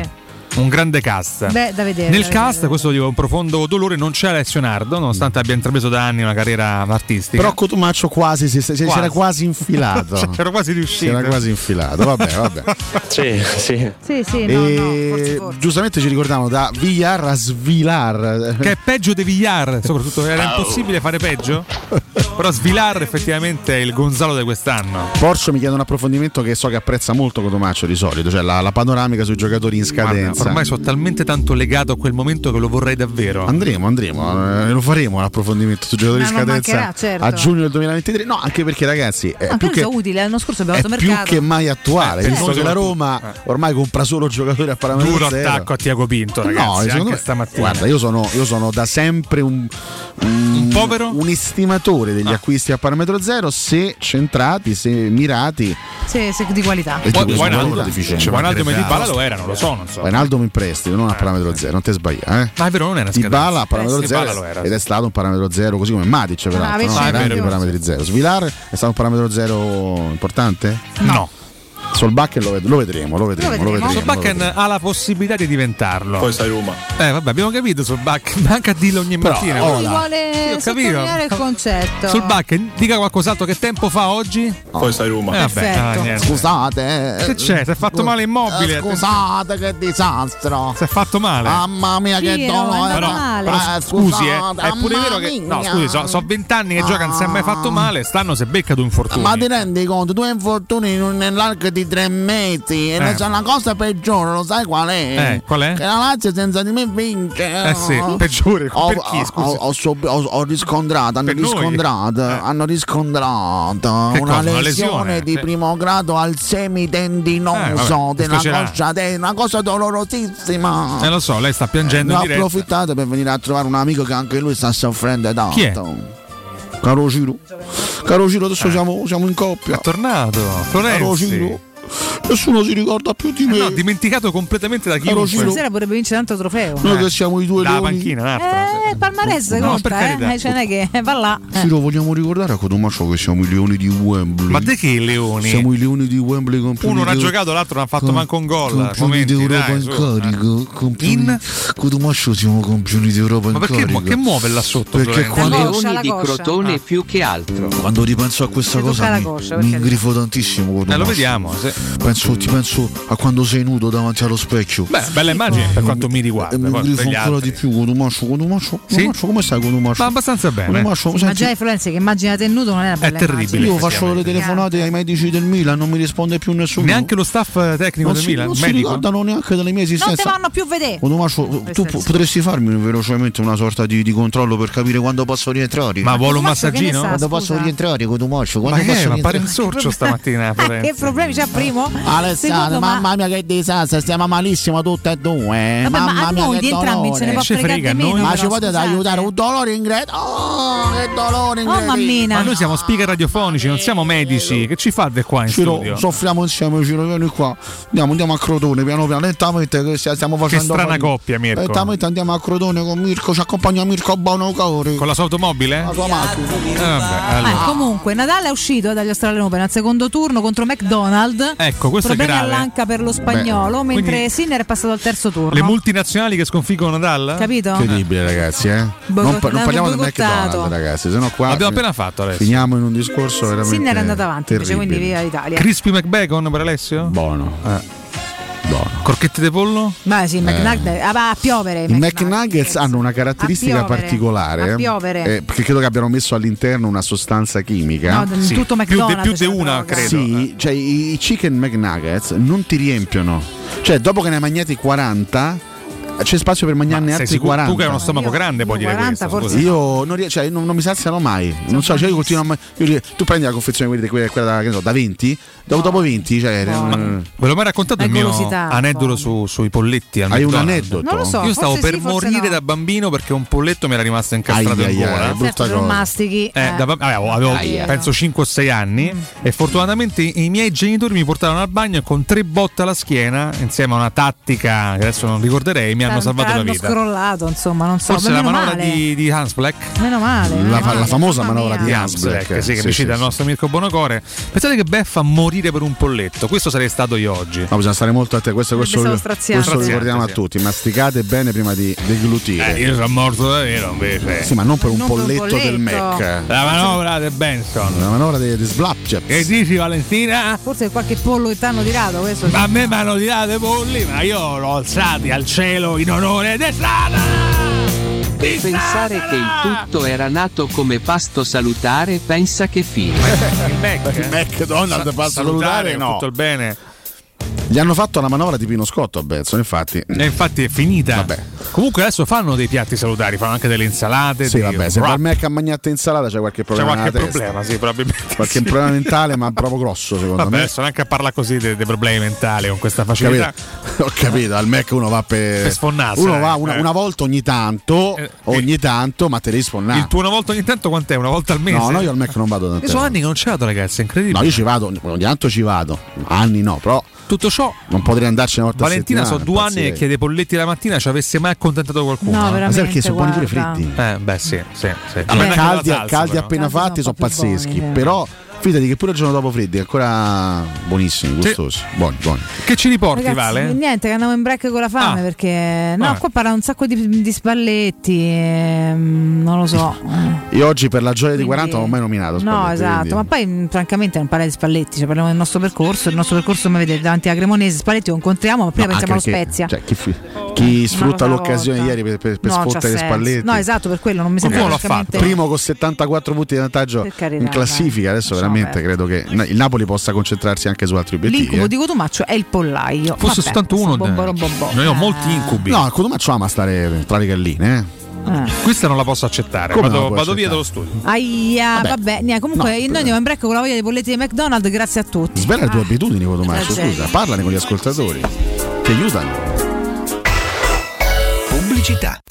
un grande cast. Beh, da vedere. Nel da cast, vedere. questo dico un profondo dolore, non c'è Alessio Nardo, nonostante abbia intrapreso da anni una carriera artistica. Però Cotumaccio quasi si, si, si Quasi. era quasi infilato. Cioè, c'era quasi riuscito. Si era quasi infilato. Vabbè, vabbè. Sì, sì. Sì, sì, no, E no, forse, forse. giustamente ci ricordavano da Villar a Svilar. Che è peggio di Villar, soprattutto era impossibile fare peggio. Però Svilar effettivamente è il Gonzalo di quest'anno. Porsche mi chiede un approfondimento che so che apprezza molto Cotumaccio di solito, cioè la, la panoramica sui giocatori in scadenza. Guarda, ormai sono talmente tanto legato a quel momento che lo vorrei davvero. Andremo, andremo, eh, lo faremo l'approfondimento sui giocatori in Ma non scadenza mancherà, certo. a giugno del duemilaventitré. No, anche perché ragazzi è Anche più che, sono utili, l'anno scorso abbiamo è fatto più mercato. che mai attuale, Eh, visto certo. che la Roma ormai compra solo giocatori a parametro Duro zero. attacco a Tiago Pinto, ragazzi, No, secondo anche me, stamattina. guarda, io sono, io sono da sempre un, un, Un povero? un estimatore degli Ah. acquisti a parametro zero, se centrati, se mirati. Sì, sì, di qualità. E Poi tipo, sono Wijnaldum- molto deficienti. cioè, Wijnaldum e Dybala lo erano, lo sono, non so. Wijnaldum in prestito, non a parametro zero, non ti sbagliare. Eh? Ma è vero, non era Dybala a parametro Eh, zero Dybala lo era, ed sì. è stato un parametro zero, così come Matic peraltro, Ah, no? sì, Grandi è vero. parametri zero. Svilar è stato un parametro zero importante? No. Solbakken lo, ved- lo vedremo, lo vedremo, lo vedremo. Solbakken ha la possibilità di diventarlo. Poi sai Roma. Eh, vabbè, abbiamo capito Solbakken, manca a dirlo ogni Però, mattina. oh, Lui là. vuole Sì, ho capito. sottolineare il concetto. Solbakken, dica qualcos'altro, che tempo fa oggi? Poi sai Roma. Eh, vabbè, Perfetto. ah, niente. Scusate. eh, Che c'è? Si è fatto male Immobile? eh, Scusate, che disastro. Si è fatto male. Mamma mia, Sì, che no, dolore. è Però, male. però Eh, scusi, eh, scusate, è pure mamma vero che. No, mia. scusi, so, so vent'anni che gioca, non si è mai fatto male. Stanno si becca due infortuni. Ma ti rendi conto? Due infortuni in- nell'arco di tre mesi. E Eh. c'è una cosa peggiore, lo sai qual è? Eh, qual è? Che la Lazio senza di me vince. Eh sì, peggiore. Ho, Per chi, ho- scusi? ho, sub- ho- ho riscontrato, hanno Per noi? riscontrato, Eh. hanno riscontrato Che una cosa? Una lesione lesione? di Sì. primo grado al semitendinoso Eh, vabbè, della dispiacerà. coscia destra, una cosa dolorosissima. Eh, lo so, lei sta piangendo Ne ho in diretta. approfittato per venire a trovare un amico che anche lui sta soffrendo tanto. Chi è? Caro Ciro. Caro Ciro, adesso siamo, siamo in coppia. È tornato. Caro Florenzi. Ciro. Nessuno si ricorda più di me. No, dimenticato completamente da chiunque. Ciro. Stasera potrebbe vincere tanto trofeo. Noi Eh. che siamo i due Dalla leoni. panchina, un altro. Eh, il palmarès No, per conta, carità. eh. Cioè, non è che va là. Eh. Ciro, vogliamo ricordare a Cotumaccio che siamo i leoni di Wembley. Ma te che i leoni? Siamo i leoni di Wembley campioni Uno non ha di- giocato, l'altro non ha fatto com- manco un gol. Campioni Momenti, d'Europa dai, in su. carico. Campioni... In? Cotumaccio siamo campioni d'Europa in Ma perché carico. mu- che muove là sotto? Perché Florenzi? quando, La coscia, Leoni la di coscia. Crotone Ah. più che altro. quando ripenso a questa Ti tocca cosa la mi, coscia, mi perché- ingrifo tantissimo. Eh, lo Cotumaccio. vediamo. se- Penso, ti penso a quando sei nudo davanti allo specchio. Beh, bella immagine per quanto mi riguarda. E mi poi per ingrifo gli ancora altri. di più. Cotumaccio, Cotumaccio, Sì? Cotumaccio, come stai Cotumaccio? Ma abbastanza bene. Cotumaccio, Ma senti, già Florenzi che immagina te nudo non è una bella terribile. io faccio le telefonate ai medici del Milan, non mi risponde più nessuno. Neanche lo staff tecnico non del si, Milan, non si medico. ricordano neanche delle mie Non te esistenze. vanno più vedere. Cotumaccio, tu Questo è po- il- potresti farmi velocemente una sorta di, di controllo per capire quando posso rientrare? Ma vuole un Cotumaccio, che ne massaggino? sa? Quando scusa. posso rientrare, Cotumaccio? Ma Quando che è? posso Ma pare rientrare? un sorcio stamattina. Eh, Florenzi. che problemi c'ha primo? Alessandro, Secondo, mamma mia che disastro, stiamo malissimo tutte e due. Vabbè, ma mamma a mia noi che di entrambi ce ne dolore. può Ci fregare frega, di noi- meno. Ma però, ci potete scusate. aiutare? Un dolore in greto? Oh, che dolore in Oh mammina. Ma noi siamo speaker radiofonici, non siamo medici. Che ci fate qua in Ciro, studio? soffriamo insieme, Ciro, vieni qua. Andiamo, andiamo a Crotone, piano piano, lentamente che stia- stiamo Che facendo. strana fatica. coppia, Mirko. Lentamente andiamo a Crotone con Mirko, ci accompagna Mirko Bonocauri. Con la sua automobile? La sua macchina. Eh, vabbè, Eh, allora. comunque Nadal è uscito dagli Australian Open al secondo turno contro McDonald. Ecco, questo è Problemi grave. all'anca per lo spagnolo, Beh, mentre quindi- Sinner è passato al terzo turno. Le multinazionali che sconfiggono Nadal? Capito? Incredibile, ragazzi, eh. Boicott- non, pa- non l'hanno parliamo del boicottato. McDonald's, ragazzi, sennò qua L'abbiamo fi- appena fatto adesso. finiamo in un discorso veramente. Sinner è andato avanti, invece, terribile. quindi via l'Italia. Crispy McBacon per Alessio? Buono. Eh. Buono. Corchette di pollo? Ma sì, McNuggets, ah, va a piovere. I McNuggets hanno una caratteristica A piovere, particolare a piovere. eh, perché credo che abbiano messo all'interno una sostanza chimica. No, in tutto Più, McDonald's. di, più di c'è la una, droga. credo. Sì, cioè i i chicken McNuggets non ti riempiono. Cioè, dopo che ne hai mangiati quaranta, c'è spazio per mangiarne Sei altri sicuro? quaranta. Tu che hai uno stomaco Io- grande puoi io dire quaranta questo. forse scusa. Io non, ries- cioè, non, non mi saziano mai. Non so, cioè io continuo a ma- io dico, tu prendi la confezione quella, quella, quella da, che ne so, da venti, dopo, dopo venti, cioè, eh, Ve l'ho mai raccontato È il mio golosità, aneddoto su, sui polletti al hai un McDonald's? aneddoto. Non lo so. Io stavo forse per sì, forse morire no. da bambino perché un polletto mi era rimasto incastrato Ai, in ai, ai, gola. brutta Certo, se cosa. non mastichi. Eh, eh. da- vabbè, avevo, avevo Aia. penso cinque o sei anni e fortunatamente i miei genitori mi portarono al bagno e con tre botte alla schiena insieme a una tattica che adesso non ricorderei mi hanno salvato la hanno vita. scrollato, insomma, non so. Forse ma la meno manovra male. di, di Hans Black. Meno male. La, meno fa- male. la famosa Mamma manovra mia. di Hans Black, Black, sì, che sì, mi sì, cita il sì. nostro Mirko Bonocore. Pensate che beffa morire per un polletto. Questo sarei stato io oggi. No, bisogna stare molto attenti. Questo, questo, Stavo questo, straziando. lo ricordiamo Sì. a tutti. Masticate bene prima di deglutire. Eh, io sono morto davvero invece. Sì, ma non per un Non per un polletto, del polletto. Mac. La manovra del Benson. La manovra di, di Slapjack. Che dici Valentina? Forse qualche pollo che ti hanno tirato, questo Ma a me mi hanno tirato i polli, ma io l'ho alzati al cielo in onore di Strada. Pensare che il tutto era nato come pasto salutare, pensa che fine. Il Mac, Il McDonald's fa salutare, no. tutto il bene. Gli hanno fatto la manovra di Pino Scotto a Benson, infatti. E infatti è finita. Vabbè. Comunque adesso fanno dei piatti salutari, fanno anche delle insalate. Sì, dei vabbè, se wrap. va al Mac a mangiare insalata c'è qualche C'è problema. qualche nella testa. problema, sì, probabilmente. Qualche sì. problema mentale, ma proprio grosso, secondo Vabbè, me. adesso neanche a parlare così dei, dei problemi mentali con questa facilità. Capito? Ho capito, al Mac uno va per, Per sfonnarsi, uno eh. va una, Eh. una volta ogni tanto, Eh, ogni tanto, ma te devi sfonnare. Il tuo una volta ogni tanto quant'è? Una volta al mese? No, no, io al Mac non vado Io tante sono volte. anni che non ci vado, ragazzi, è incredibile. No, io ci vado, ogni tanto ci vado, anni no, però Tutto ciò, non potrei andarci una volta Valentina, a so settimana. due anni che chiede polletti la mattina, ci avesse mai accontentato qualcuno? No, eh? veramente. Ma sai perché sono buoni pure guarda. fritti? Eh, beh, sì, sì, sì. Allora, Neanche caldi, la salsa, caldi però. appena Caldi sono fatti un sono po' più pazzeschi, buoni, sì. però fidati che pure il giorno dopo freddi ancora buonissimi, gustosi, buoni, buoni. Che ci riporti, Ragazzi, Vale? niente, che andiamo in break con la fame Ah. perché no, Vabbè. qua parla un sacco di, di spalletti, ehm, non lo so. Io oggi per la gioia di Quindi- quaranta non ho mai nominato No, Spalletti, esatto, quindi- ma poi mh, francamente non parla di Spalletti, cioè parliamo del nostro percorso, il nostro percorso come vedete davanti alla Cremonese, Spalletti lo incontriamo, ma prima No, pensiamo allo anche perché, Spezia. cioè, chi, fi- chi sfrutta cosa alla l'occasione volta. ieri per, per, per No, c'ha sfottere senso. Spalletti. No, esatto, per quello non mi sembra Qualcuno l'ha francamente- Primo con settantaquattro punti di vantaggio Per carità, in classifica, adesso Lasciamo veramente perdere. credo che il Napoli possa concentrarsi anche su altri obiettivi. L'incubo eh. di Cotumaccio è il pollaio. Forse Vabbè, soltanto uno. questo bomboro bombò. Noi ho Eh. molti incubi. No, il Cotumaccio ama stare tra le galline, eh. Eh. Questa non la posso accettare. Come non Vado, la puoi vado via accettare? dallo studio. Aia, Vabbè. vabbè, niente, comunque No, noi andiamo in break con la voglia dei bolletti di McDonald's, grazie a tutti. Svela le tue Ah. abitudini, Cotumaccio, Eh, scusa, parlane con gli ascoltatori. Ti aiutano. Pubblicità.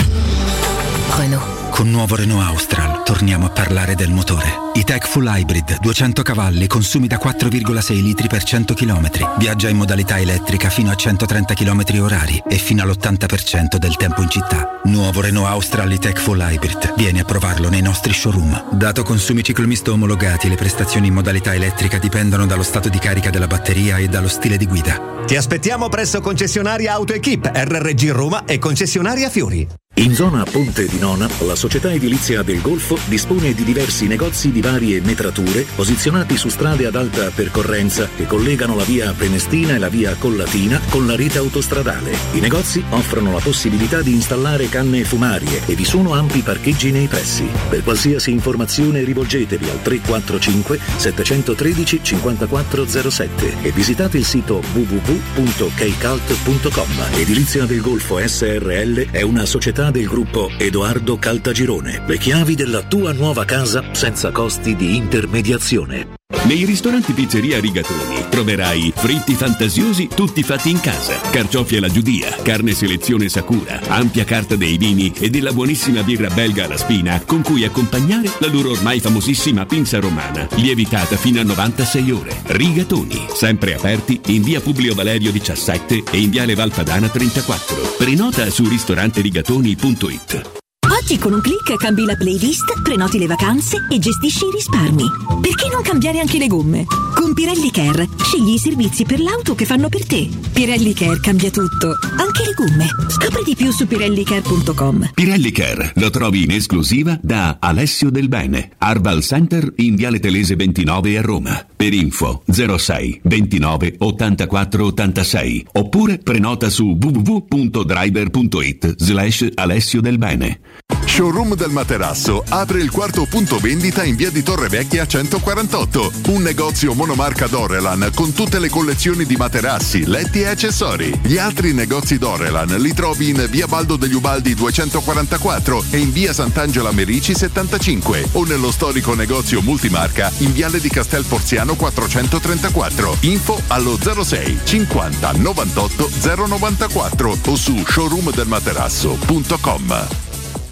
Renault. Con nuovo Renault Austral torniamo a parlare del motore. E-Tech Full Hybrid, duecento cavalli, consumi da quattro virgola sei litri per cento chilometri. Viaggia in modalità elettrica fino a centotrenta chilometri orari e fino all'ottanta per cento del tempo in città. Nuovo Renault Austral E-Tech Full Hybrid. Vieni a provarlo nei nostri showroom. Dato consumi ciclomisto omologati, le prestazioni in modalità elettrica dipendono dallo stato di carica della batteria e dallo stile di guida. Ti aspettiamo presso concessionaria AutoEquip, R R G Roma e concessionaria Fiori. In zona Ponte di Nona, la società edilizia del Golfo dispone di diversi negozi di varie metrature posizionati su strade ad alta percorrenza che collegano la via Prenestina e la via Collatina con la rete autostradale. I negozi offrono la possibilità di installare canne fumarie e vi sono ampi parcheggi nei pressi. Per qualsiasi informazione rivolgetevi al tre quattro cinque sette uno tre cinque quattro zero sette e visitate il sito w w w punto keicalt punto com. Edilizia del Golfo S R L è una società del gruppo Edoardo Caltagirone. Le chiavi della tua nuova casa senza costi di intermediazione. Nei ristoranti Pizzeria Rigatoni troverai fritti fantasiosi tutti fatti in casa, carciofi alla giudia, carne selezione Sakura, ampia carta dei vini e della buonissima birra belga alla spina con cui accompagnare la loro ormai famosissima pinza romana, lievitata fino a novantasei ore. Rigatoni, sempre aperti in via Publio Valerio diciassette e in viale Valpadana trentaquattro. Prenota su ristoranterigatoni punto it. Oggi con un click cambi la playlist, prenoti le vacanze e gestisci i risparmi. Perché non cambiare anche le gomme? Con Pirelli Care scegli i servizi per l'auto che fanno per te. Pirelli Care cambia tutto, anche le gomme. Scopri di più su pirelli care punto com. Pirelli Care lo trovi in esclusiva da Alessio Del Bene, Arval Center in viale Telese ventinove a Roma. Per info zero sei ventinove ottantaquattro ottantasei oppure prenota su w w w punto driver punto it slash Alessio Del Bene. Showroom del Materasso apre il quarto punto vendita in via di Torrevecchia centoquarantotto. Un negozio monomarca Dorelan con tutte le collezioni di materassi, letti e accessori. Gli altri negozi Dorelan li trovi in via Baldo degli Ubaldi duecentoquarantaquattro e in via Sant'Angela Merici settantacinque o nello storico negozio multimarca in viale di Castel Porziano quattrocentotrentaquattro. Info allo zero sei cinquanta novantotto zero novantaquattro o su showroom del materasso punto com.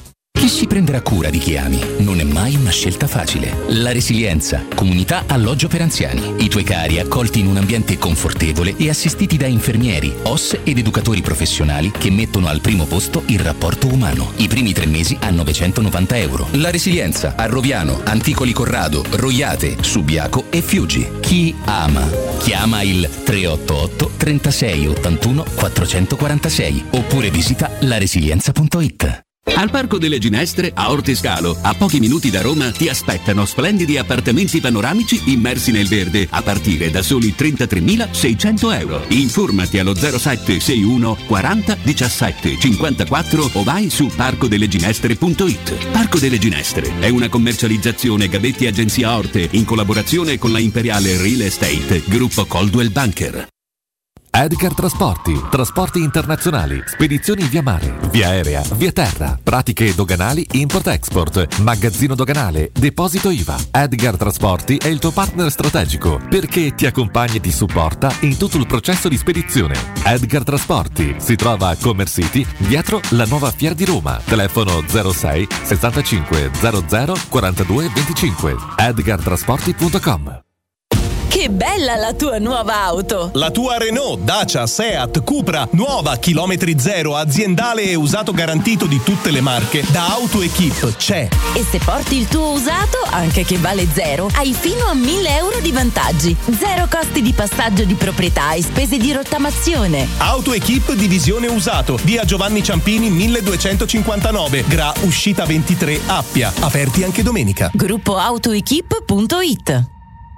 Chi si prenderà cura di chi ami? Non è mai una scelta facile. La Resilienza, comunità alloggio per anziani. I tuoi cari accolti in un ambiente confortevole e assistiti da infermieri, O S ed educatori professionali che mettono al primo posto il rapporto umano. I primi tre mesi a novecentonovanta euro. La Resilienza a Roviano, Anticoli Corrado, Roiate, Subiaco e Fiuggi. Chi ama? Chiama il tre otto otto trentasei ottantuno quattrocentoquarantasei oppure visita laresilienza punto it. Al Parco delle Ginestre, a Ortescalo, a pochi minuti da Roma, ti aspettano splendidi appartamenti panoramici immersi nel verde a partire da soli trentatremilaseicento euro. Informati allo zero sette sei uno quaranta diciassette cinquantaquattro o vai su parco delle ginestre punto it. Parco delle Ginestre è una commercializzazione Gavetti Agenzia Orte in collaborazione con la Imperiale Real Estate, gruppo Coldwell Banker. Edgar Trasporti, trasporti internazionali, spedizioni via mare, via aerea, via terra, pratiche doganali, import-export, magazzino doganale, deposito I V A. Edgar Trasporti è il tuo partner strategico perché ti accompagna e ti supporta in tutto il processo di spedizione. Edgar Trasporti si trova a Commerce City, dietro la nuova Fiera di Roma. Telefono zero sei sessantacinque zero zero quarantadue venticinque. edgar trasporti punto com. Che bella la tua nuova auto! La tua Renault, Dacia, Seat, Cupra, nuova, chilometri zero, aziendale e usato garantito di tutte le marche, da AutoEquip c'è. E se porti il tuo usato, anche che vale zero, hai fino a mille euro di vantaggi. Zero costi di passaggio di proprietà e spese di rottamazione. AutoEquip Divisione Usato, via Giovanni Ciampini milleduecentocinquantanove, Gra Uscita ventitré, Appia. Aperti anche domenica. Gruppo autoequip punto it.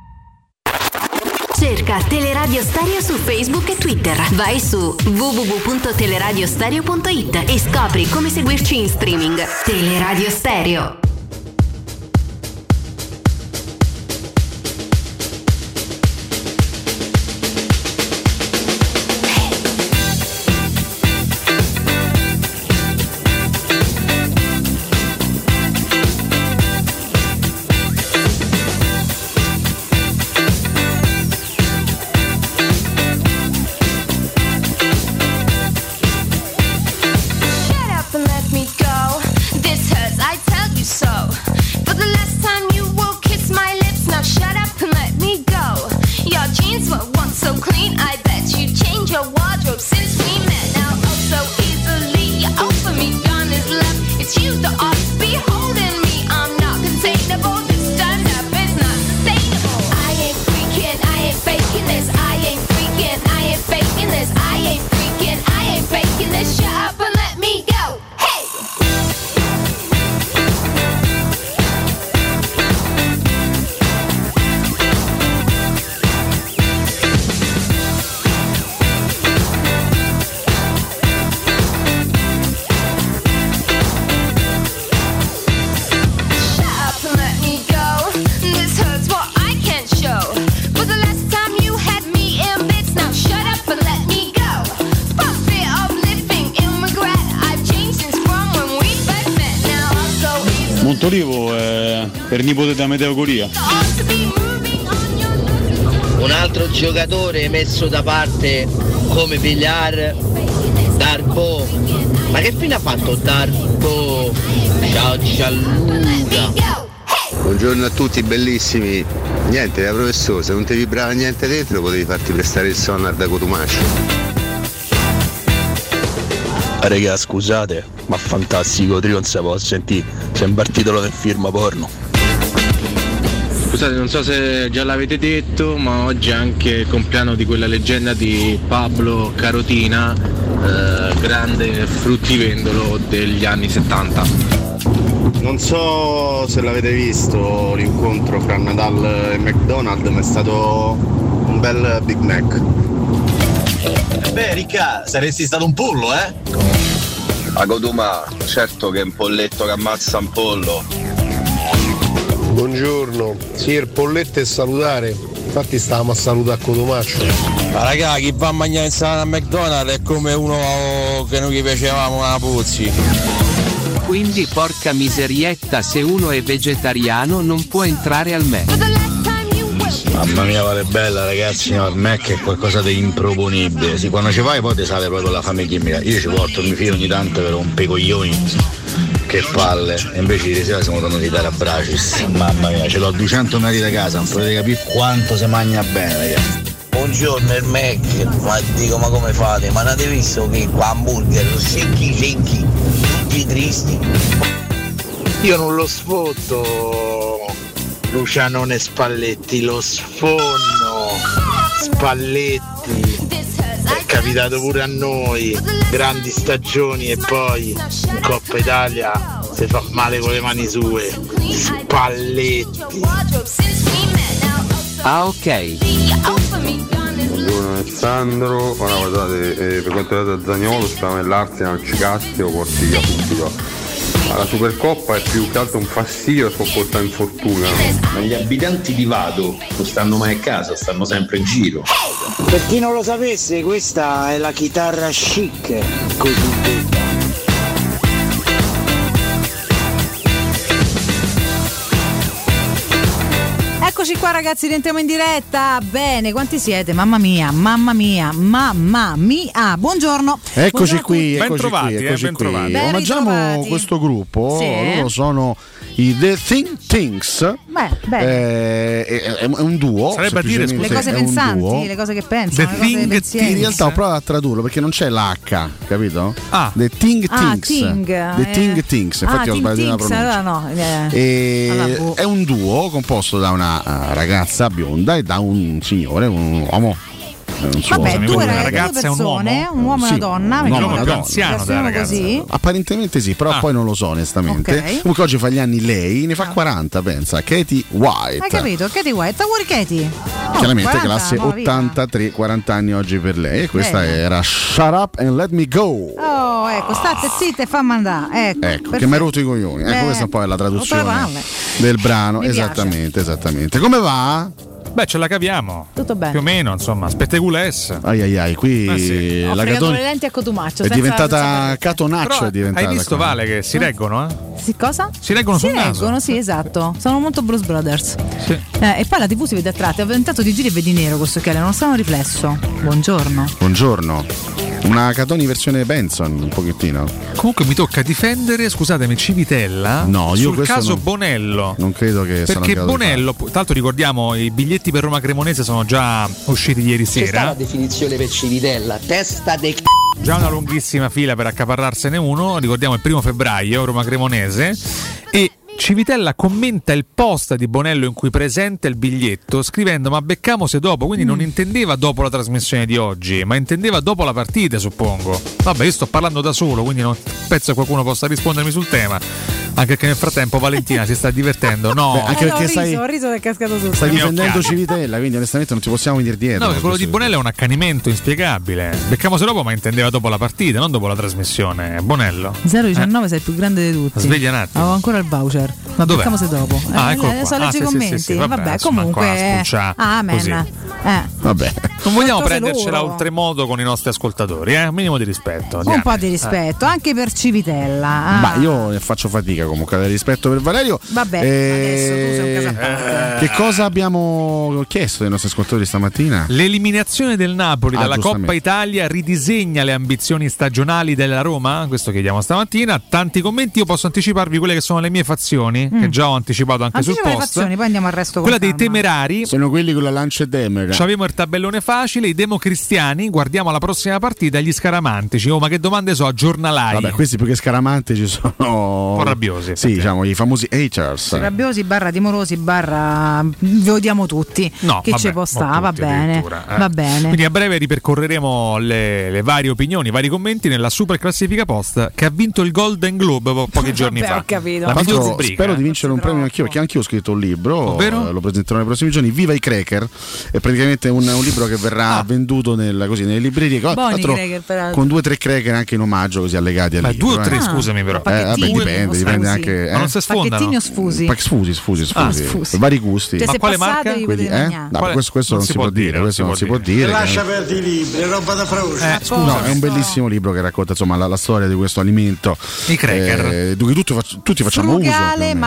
Cerca Teleradio Stereo su Facebook e Twitter. Vai su w w w punto teleradiostereo punto it e scopri come seguirci in streaming. Teleradio Stereo. Montolivo è per nipote da Meteogoria. Un altro giocatore messo da parte come Villar, Darbo. Ma che fine ha fatto Darbo? Ciao Gianluca. Buongiorno a tutti bellissimi. Niente, da professore, se non ti vibrava niente dentro potevi farti prestare il sonar da Cotumaccio. Raga, scusate, ma fantastico trio non si può sentire, sembra il titolo del film porno. Scusate, non so se già l'avete detto, ma oggi è anche il compleanno di quella leggenda di Pablo Carotina, eh, grande fruttivendolo degli anni settanta. Non so se l'avete visto l'incontro fra Nadal e McDonald's, ma è stato un bel Big Mac. Beh, Ricca, saresti stato un pollo, eh? A Codumà, certo che è un polletto che ammazza un pollo. Buongiorno, sì, il polletto è salutare, infatti stavamo a salutare a Cotumaccio. Ma raga, chi va a mangiare insalata a McDonald's è come uno che noi gli piacevamo una Puzzi. Quindi porca miserietta, se uno è vegetariano non può entrare al Mac. Mamma mia, vale bella ragazzi, no, il Mac è qualcosa di improponibile. Sì, quando ci vai poi ti sale proprio la fame chimica. Io ci porto il mio figlio ogni tanto per un pe' coglioni. che palle, e invece ieri sera siamo tornati da Bracis. Mamma mia, ce l'ho duecento metri da casa, non potete capire quanto si mangia bene, ragazzi. Buongiorno il Mac, ma dico ma come fate? Ma avete visto che qua hamburger secchi secchi, tutti tristi? Io non lo sfotto Lucianone Spalletti, lo sfonno Spalletti. È capitato pure a noi, grandi stagioni e poi in Coppa Italia si fa male con le mani sue. Spalletti. Ah, ok. Buongiorno Alessandro, ora guardate, eh, per quanto riguarda Zaniolo stava nell'Arsenal, Cicastio, Corsiglia subito. La Supercoppa è più che altro un fastidio e può portare infortunio. Ma gli abitanti di Vado non stanno mai a casa, stanno sempre in giro. Per chi non lo sapesse, questa è la chitarra chic cosiddetta. Eccoci qua ragazzi, rientriamo in diretta. Bene, quanti siete? Mamma mia, mamma mia, mamma mia. Buongiorno. Eccoci Buongiorno qui, ben eccoci trovati, qui, eh, eccoci ben qui. trovati. Ben Omaggiamo ritrovati. questo gruppo, Sì. loro sono i The Think Tanks. Beh, bene. Eh, è, è un duo. Sarebbe a dire, scusa, le cose è un duo. pensanti, le cose che pensano, The le cose Think pensieri. In realtà ho provato a tradurlo perché non c'è l'H, capito? Ah. The Think Ah, Tanks. Ting, The eh. Think Tanks, infatti ah, ho sbagliato la Tinks, pronuncia. allora no. eh. E Allora, boh. è un duo composto da una uh, ragazza bionda e da un signore, un uomo. Non so. Vabbè, due, una ragazze, ragazza due e un persone, uomo? un uomo e Sì, una donna, un uomo e una perché donna. Anziano della ragazza. così. Apparentemente sì, però Ah. poi non lo so onestamente. Ok. Comunque oggi fa gli anni lei, ne fa quaranta, pensa, Katie White. Hai capito? Katie White, auguri Katie. Oh, Chiaramente quaranta, classe nuova vita. ottantatré, quaranta anni oggi per lei. E questa Bene. era Shut Up and Let Me Go. Oh, ecco, state zitte e fammi andare. Ecco, Ecco, che perfetto. mi ha rotto i coglioni. Ecco, Eh, questa poi è la rotto le traduzione palle. del brano. Mi piace. Esattamente, esattamente. Come va? Beh, ce la caviamo. Tutto bene. Più o meno, insomma, spettegules. Ai ai ai, qui Eh sì. Ho la fregato Catoni le lenti a Cotumaccio. è senza- diventata senza- Catonaccio. Però È diventata hai visto qua. Vale che si reggono, eh? Sì, cosa? Si reggono si sul naso. reggono, sì, esatto. Sono molto Blues Brothers. Sì. Eh, e poi la tivù si vede a tratti. Ho tentato di giri e vedi nero questo occhiale, non sta un riflesso. Buongiorno. Buongiorno. Una Catoni versione Benson, un pochettino. Comunque mi tocca difendere, scusatemi, Civitella No, io sul questo caso non- Bonello. Non credo che sarà Perché in grado di Bonello, tra l'altro ricordiamo i biglietti per Roma Cremonese sono già usciti ieri Che sta la sera. definizione per Civitella? Testa de c***o. Già una lunghissima fila per accaparrarsene uno, ricordiamo il primo febbraio, Roma Cremonese. E Civitella commenta il post di Bonello in cui presenta il biglietto scrivendo ma beccamo se dopo, quindi non intendeva dopo la trasmissione di oggi, ma intendeva dopo la partita, suppongo. Vabbè, io sto parlando da solo, quindi non penso che qualcuno possa rispondermi sul tema, anche perché nel frattempo Valentina si sta divertendo. No, Beh, anche Eh, no, perché ho riso, stai- ho riso che è cascato tutto. Stai I miei difendendo occhiali. Civitella, quindi onestamente non ti possiamo venire dietro. no, perché quello di Questo- Bonello è un accanimento inspiegabile. Beccamo se dopo, ma intendeva dopo la partita, non dopo la trasmissione. Bonello. zero diciannove sei il più grande di tutti. Sveglia un attimo. Avevo ancora il voucher. Ma Dov'è? beccamo se dopo. Ah, Eh, eccolo eh, qua. so Ah, legge sì, i sì, commenti. sì, sì, vabbè, vabbè, insomma, comunque. qua spulcia Ah, amen. così. Eh. Vabbè. Non vogliamo Cose prendercela loro. oltremodo con i nostri ascoltatori, eh? Un minimo di rispetto. Un Diana. po' di rispetto, anche per Civitella. Ah. Ma io ne faccio fatica comunque ad avere rispetto per Valerio. Vabbè, Eh, adesso tu sei un caso a parte. Che cosa abbiamo chiesto ai nostri ascoltatori stamattina? L'eliminazione del Napoli Ah, dalla giustamente. Coppa Italia ridisegna le ambizioni stagionali della Roma? Questo chiediamo stamattina. Tanti commenti, io posso anticiparvi quelle che sono le mie fazioni, che già ho anticipato anche Anticipa sul le post. fazioni, poi andiamo al resto con Quella dei calma. temerari. Sono quelli con la lancia e Demera. C'avevamo il tabellone facile, i democristiani, guardiamo la prossima partita, gli scaramantici. Oh, ma che domande so, giornalai. Vabbè, questi più che scaramantici sono un po' rabbiosi. Sì, diciamo i famosi haters. Rabbiosi barra timorosi barra vi odiamo tutti. No, che vabbè, ci può mo stare, va tutti bene. addirittura, eh. Va bene. Quindi a breve ripercorreremo le, le varie opinioni, i vari commenti nella super classifica post che ha vinto il Golden Globe po- pochi giorni Vabbè, fa. ho capito. La Tra miglior l'altro, rubrica. spero di vincere un premio anch'io, perché anch'io ho scritto un libro, Ovvero? eh, lo presenterò nei prossimi giorni. Viva i cracker! È praticamente un, un libro che verrà venduto nel, così, nelle librerie. Tra Buoni l'altro, cracker, peraltro. con due o tre cracker anche in omaggio, così allegati al Ma libro. due o tre, eh. scusami, però. Eh, vabbè, Pacchettini dipende, o dipende sfusi? anche. Ma non si sfondano? Pacchettini o sfusi? Pa- sfusi, sfusi, sfusi. Ah, sfusi. Vari gusti. Cioè, Ma se quale passate marca? li Quelli, potete eh? mangiare. No, Quale- questo, questo non, si può dire, questo non si può dire. Lascia che- perdere i libri, roba da frocia. Eh, scusa. No, è un bellissimo libro che racconta insomma la, la storia di questo alimento. I cracker. Eh, di cui tutti, fac- tutti facciamo Frugale, uso. più o ma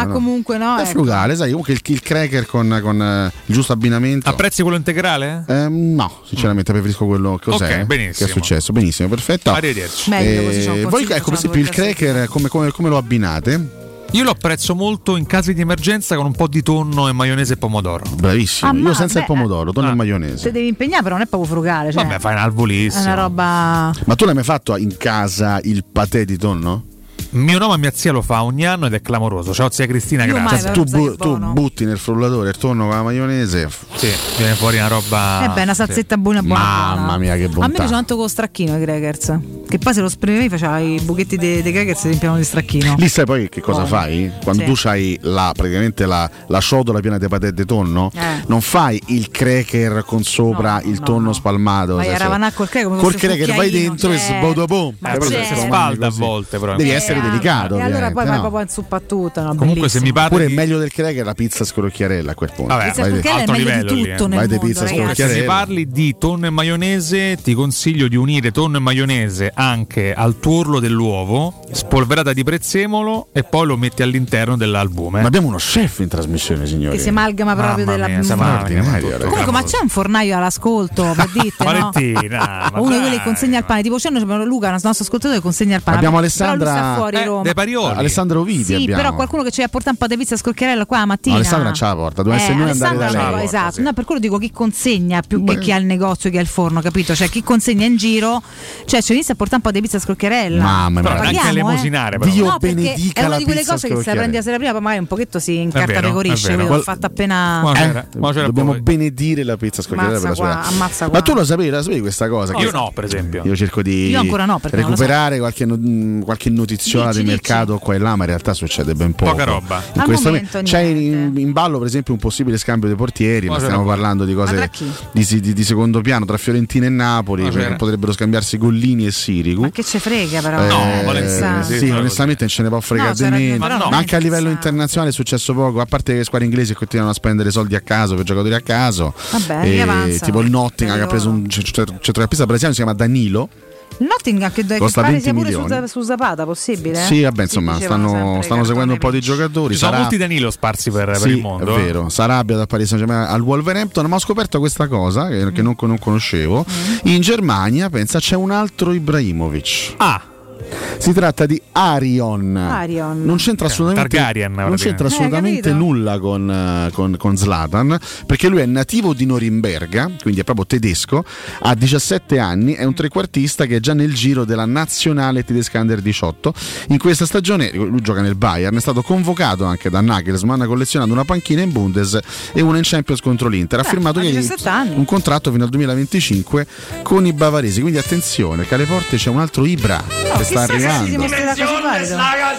ma no. comunque no. È ecco. frugale, sai, comunque il, il cracker con, con eh, il giusto abbinamento. Apprezzi quello integrale? Eh, no, sinceramente preferisco quello. Cos'è? Ok, benissimo. Che è successo? Benissimo, perfetto. Arrivederci. Meglio così, c'è un Eh, voi, consiglio, ecco, per facciamo esempio, il due cracker come, come, come lo abbinate? Io lo apprezzo molto in casi di emergenza con un po' di tonno e maionese e pomodoro. Bravissimo, Ah, io ma senza beh, il pomodoro, tonno ah. e maionese. Se devi impegnare, però non è proprio frugale. Cioè, Vabbè, fai un al è volissimo. una roba. Ma tu l'hai mai fatto in casa il patè di tonno? Mio nonno e mia zia lo fa ogni anno ed è clamoroso. Ciao zia Cristina, Io mai, grazie. però, Tu, sai che bu- è tu buono. butti nel frullatore il tonno con la maionese. Sì, viene fuori una roba. Eh beh, una salsetta sì. buona buona. Mamma buona. mia, che A me bontà. piace tanto con lo stracchino i crackers. Che poi se lo spremevi faceva i buchetti dei, dei crackers si riempiavano di stracchino. Lì sai poi che cosa Buono. fai? Quando Sì. tu c'hai la, praticamente la, la ciotola piena di patè di tonno, Eh. non fai il cracker con sopra No, il no, tonno no. spalmato. Vai sai, a sai. ravanare col cracker come Col fosse un cracker vai cucchiaino, dentro e certo. sbodoboom. Ma Hai presente certo. sto Spalda mangi a così? volte, però. Devi Eh, essere ah, delicato. E allora poi ovviamente, vai no? proprio in zuppattuta. No, Comunque, se mi bellissimo. parli Oppure di- è meglio del cracker la pizza scrocchiarella a quel punto. Vabbè, Pizza vai di- scrocchiarella è alto meglio livello di lì, tutto eh. nel Vai di mondo, pizza ragazzi. Se scrocchiarella. parli di tonno e maionese, ti consiglio di unire tonno e maionese anche al tuorlo dell'uovo, spolverata di prezzemolo e poi lo metti all'interno dell'albume. Ma abbiamo uno chef in trasmissione, signori. Che si amalgama proprio Mamma della mia, si Mm. amalgama, Ordinario, tutto. ragazzi. Comunque, ma c'è un fornaio all'ascolto, per dite, no? Valentina, ma Uno di dai, quelli che consegna il pane, tipo c'è Luca, il nostro ascoltatore che consegna il pane. Abbiamo Però Alessandra- lui sta fuori Eh, Roma. De Parioli. Alessandro Ovidi Sì, abbiamo. però qualcuno che ci ha portato un po' di pizza scrocchiarella qua la mattina. No, Alessandra ce la porta, dobbiamo Eh, essere noi ad andare Alessandra da ce la lei. porta, esatto. sì. No, per quello dico chi consegna più Beh. che chi ha il negozio, chi ha il forno, capito? Cioè chi consegna in giro, cioè ci inizia a portare un po' di pizza scrocchiarella. Mamma mia, Però ragazzi. anche a Paghiamo, eh. elemosinare, però. Dio No, perché benedica è una la di quelle pizza cose che se la scrocchiarella. prendi la sera prima, poi magari un pochetto si vero, incartapecorisce. è vero. L'ho fatta appena. Ma Eh, c'era- ma c'era dobbiamo poi. benedire la pizza scrocchiarella per la Ammazza sua. qua, ammazza qua. Ma tu lo sapevi, la sapevi questa cosa? Che Io no, per esempio. Io cerco di Io ancora no, perché non lo so. recuperare qualche, no- mh, qualche notiziola Dici, del dici. mercato qua e là, ma in realtà succede ben poco. Poca roba. In Al questo momento me- c'è in, niente. in ballo, per esempio, un possibile scambio dei portieri, ma Ma stiamo c'era- parlando di Ma cose tra chi? di, di- di secondo piano tra Fiorentina e Napoli, Ma perché c'era- potrebbero scambiarsi Gollini e Sirigu. Ma che ce frega però. Eh, No, Valentina, sì, sì, però onestamente non ce ne può fregare No, di c'ha ragione, meno. però Ma non è anche a livello necessario. internazionale è successo poco, a parte che le squadre inglesi continuano a spendere soldi a caso per giocatori a caso. Vabbè, E che avanzano. tipo il Nottingham che ha Per preso un c- c- centrocampista brasiliano, si chiama Danilo. Il Nottingham che, che Costa pare venti sia pure su, milioni. su Zapata, possibile? Sì, vabbè, insomma, dicevano stanno, sempre, stanno seguendo un po' di cartone giocatori. Ci sono Sarà- molti Danilo sparsi per, per Sì, il mondo. è eh. vero. Sarabia da Paris Saint-Germain al Wolverhampton, ma ho scoperto questa cosa che, Mm. che non, non conoscevo. In Germania, pensa, c'è un altro Ibrahimovic. Ah, Si tratta di Arion. Arion. Non c'entra assolutamente, Targaryen, non c'entra Eh, assolutamente capito? nulla con, eh, con, con Zlatan, perché lui è nativo di Norimberga, quindi è proprio tedesco, ha diciassette anni, è un trequartista che è già nel giro della nazionale tedesca under diciotto. In questa stagione, lui gioca nel Bayern, è stato convocato anche da Nagelsmann, collezionando una panchina in Bundes e una in Champions contro l'Inter. Ha Beh, firmato ha ieri diciassette anni. un contratto fino al duemilaventicinque con i bavaresi, quindi attenzione che alle porte c'è un altro Ibra che sta chissà se si arrivando. dimostrerà così valido.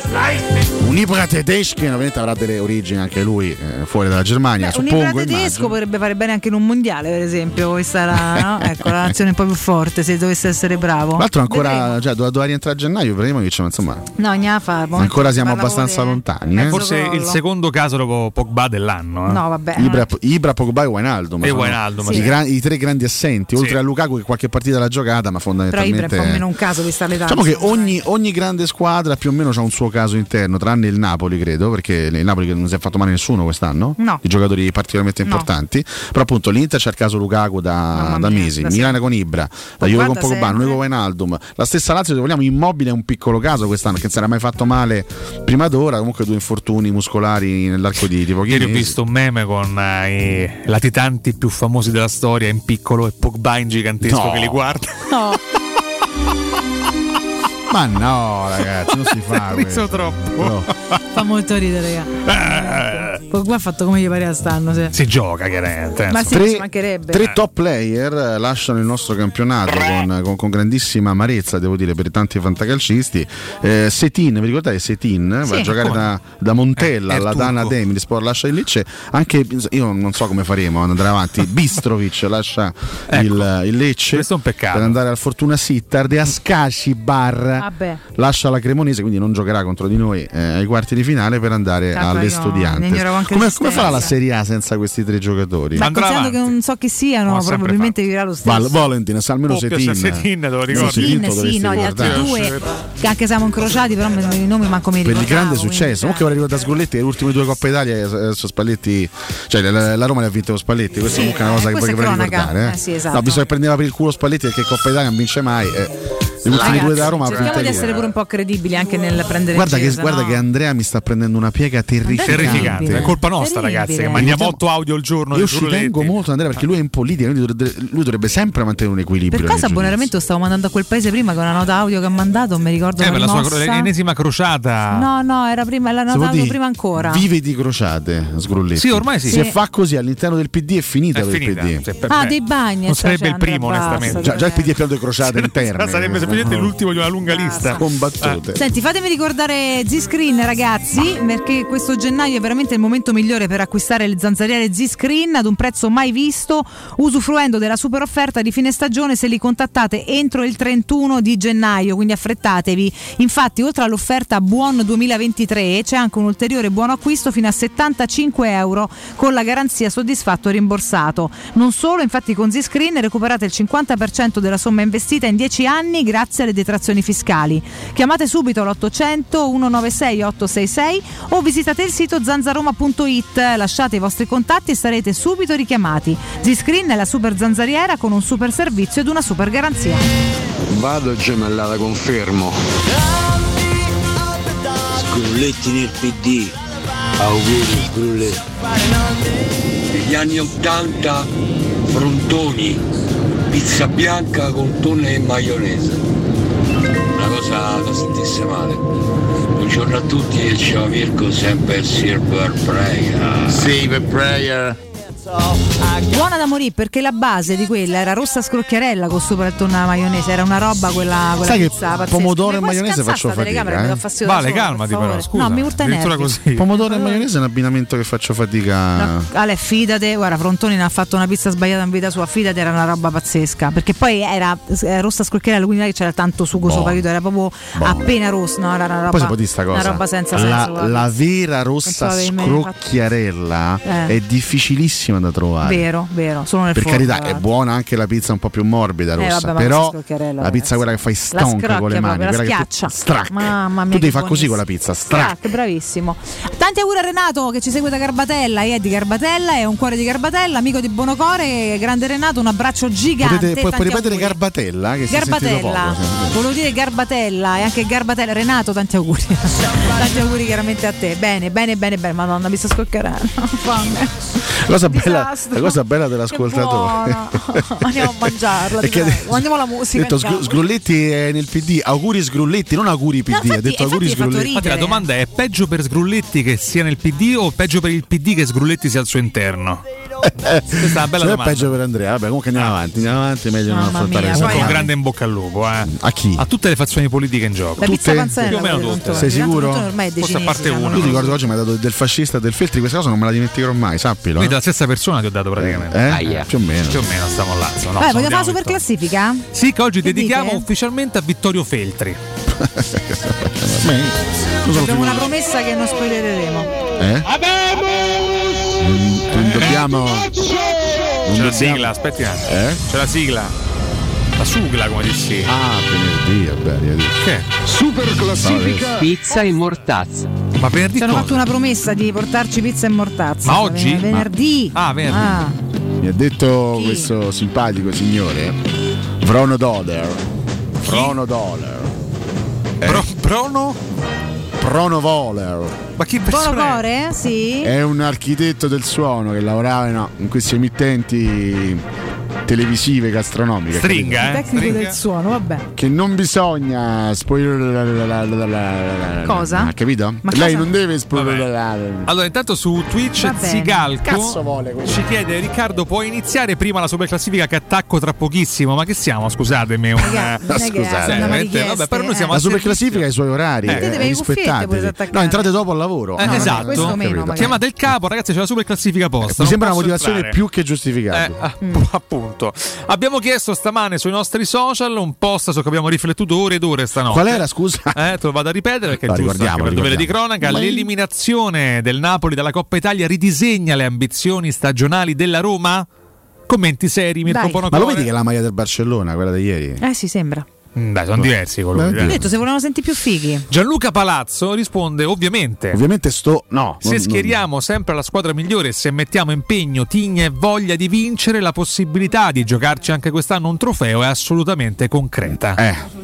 Un Ibra tedesco che ovviamente avrà delle origini anche lui eh, fuori dalla Germania, Beh, un suppongo. Ibra tedesco immagino. potrebbe fare bene anche in un mondiale, per esempio. Questa è la, no? Ecco, la nazione un po' più forte se dovesse essere bravo. Tra l'altro ancora, Vedremo. cioè, doveva, doveva rientrare a gennaio, Ibrahimovic, ma insomma No, gnafa, ancora siamo abbastanza lontani. eh. forse collo. il secondo caso dopo Pogba dell'anno. eh. No, vabbè. Ibra, Ibra, Pogba e Wijnaldum E sono Wijnaldum, i, sì. gran- i tre grandi assenti, Sì. oltre a Lukaku che qualche partita l'ha giocata, ma Però Ibra fondamentalmente è un po' meno un caso vista l'età. diciamo che insomma. ogni, ogni grande squadra più o meno ha un suo caso interno, tranne il Napoli, credo, perché il Napoli che non si è fatto male nessuno quest'anno, No. di giocatori particolarmente No. importanti. Però appunto l'Inter c'è il caso Lukaku da, Mamma da mia, mesi, da Milan sempre. con Ibra, la Pogba Juve con da Pogba, sempre. noi con Wijnaldum. La stessa Lazio, se vogliamo, Immobile è un piccolo caso quest'anno, che non si era mai fatto male prima d'ora, comunque due infortuni muscolari nell'arco di, di pochi Ieri ho mesi. visto un meme con eh, i latitanti più famosi della storia in piccolo e Pogba in gigantesco No. che li guarda. No, Ma no, ragazzi, non si fa Ho riso questo. troppo. No. fa molto ridere, raga. Pogba ha fatto come gli pare a stanno. Se. Si gioca chiaramente. Ma insomma. sì, ci Tre, mancherebbe. tre top player eh, lasciano il nostro campionato con, con- con grandissima amarezza, devo dire, per tanti fantacalcisti. Eh, Setin, vi ricordate Setin? Va Sì, a giocare come da, da Montella Eh, è alla turco. Dana Demirspor, lascia il Lecce. Anche io non so come faremo ad andare avanti. Bistrovic lascia Ecco, il, il Lecce questo è un peccato. per andare al Fortuna Sittard e Ascaci Bar Vabbè. lascia la Cremonese, quindi non giocherà contro di noi eh, ai quarti quarti di finale per andare Cazzo, alle io Studiantes. ne ignoravo anche Come, come l'esistenza. farà la Serie A senza questi tre giocatori? Ma considerando che non so chi siano, Come probabilmente vivrà lo stesso. Val- Valentin, sa almeno Doppio, Setin. se Setin, te lo ricordi? Setin, sì, no, gli altri due che anche siamo incrociati, però me- i nomi manco mi Per il ricordavo. grande successo. Comunque vorrei ricordare Sgrulletti, le ultime due Coppe Italia, adesso Spalletti, cioè la, la Roma le ha vinte con Spalletti, questa Sì, comunque è una cosa eh, che questa vorrei è cronaca. ricordare. Eh. Eh, sì, esatto. No, bisogna che prendeva per il culo Spalletti perché Coppa Italia non vince mai. Eh. Le ultime Ragazzi, due da Roma cerchiamo di essere pure un po' credibili anche nel prendere Guarda, in che, giro, guarda no? che Andrea mi sta prendendo una piega terrificante. Terrificante, è colpa nostra, ragazzi, che mandiamo otto audio al giorno. Io di ci Sgrulletti. tengo molto Andrea perché lui è in politica, quindi dovrebbe, lui dovrebbe sempre mantenere un equilibrio. Per cosa nei giudizi. Bonariamente lo stavo mandando a quel paese prima con una nota audio che ha mandato, non mi ricordo Eh, per la sua mossa. cro- ennesima crociata. No, no, era prima la Se nota vuol audio dire, prima ancora. Vive di crociate, Sgrulletti. Sì, ormai sì. Se Sì. fa così all'interno del P D è finita È per finita. il P D. Cioè, per Ah, me dei bagni. non sarebbe il primo, onestamente. Già, già il P D è pieno di crociate interne. Sarebbe semplicemente l'ultimo di una lunga lista. Combattute. Senti, fatemi ricordare Z-Screen, ragazzi, perché questo gennaio è veramente il momento migliore per acquistare le zanzariere Z-Screen ad un prezzo mai visto, usufruendo della super offerta di fine stagione se li contattate entro il trentuno di gennaio, quindi affrettatevi. Infatti, oltre all'offerta Buon duemilaventitré, c'è anche un ulteriore buono acquisto fino a settantacinque euro con la garanzia soddisfatto e rimborsato. Non solo, infatti con Z-Screen recuperate il cinquanta per cento della somma investita in dieci anni grazie alle detrazioni fiscali. Chiamate subito l'ottocento centonovantasei ottocentosessantasei o visitate il sito zanzaroma punto it, lasciate i vostri contatti e sarete subito richiamati. Z-Screen è la super zanzariera con un super servizio ed una super garanzia. Vado gemellata, confermo. Sgrulletti nel P D. Auguri Sgrulletti. Negli anni ottanta frontoni, pizza bianca con tonno e maionese. Una cosa da sentirsi male. Buongiorno a tutti e ciao Mirko, sempre Silver Prayer. Silver Prayer. Buona da morire perché la base di quella era rossa scrocchiarella con sopra il tonno alla maionese, era una roba quella, quella Sai che pizza pazzesca. pomodoro e Ma poi maionese scansata faccio sta telecamera, fatica, mi eh. dà fastidio Vale, da solo, calmati per però, favore. scusa. No, mi urta addirittura nervi. così. Pomodoro e maionese è un abbinamento che faccio fatica. No, Ale, fidate, guarda, Frontoni ne ha fatto una pizza sbagliata in vita sua, fidate, era una roba pazzesca, perché poi era eh, rossa scrocchiarella, quindi non è che c'era tanto sugo Boh. sopra, capito? Era proprio Boh. appena rosso, no, era una roba, Poi si può dire sta cosa. una roba senza la, senso. guarda. la vera rossa Pensavo che mi- scrocchiarella Eh. è difficilissima da trovare. Vero, vero, solo nel Per forno, carità, guarda. è buona anche la pizza un po' più morbida Eh, rossa, vabbè, ma però rossa scrocchiarella, la ragazzi. pizza quella che fai La stonca con le scrocchia mani, proprio, la quella che schiaccia. tu, strac. Mamma mia, tu devi che fare così con la pizza, strac. Strac, bravissimo. Tanti auguri a Renato che ci segue da Garbatella, è di Garbatella, è un cuore di Garbatella, amico di Buonocore, grande Renato, un abbraccio gigante. Potete, puoi, puoi tanti ripetere auguri. Garbatella? Che si è sentito Garbatella, poco, sì. volevo dire Garbatella e anche Garbatella. Renato, tanti auguri. Tanti auguri chiaramente a te. Bene, bene, bene, bene. Madonna, mi sto scoccherando. Fame. La cosa, bella, Disastro. la cosa bella dell'ascoltatore Andiamo a mangiarla. è ti che prego. Andiamo alla ha musica. detto andiamo. Sgru- Sgrulletti è nel P D, auguri Sgrulletti, non auguri P D, No, ha infatti- detto auguri infatti hai fatto Sgrulletti. Infatti la domanda è: peggio per Sgrulletti che sia nel P D o peggio per il P D che Sgrulletti sia al suo interno? Questa è una bella Se no è domanda. peggio per Andrea. Vabbè, comunque andiamo avanti, andiamo avanti, meglio non Mamma affrontare mia, questa poi- Con cosa. grande in bocca al lupo, eh. A chi? A tutte le fazioni politiche in gioco. La pizza Tutte? panzanella Più o meno quella di tutte. Frontoni. Sei Tanto sicuro? Frontoni ormai è Forse a decinesi, parte hanno- una. Io ti ricordo che oggi mi ha dato del fascista e del Feltri, questa cosa non me la dimenticherò mai, sappilo. Quindi Eh? la stessa persona ti ho dato praticamente. Eh? Aia. Più o meno. Più o meno stiamo là. No, Vabbè, stiamo vogliamo fare la andiamo super Vittorio. classifica? Sì, che oggi Che dedichiamo dite? ufficialmente a Vittorio Feltri. Beh, io sono Abbiamo una figura- promessa che non spoilereremo. Eh? Non, non dobbiamo. non C'è la dobbiamo- sigla, aspetti un attimo. Eh? C'è la sigla. La sigla, come dissi. Ah, venerdì, vabbè, vedi. Che? Super classifica. Pizza e mortazza. Ma venerdì Ci hanno cosa? fatto una promessa di portarci pizza e mortazza. Ma oggi? Ven- Venerdì. Ah, venerdì. Ah. Mi ha detto Chi? questo simpatico signore Vrono Doller. Vrono Doller. Eh? Pro- Prono? Prono Voller. Ma chi Buono persona è? cuore? Sì. È un architetto del suono che lavorava in, in queste emittenti televisive gastronomiche. Stringa, eh? Tecnico Stringa. del suono, vabbè. Che non bisogna spoiler. Cosa? Ha capito? Ma Lei cosa? non deve spoiler. Allora, intanto su Twitch Va bene. Zigalco Cazzo vuole questo? ci chiede: Riccardo, puoi iniziare prima la super classifica che attacco tra pochissimo? Ma che siamo? Scusatemi, un, Raga, non è che scusate, andiamo a veramente, richieste, vabbè, per noi eh. siamo La a super servizio. classifica ha i suoi orari, Eh, eh, Mettete le cuffiette, rispettatevi. potete attaccare. No, entrate dopo al lavoro. Eh, Ah, esatto. questo ho meno, capito. magari. Chiamate il capo, ragazzi, c'è la super classifica posta. Mi non sembra una posso motivazione entrare. più che giustificata. Eh, ah, Mm. appunto. tutto. Abbiamo chiesto stamane sui nostri social un post su cui abbiamo riflettuto ore ed ore stanotte. Qual era, scusa? Eh, te lo vado a ripetere perché no, è giusto anche per dovere di cronaca. Ma... L'eliminazione del Napoli dalla Coppa Italia ridisegna le ambizioni stagionali della Roma? Commenti seri, Mirko Bonocore. Ma lo vedi che è la maglia del Barcellona, quella di ieri? Eh sì, sembra. Mm, dai, sono diversi colori. Ho detto se volevano sentire più fighi. Gianluca Palazzo risponde ovviamente. Ovviamente sto no. Se non, schieriamo non... sempre la squadra migliore e se mettiamo impegno, tigna e voglia di vincere, la possibilità di giocarci anche quest'anno un trofeo è assolutamente concreta. Eh.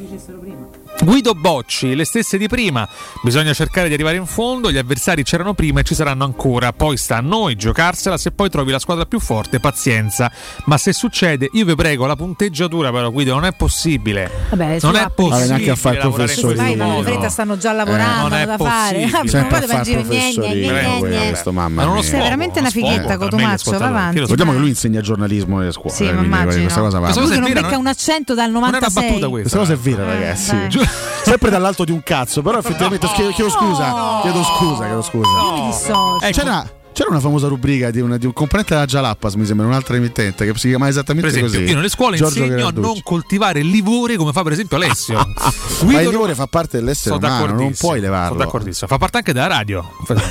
Guido Bocci, le stesse di prima, bisogna cercare di arrivare in fondo, gli avversari c'erano prima e ci saranno ancora, poi sta a noi giocarsela, se poi trovi la squadra più forte pazienza, ma se succede io vi prego la punteggiatura però Guido non è possibile. Vabbè, non è possibile neanche a fare professori, vai, vanno fretta, stanno già lavorando, eh, da fare sempre a fare professori questo, mamma mia. Sei veramente una fighetta Cotumaccio, va avanti. Ricordiamo che lui insegna giornalismo nelle scuole, sì, ma immagino. Questa cosa va. Lui che non becca un accento dal novantasei. Questa cosa è vera, ragazzi. Sempre dall'alto di un cazzo, però effettivamente no, chiedo, chiedo scusa, no, chiedo scusa, chiedo scusa. No. Eh, c'era, c'era una famosa rubrica di, una, di un componente della Jalappas, mi sembra, un'altra emittente che si chiama esattamente per esempio, così. Io nelle scuole Giorgio insegno Gherarducci. a non coltivare il livore come fa per esempio Alessio. Ma il livore fa parte dell'essere sono umano, non puoi levarlo. Sono d'accordissimo, fa parte anche della radio.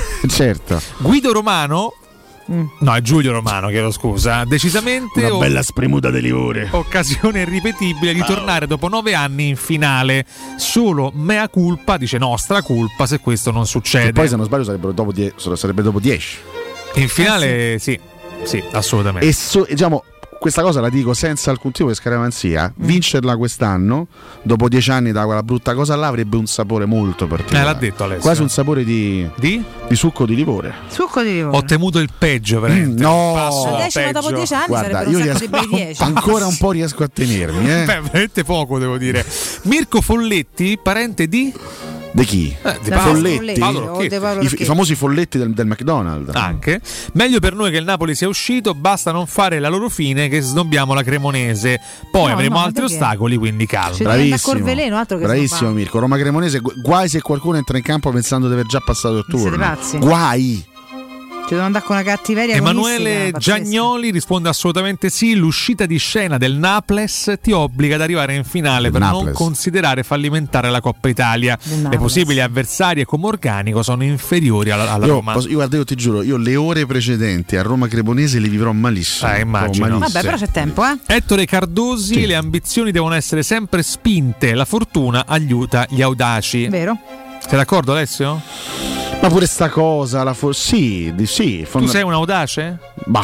Certo. Guido Romano. No, è Giulio Romano, chiedo scusa. Decisamente una bella spremuta di livore. Occasione irripetibile di tornare dopo nove anni in finale. Solo mea culpa, dice nostra colpa, se questo non succede. E poi se non sbaglio sarebbero dopo die- sarebbe dopo dieci. In finale eh sì. sì, sì, assolutamente. E so, diciamo questa cosa la dico senza alcun tipo di scaramanzia. Mm. Vincerla quest'anno, dopo dieci anni da quella brutta cosa là, avrebbe un sapore molto particolare. Eh, l'ha detto Alessio. Quasi un sapore di, di? di succo di livore. Succo di livore. Ho temuto il peggio, veramente. Mm, no, la decima dopo dieci anni. Guarda, io io un riesco, di bei dieci. ancora un po' riesco a tenermi. Eh. Beh, veramente poco, devo dire. Mirko Folletti, parente di. Di chi? Eh, di Folletti, Folletti. I, i famosi folletti del, del McDonald's. Anche meglio per noi che il Napoli sia uscito, basta non fare la loro fine che snobbiamo la Cremonese, poi no, avremo no, altri ostacoli, quindi calma. Bravissimo, veleno, altro che bravissimo Mirko. Roma Cremonese, guai se qualcuno entra in campo pensando di aver già passato il turno. Guai. Ci devono andare con una cattiveria. Emanuele Giagnoli risponde assolutamente sì. L'uscita di scena del Naples ti obbliga ad arrivare in finale per Naples. Non considerare fallimentare la Coppa Italia. Le possibili avversarie come organico sono inferiori alla, alla io, Roma. Posso, io guarda, io ti giuro, io le ore precedenti a Roma Cremonese le vivrò malissimo. Eh, immagino. malissimo. Vabbè, però c'è tempo, eh. Ettore Cardosi, sì. Le ambizioni devono essere sempre spinte. La fortuna aiuta gli audaci. Vero? Sei d'accordo, Alessio? Ma pure sta cosa, la for- sì, di sì. Fonda- tu sei un audace? Bah.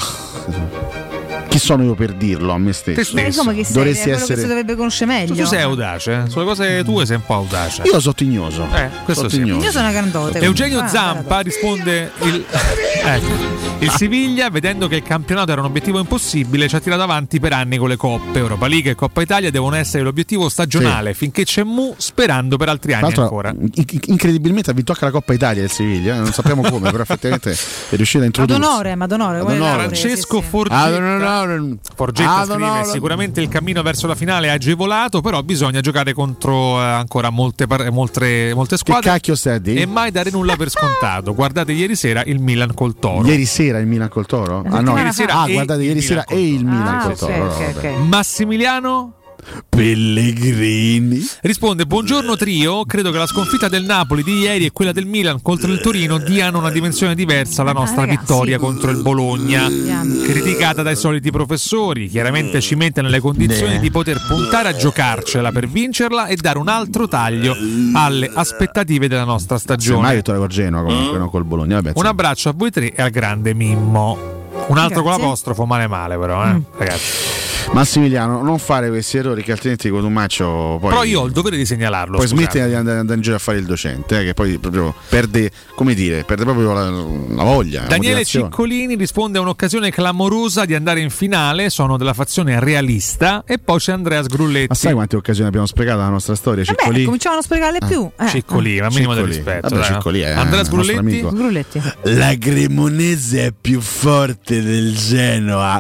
Chi sono io per dirlo a me stesso? Te stesso. Come che sei, dovresti è essere. Che si dovrebbe conoscere meglio. Tu, tu sei audace, sulle cose tue sei un po' audace. Io sono tignoso. Eh, questo sì. Io sono una grandote. Eugenio ah, Zampa risponde il, ecco, il Siviglia, vedendo che il campionato era un obiettivo impossibile, ci ha tirato avanti per anni con le coppe. Europa League e Coppa Italia devono essere l'obiettivo stagionale, sì. Finché c'è Mu, sperando per altri anni ancora. Incredibilmente ha vinto anche la Coppa Italia il Siviglia, non sappiamo come, però effettivamente è riuscito a introdurre. Ad onore, ma ad onore. Ad onore. Francesco sì, sì. Forgetta, Forgetta scrive, sicuramente il cammino verso la finale è agevolato, però bisogna giocare contro eh, ancora molte, molte, molte squadre. Che cacchio stai a dire? E mai dare nulla per scontato. Guardate ieri sera il Milan col Toro. Ieri sera il Milan col Toro? Ah no, ieri sera ah, guardate ieri sera e il Milan ah, col okay, Toro. Okay, okay. Massimiliano Pellegrini risponde: buongiorno trio, credo che la sconfitta del Napoli di ieri e quella del Milan contro il Torino diano una dimensione diversa alla nostra ah, ragazzi, vittoria contro il Bologna, criticata dai soliti professori. Chiaramente ci mette nelle condizioni Beh. di poter puntare a giocarcela per vincerla e dare un altro taglio alle aspettative della nostra stagione. Mai detto con Genoa comunque, non col Bologna. Vabbè, un abbraccio a voi tre e al grande Mimmo. Un altro Grazie. Con l'apostrofo male male però, eh, mm. ragazzi. Massimiliano, non fare questi errori che altrimenti con un maccio poi. Però io ho il dovere di segnalarlo. Poi smetti di andare, andare in giro a fare il docente, eh, che poi proprio perde, come dire, perde proprio la, la voglia. Daniele la Ciccolini risponde a un'occasione clamorosa di andare in finale. Sono della fazione realista. E poi c'è Andrea Sgrulletti. Ma sai quante occasioni abbiamo sprecato nella nostra storia? Vabbè, Ciccolini. cominciavano a sprecarle ah. più. Eh. Ciccolini, ma minimo del rispetto. Vabbè, Ciccolini, eh, Andrea Sgrulletti. Sgrulletti. La Cremonese è più forte del Genoa.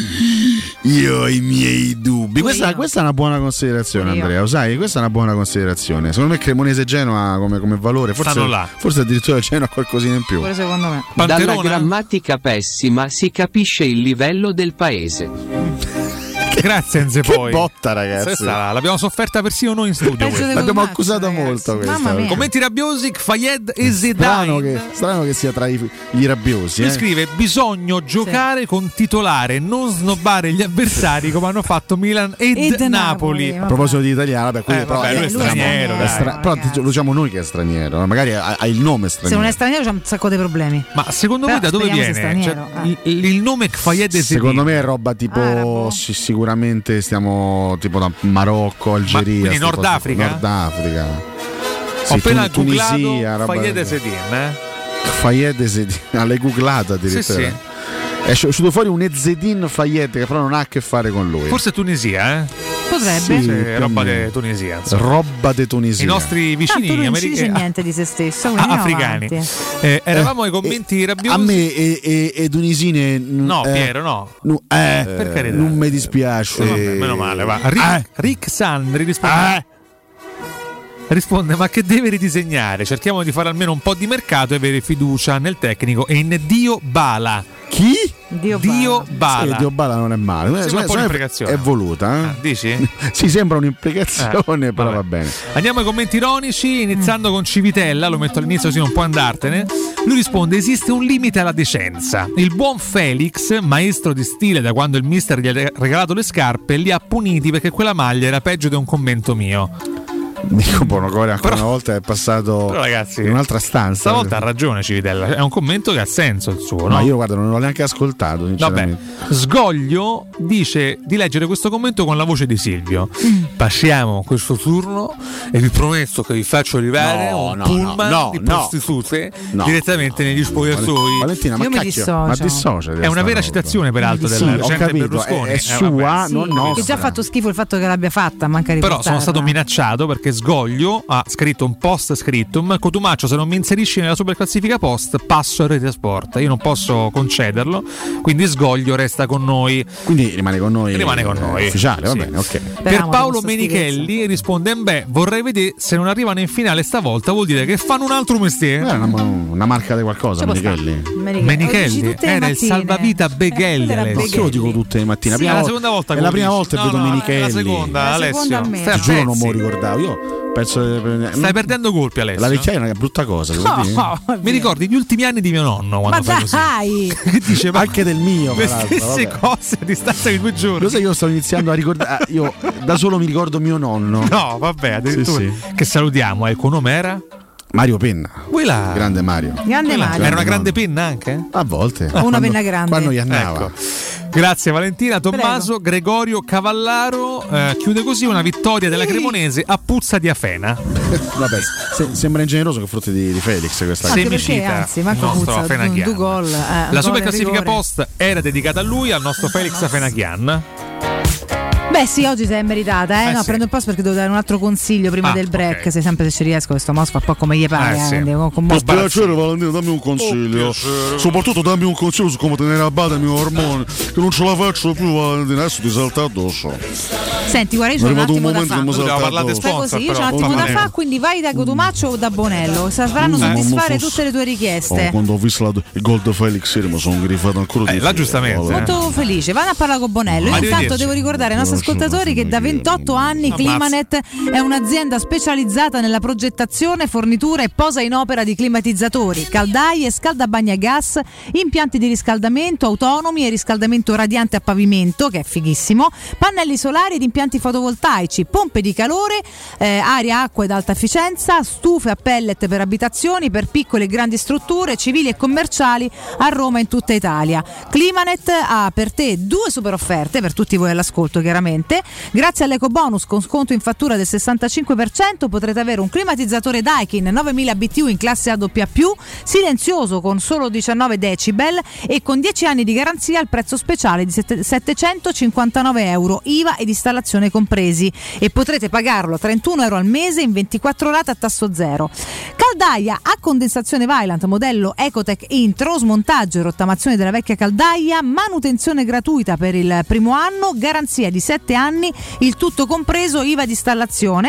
Io ho i miei dubbi. Questa, questa è una buona considerazione, Andrea. Lo sai, questa è una buona considerazione. Secondo me Cremonese Genoa come, come valore, forse, forse addirittura il Genoa ha qualcosina in più. Pure secondo me. Panterona? Dalla grammatica pessima si capisce il livello del paese. Grazie Enze Che poi. botta, ragazzi. Questa l'abbiamo sofferta persino noi in studio. L'abbiamo accusata molto questa. Commenti rabbiosi, Fayed e Strano Zidane. che, strano che sia tra i, gli rabbiosi. Mi Eh. scrive: bisogna giocare con titolare, non snobbare gli avversari come hanno fatto Milan ed, Ed Napoli. Napoli, A proposito di italiano, beh, quello Eh, però vabbè, lui è straniero, è dai. stra- però lo diciamo noi che è straniero, magari ha, ha il nome Se straniero. non è straniero c'è un sacco di problemi. Ma secondo Però voi da dove speriamo sia viene? Cioè, straniero, il, il nome Fayed e Zidane. Secondo me è roba tipo sì, sicuramente stiamo tipo da Marocco, Algeria, quindi ste Nord cose- Africa? Nord Africa. Ho Sì, appena Tu- Tunisia, googlato roba- Fayed e Zidane. Eh? Fayed e Zedin, ah, l'hai googlato addirittura. Sì, sì. È uscito fuori un Ezzedin Fayed che però non ha a che fare con lui. Forse Tunisia, eh? Potrebbe. Sì, Sì, più roba o meno. di Tunisia. insomma. Roba de Tunisia. I nostri vicini Tanto lui non ci dice americani, niente di se stesso, ah, quindi andiamo africani. avanti. Eh, eravamo ai commenti rabbiosi. A me e, e, e tunisine No, eh, Piero, no. nu- eh, Per carità. non mi dispiace. Eh, vabbè, meno male, va. Rick, Eh. Rick Sandri risponde. Risponde: ma che deve ridisegnare? Cerchiamo di fare almeno un po' di mercato e avere fiducia nel tecnico e in Dio Bala. Chi? Dio, Dio Bala. Sì, Dio Bala non è male. Sembra un po' Secondo me un'implicazione. È voluta, eh? Ah, dici? Sì, sembra un'implicazione, Eh, però vabbè. va bene. Andiamo ai commenti ironici, iniziando con Civitella, lo metto all'inizio così non può andartene. Lui risponde: esiste un limite alla decenza. Il buon Felix, maestro di stile da quando il mister gli ha regalato le scarpe, li ha puniti perché quella maglia era peggio di un commento mio. Nico Bonocore ancora una volta è passato Però ragazzi, in un'altra stanza. Stavolta ha ragione Civitella, è un commento che ha senso il suo, no? Ma io guarda, non l'ho neanche ascoltato, Vabbè, sinceramente. Sgoglio dice di leggere questo commento con la voce di Silvio. Passiamo questo turno e vi prometto che vi faccio arrivare No, un no, pullman no, di no. prostitute No. direttamente negli spogliatoi. Valentina, ma Io mi cacchio, dissocio. ma dissocia di È una sta vera roba. citazione, peraltro, Sì, del ho recente capito, Berlusconi. è, è Eh, sua, vabbè. Sì, non che nostra. già ha fatto schifo il fatto che l'abbia fatta, manca Però sono riportarla. stato minacciato perché Sgoglio ha scritto un post scriptum: Cotumaccio, se non mi inserisci nella super classifica post passo a Rete Sport. Io non posso concederlo, quindi Sgoglio resta con noi. Quindi rimane con noi. Rimane con eh, noi. Ufficiale, va Sì. bene, ok. Per Speriamo Paolo di questa Menichelli risponde: beh, vorrei vedere se non arrivano in finale stavolta, vuol dire che fanno un altro mestiere. È una, una marca di qualcosa, Ci può Menichelli. Menichelli. Menichelli Lo dici tutte le era il mattine. salvavita Eh, Beghelli. quello era Alessio. Ma che lo dico tutte le mattine? Sì, La è la prima seconda volta è che la lo prima dici. volta che No, vedo no, è Menichelli. la seconda, La Alessio. seconda almeno. Stai a Ti giuro, non pezzi. me lo ricordavo. Io penso. Stai perdendo colpi, Alessio. La vecchiaia è una brutta cosa. No, devo dire. vabbè. Mi ricordi gli ultimi anni di mio nonno quando Ma fai così? dai! Che dice, ma Anche del mio, le tra l'altro, stesse vabbè. cose a distanza di due giorni. Lo sai che io sto iniziando a ricordare. Io da solo mi ricordo mio nonno. No, vabbè, addirittura. Sì, Che salutiamo, eh, il tuo nome era? Mario Penna. Vuoi là? Grande Mario. Grande Quella- Mario. Era una grande penna anche? A volte. O una Quando- penna grande. Quando gli andava. Ecco. Grazie Valentina, Tommaso, Gregorio Cavallaro eh, chiude così una vittoria della Cremonese a puzza di Afena. Vabbè, se- sembra ingeneroso che frutti di, di Felix questa Anche cosa. perché, Semicita, anzi, manco il nostro puzza, Afenaghian. due gol, eh, un La gol super in classifica rigore. post era dedicata a lui, al nostro Felix Afenaghian. Beh sì, oggi sei meritata, eh? Eh, no, sì. prendo un po' perché devo dare un altro consiglio prima Ah, del break, ok. se sempre se ci riesco, questo mouse fa un po' come gli pare, Eh, eh, sì. quindi con- con Per molto- piacere Valentino, dammi un consiglio. Soprattutto dammi un consiglio su come tenere a bada i miei ormoni. Che non ce la faccio più, Valentino. Adesso ti salta addosso. Senti, guarda, io È c'ho un arrivato un attimo da momento che mi fare. salta Dobbiamo parlare di addosso. Fai sponsor, così, io c'ho però, un attimo va da bene. fare, quindi vai da Cotumaccio o da Bonello, sapranno Mm, soddisfare ma tutte le tue Oh, richieste. quando ho visto la- il gol di Felix ieri mi sono griffato ancora di Eh, là più. giustamente, Vabbè. Molto felice, vanno a parlare con Bonello. Io Arrivederci. intanto devo ricordare ai nostri Non so, ascoltatori che da ventotto anni Ammazza. Climanet è un'azienda specializzata nella progettazione, fornitura e posa in opera di climatizzatori, caldaie, scaldabagni a gas, impianti di riscaldamento autonomi e riscaldamento radiante a pavimento, che è fighissimo, pannelli solari ed impianti fotovoltaici, pompe di calore, eh, aria, acqua ed alta efficienza, stufe a pellet per abitazioni, per piccole e grandi strutture civili e commerciali a Roma e in tutta Italia. Climanet ha per te due super offerte, per tutti voi all'ascolto chiaramente. Grazie all'eco bonus con sconto in fattura del sessantacinque per cento potrete avere un climatizzatore Daikin novemila B T U in classe A doppia più, silenzioso con solo diciannove decibel e con dieci anni di garanzia al prezzo speciale di sette- settecentocinquantanove euro, I V A ed installazione compresi, e potrete pagarlo a trentuno euro al mese in ventiquattro rate a tasso zero. Caldaia a condensazione Vaillant modello Ecotech Intro, smontaggio e rottamazione della vecchia caldaia, manutenzione gratuita per il primo anno, garanzia di sette anni, il tutto compreso I V A di installazione.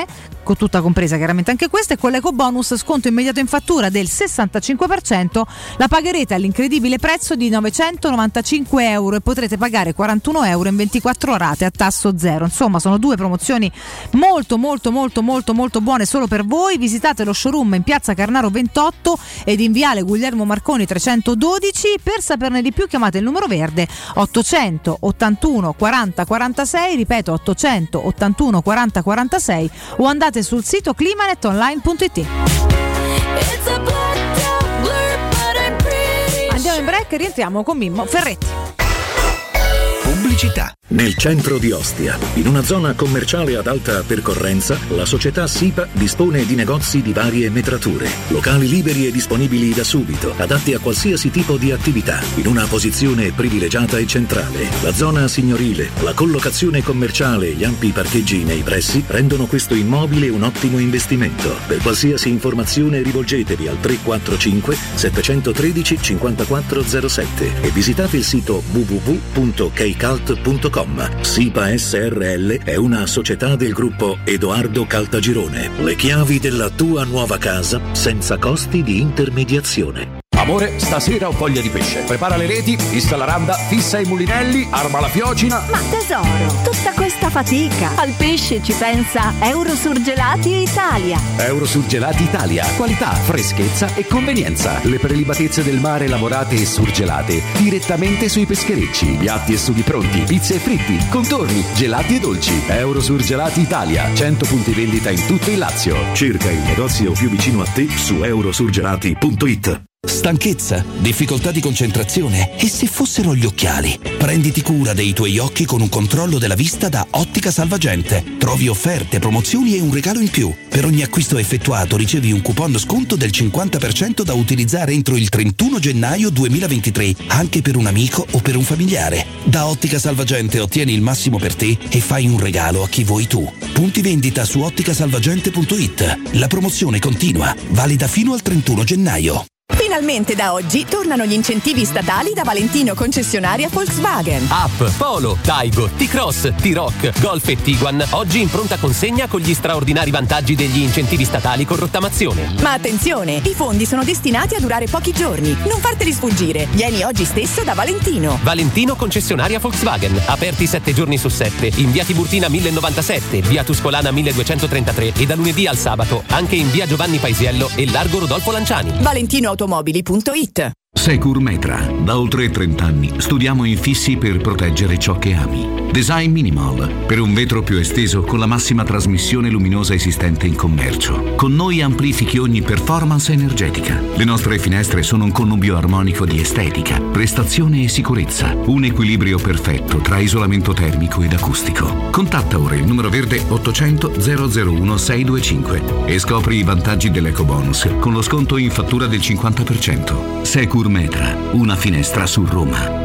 con tutta compresa chiaramente anche questa, e con l'eco bonus sconto immediato in fattura del sessantacinque per cento la pagherete all'incredibile prezzo di novecentonovantacinque euro e potrete pagare quarantuno euro in ventiquattro rate a tasso zero. Insomma, sono due promozioni molto molto molto molto molto buone solo per voi. Visitate lo showroom in piazza Carnaro ventotto ed in viale Guglielmo Marconi trecentododici. Per saperne di più chiamate il numero verde ottocentottantuno quaranta quarantasei, ripeto ottocentottantuno quaranta quarantasei, o andate sul sito climanetonline punto it. Andiamo in break e rientriamo con Mimmo Ferretti. Pubblicità. Nel centro di Ostia, in una zona commerciale ad alta percorrenza, la società SIPA dispone di negozi di varie metrature, locali liberi e disponibili da subito, adatti a qualsiasi tipo di attività, in una posizione privilegiata e centrale. La zona signorile, la collocazione commerciale e gli ampi parcheggi nei pressi rendono questo immobile un ottimo investimento. Per qualsiasi informazione rivolgetevi al tre quattro cinque sette uno tre cinque zero sette e visitate il sito w w w punto keycult punto com. SIPA S R L è una società del gruppo Edoardo Caltagirone. Le chiavi della tua nuova casa senza costi di intermediazione. Amore, stasera ho voglia di pesce. Prepara le reti, fissa la randa, fissa i mulinelli, arma la fiocina. Ma tesoro, tutta questa fatica. Al pesce ci pensa Eurosurgelati Italia. Eurosurgelati Italia. Qualità, freschezza e convenienza. Le prelibatezze del mare lavorate e surgelate direttamente sui pescherecci. Piatti e sughi pronti, pizze e fritti, contorni, gelati e dolci. Eurosurgelati Italia. cento punti vendita in tutto il Lazio. Cerca il negozio più vicino a te su eurosurgelati punto it. Stanchezza, difficoltà di concentrazione e se fossero gli occhiali? Prenditi cura dei tuoi occhi con un controllo della vista da Ottica Salvagente. Trovi offerte, promozioni e un regalo in più. Per ogni acquisto effettuato ricevi un coupon sconto del cinquanta per cento da utilizzare entro il trentuno gennaio duemilaventitré, anche per un amico o per un familiare. Da Ottica Salvagente ottieni il massimo per te e fai un regalo a chi vuoi tu. Punti vendita su ottica salvagente punto it. La promozione continua, valida fino al trentuno gennaio. Finalmente da oggi tornano gli incentivi statali da Valentino concessionaria Volkswagen. Up, Polo, Taigo, T-Cross, T-Roc, Golf e Tiguan oggi in pronta consegna con gli straordinari vantaggi degli incentivi statali con rottamazione. Ma attenzione, i fondi sono destinati a durare pochi giorni. Non farteli sfuggire. Vieni oggi stesso da Valentino. Valentino concessionaria Volkswagen, aperti sette giorni su sette, in via Tiburtina mille novantasette, via Tuscolana milleduecentotrentatré e da lunedì al sabato anche in via Giovanni Paisiello e largo Rodolfo Lanciani. Valentino automobili punto it. Securmetra. Da oltre trenta anni studiamo infissi per proteggere ciò che ami. Design Minimal, per un vetro più esteso con la massima trasmissione luminosa esistente in commercio. Con noi amplifichi ogni performance energetica. Le nostre finestre sono un connubio armonico di estetica, prestazione e sicurezza. Un equilibrio perfetto tra isolamento termico ed acustico. Contatta ora il numero verde ottocento zero zero uno sei due cinque e scopri i vantaggi dell'ecobonus con lo sconto in fattura del cinquanta per cento. Securmetra, una finestra su Roma.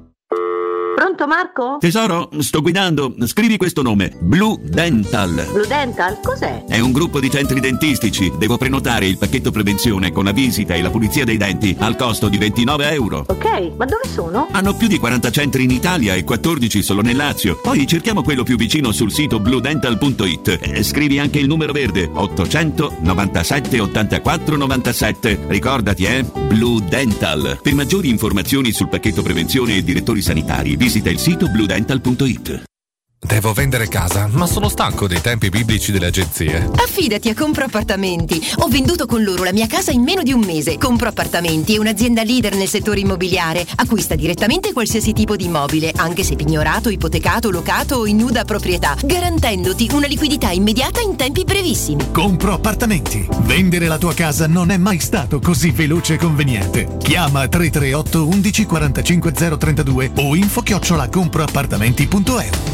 Pronto Marco? Tesoro, sto guidando. Scrivi questo nome. Blue Dental. Blue Dental? Cos'è? È un gruppo di centri dentistici. Devo prenotare il pacchetto prevenzione con la visita e la pulizia dei denti al costo di ventinove euro. Ok, ma dove sono? Hanno più di quaranta centri in Italia e quattordici solo nel Lazio. Poi cerchiamo quello più vicino sul sito blue dental punto it. Eh, scrivi anche il numero verde ottocento novantasette ottantaquattro novantasette. Ricordati, eh? Blue Dental. Per maggiori informazioni sul pacchetto prevenzione e direttori sanitari, visita il sito blue dental punto it. Devo vendere casa, ma sono stanco dei tempi biblici delle agenzie. Affidati a Compro Appartamenti. Ho venduto con loro la mia casa in meno di un mese. Compro Appartamenti è un'azienda leader nel settore immobiliare. Acquista direttamente qualsiasi tipo di immobile, anche se pignorato, ipotecato, locato o in nuda proprietà, garantendoti una liquidità immediata in tempi brevissimi. Compro Appartamenti. Vendere la tua casa non è mai stato così veloce e conveniente. Chiama tre tre otto undici quarantacinque zero trentadue o info chiocciola comproappartamenti punto e u.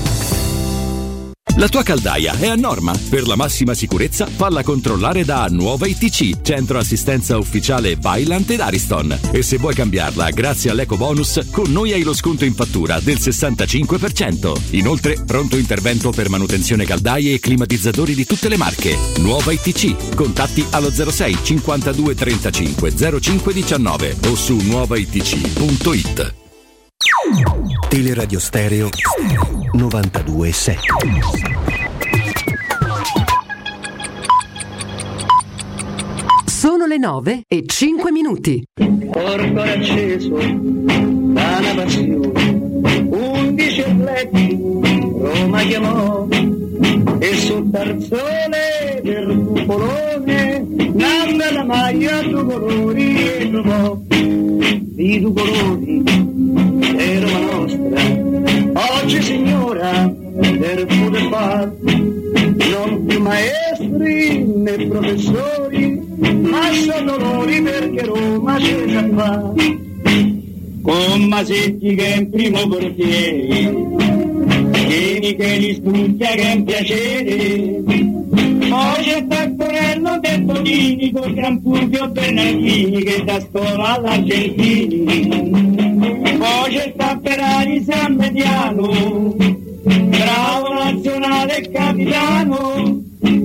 La tua caldaia è a norma. Per la massima sicurezza, falla controllare da Nuova I T C, centro assistenza ufficiale Vaillant ed Ariston. E se vuoi cambiarla grazie all'eco bonus, con noi hai lo sconto in fattura del sessantacinque per cento. Inoltre, pronto intervento per manutenzione caldaie e climatizzatori di tutte le marche. Nuova I T C. Contatti allo zero sei cinquantadue trentacinque zero cinque diciannove o su nuova i t c punto it. Teleradio Stereo novantadue sette. Sono le nove e cinque minuti. Corpo acceso da una passione, undici letti Roma chiamò, e sul tarzone del cupolone nanda la maglia due colori e trovò di due colori è Roma nostra. Oggi signora del poter far non più maestri né professori, ma sono loro perché Roma ce ne fa. Con Masetti che è in primo portiere, Vieni che li studia che è un piacere. Poi c'è Taccorello del Bonini con Gran Fulvio Bernardini che da scuola all'Argentini. Poi c'è Tapperari San Mediano, bravo nazionale e capitano.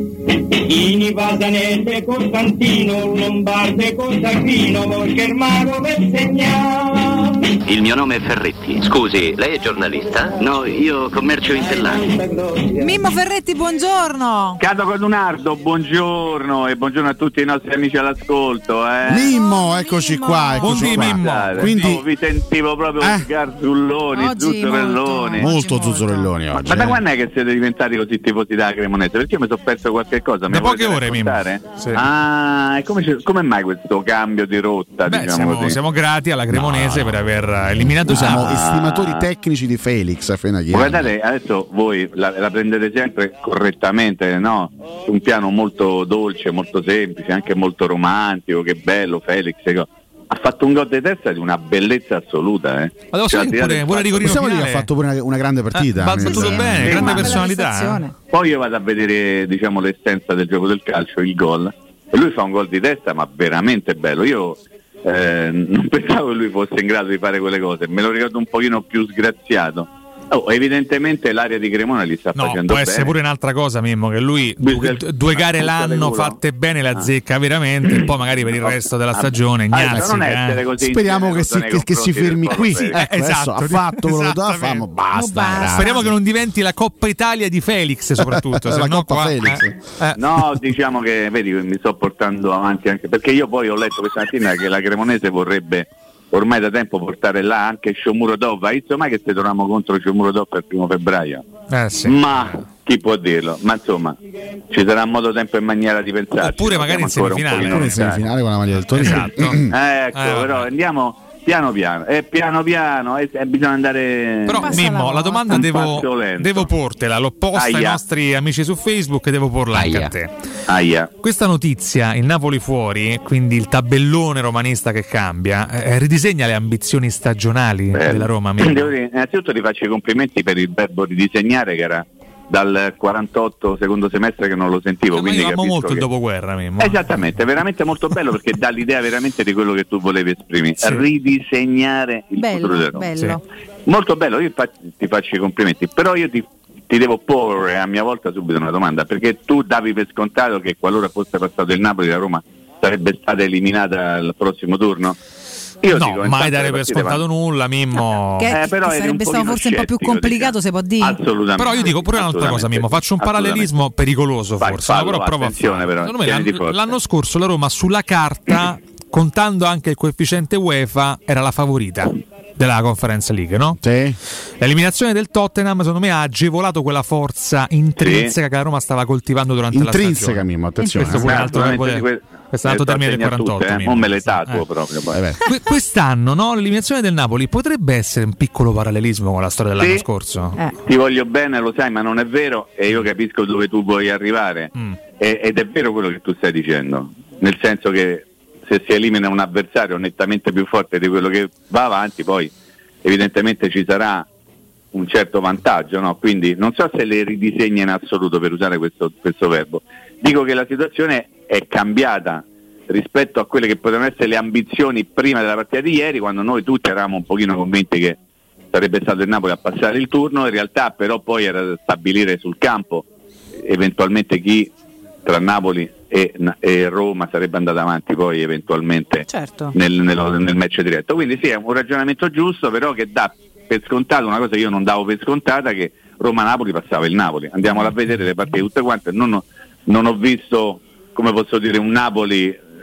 Ini Pasanelle Costantino, Lombardo Costantino, perché il mago per segnare. Il mio nome è Ferretti. Scusi, lei è giornalista? No, io commercio in Tellano. Mimmo Ferretti, buongiorno. Cato Codunardo, buongiorno e buongiorno a tutti i nostri amici all'ascolto. Eh. Mimmo, eccoci Mimmo. qua. Eccoci qua. Mimmo. Quindi no, vi sentivo proprio eh? sgarzulloni, Oggi zuzzurelloni. Molto, molto zuzzurelloni oggi. Ma da eh. quando è che siete diventati così tifosi da Cremonese? Perché io mi sono perso qualche cosa. Da poche ore, Mimmo. Sì. Ah, e come, come mai questo cambio di rotta? Beh, diciamo siamo, così? siamo grati alla Cremonese No. per aver eliminato. Siamo Ah. estimatori tecnici di Felix Fenagliani. Guardate, adesso voi la, la prendete sempre correttamente, no? Su un piano molto dolce, molto semplice, anche molto romantico, che bello Felix. Ha fatto un gol di testa di una bellezza assoluta, eh. Ma devo Cioè, sapere pure, pure Rigorino Possiamo dire finale. che ha fatto pure una, una grande partita. Eh, balza nel- tutto bene, Sì, grande ma- personalità. eh. Poi io vado a vedere, diciamo, l'essenza del gioco del calcio, il gol, e lui fa un gol di testa, ma veramente bello. Io eh, non pensavo che lui fosse in grado di fare quelle cose, me lo ricordo un pochino più sgraziato. Oh, evidentemente l'area di Cremona li sta No, facendo può bene. essere pure un'altra cosa, Mimmo, che lui due, due gare Ah, l'anno culo. fatte bene le azzecca veramente, e poi magari per il resto della stagione Ah, gnazzi, non essere eh. così Speriamo che si, ingenuo che, che si nei fermi confronti qui. del Ecco, Eh, adesso esatto, ha fatto quello che doveva fare, esattamente. ma basta. basta. ragazzi. Speriamo che non diventi la Coppa Italia di Felix, soprattutto. se La no Coppa qua, Felix. eh, eh. No, diciamo che vedi, mi sto portando avanti anche perché io poi ho letto questa mattina che la Cremonese vorrebbe ormai da tempo portare là anche Shomurodov. Hai visto mai che se torniamo contro Shomurodov il primo febbraio? Eh, sì. Ma chi può dirlo? Ma insomma, ci sarà modo, tempo e maniera di pensare. Oppure magari in semifinale. Pure in semifinale con la maglia del Torino. Esatto. Ecco, Eh, però andiamo piano piano, e piano piano, e, e bisogna andare. Però Mimmo, la domanda un devo, passo lento. devo portela, l'ho posta ai Aia. nostri amici su Facebook e devo porla anche Aia. a te. Aia. Questa notizia, il Napoli fuori, quindi il tabellone romanista che cambia, eh, ridisegna le ambizioni stagionali Beh, della Roma. Mimmo. devo dire, innanzitutto ti faccio i complimenti per il verbo ridisegnare, che era dal quarantotto secondo semestre che non lo sentivo. Eh, ma quindi io amo capisco molto che... il dopoguerra, Mimmo. Esattamente, veramente molto bello perché dà l'idea veramente di quello che tu volevi esprimere. Sì. Ridisegnare il Bello, futuro della Roma. bello. Molto bello, io fa- ti faccio i complimenti, però io ti, ti devo porre a mia volta subito una domanda, perché tu davi per scontato che qualora fosse passato il Napoli, la Roma sarebbe stata eliminata al prossimo turno? Io no, dico, mai intanto dare le per partite scontato vanno- nulla, Mimmo. Che, Eh, però che eri sarebbe un stato pochino forse un po' più scettico, complicato, si può dire. Assolutamente. Però io dico pure un'altra cosa, Assolutamente. Mimmo, faccio un Assolutamente. parallelismo pericoloso Vai, forse, fallo, però provo a attenzione farlo. però, Secondo me tieniti l'anno, forte. l'anno scorso la Roma sulla carta, contando anche il coefficiente UEFA, era la favorita della Conference League, no? Sì. L'eliminazione del Tottenham secondo me ha agevolato quella forza intrinseca Sì. che la Roma stava coltivando durante Intrinseca, la stagione. Mimmo, attenzione. Questo pure è un Eh, altro, naturalmente questo di que- questo è un altro le sto termine del a segnare quarantotto. tutte, eh, Mimmo. non me le tatuo Eh. proprio poi. Eh beh. Que- Quest'anno, no, l'eliminazione del Napoli potrebbe essere un piccolo parallelismo con la storia dell'anno Sì. scorso. Eh. Ti voglio bene, lo sai, ma non è vero, e io capisco dove tu vuoi arrivare. Mm. E- ed è vero quello che tu stai dicendo, nel senso che se si elimina un avversario nettamente più forte di quello che va avanti, poi evidentemente ci sarà un certo vantaggio, no? Quindi non so se le ridisegna in assoluto, per usare questo, questo verbo. Dico che la situazione è cambiata rispetto a quelle che potevano essere le ambizioni prima della partita di ieri, quando noi tutti eravamo un pochino convinti che sarebbe stato il Napoli a passare il turno. In realtà però poi era da stabilire sul campo eventualmente chi tra Napoli e, e Roma sarebbe andato avanti poi eventualmente Certo. nel, nel, nel match diretto. Quindi sì, è un ragionamento giusto, però che dà per scontato una cosa che io non davo per scontata, che Roma-Napoli passava il Napoli. Andiamolo a vedere le partite tutte quante. Non ho, non ho visto, come posso dire, un Napoli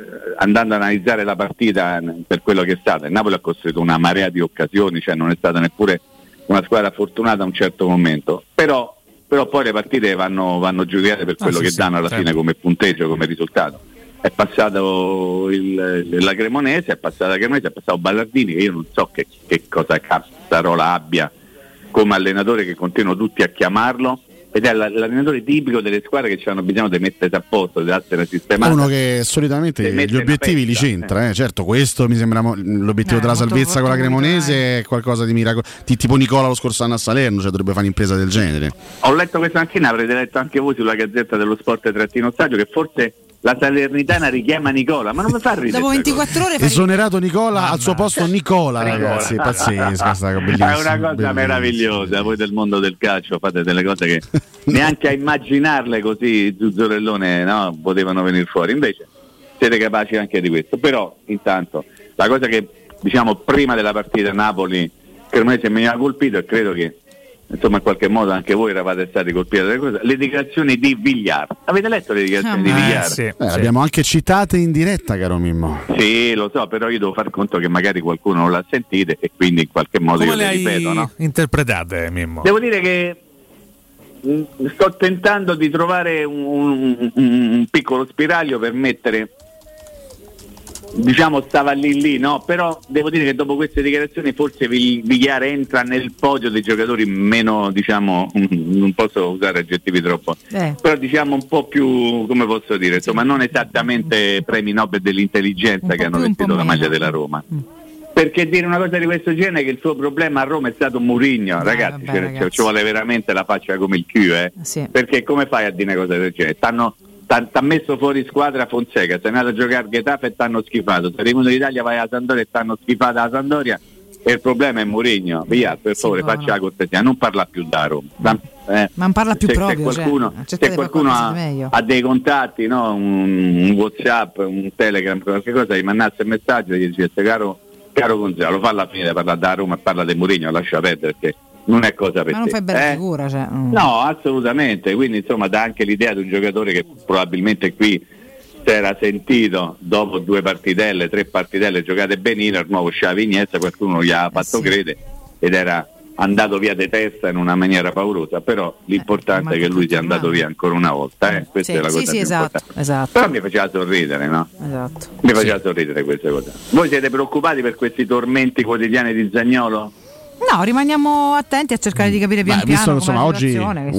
andando ad analizzare la partita per quello che è stata, il Napoli ha costruito una marea di occasioni, cioè non è stata neppure una squadra fortunata a un certo momento, però, però poi le partite vanno, vanno giudicate per quello ah, sì, che sì, danno alla certo. fine come punteggio, come risultato. È passato il, la Cremonese, è passata la Cremonese, è passato Ballardini, che io non so che, che cosa cazzarola abbia come allenatore, che continuano tutti a chiamarlo, ed è l'allenatore tipico delle squadre che hanno bisogno di mettersi a posto, di essere sistemati. Uno che solitamente gli obiettivi li centra, eh. certo, questo mi sembra mo- l'obiettivo eh, della salvezza con la Cremonese è qualcosa di miracoloso, tipo Nicola lo scorso anno a Salerno, cioè dovrebbe fare un'impresa del genere. Ho letto questa mattina, avrete letto anche voi sulla Gazzetta dello Sport trattino Saggio, che forse la Salernitana richiama Nicola, ma non mi fa ridere. Dopo ventiquattro ore esonerato Nicola, Mamma. al suo posto Nicola, ragazzi, Nicola. pazzesca sta bellissima. È una cosa bellissima. meravigliosa, voi del mondo del calcio fate delle cose che neanche a immaginarle così Zuzzurellone, no, potevano venire fuori, invece siete capaci anche di questo. Però intanto la cosa che diciamo prima della partita Napoli Cremonese mi ha colpito, e credo che insomma in qualche modo anche voi eravate stati colpiti dalle cose, le dichiarazioni di Villar. Avete letto le dichiarazioni ah, di Villar? Eh, sì, eh, sì. Abbiamo anche citate in diretta, caro Mimmo. Sì, lo so, però io devo far conto che magari qualcuno non l'ha sentite e quindi in qualche modo come io le, le hai ripeto, no? interpretate, Mimmo? Devo dire che mh, sto tentando di trovare un, un, un piccolo spiraglio per mettere, diciamo, stava lì lì, no? Però devo dire che dopo queste dichiarazioni forse Villar entra nel podio dei giocatori meno, diciamo, non posso usare aggettivi troppo, eh. però diciamo un po' più, come posso dire, insomma, non esattamente premi Nobel dell'intelligenza che hanno vestito la maglia della Roma. Mm. Perché dire una cosa di questo genere, che il suo problema a Roma è stato Mourinho, eh, ragazzi, vabbè, ragazzi. Ci vuole veramente la faccia come il Q, eh? Sì. Perché come fai a dire una cosa del genere? Stanno T'ha messo fuori squadra Fonseca, sei andato a giocare a Getafe e t'hanno schifato, sei venuto in Italia, vai a Sampdoria e t'hanno schifato la Sampdoria, e il problema è Mourinho. Via, per favore, sì, faccia no. la cortesia, non parla più da Roma. Ma, eh, ma non parla più se, proprio, se qualcuno, cioè, se qualcuno ha, ha dei contatti, no? un, un WhatsApp, un Telegram, qualche cosa, gli mandasse il messaggio e gli dicesse caro, caro Gonzalo, fa alla fine di parlare da Roma e parla di Mourinho, lascia perdere, perché non è cosa per ma non te. fai bella eh? figura, cioè. mm. No, assolutamente, quindi insomma dà anche l'idea di un giocatore che probabilmente qui si era sentito dopo due partitelle, tre partitelle giocate benino, il nuovo Xavi Iniesta, qualcuno gli ha fatto eh sì. credere ed era andato via di testa in una maniera paurosa, però l'importante eh, è che lui sia andato via ancora una volta, eh? questa sì, è la cosa sì, più sì, esatto, importante. Esatto. Però mi faceva sorridere, no? Esatto. Mi faceva sì. sorridere queste cose. Voi siete preoccupati per questi tormenti quotidiani di Zaniolo? No, rimaniamo attenti a cercare di capire pian Beh, piano visto, insomma, oggi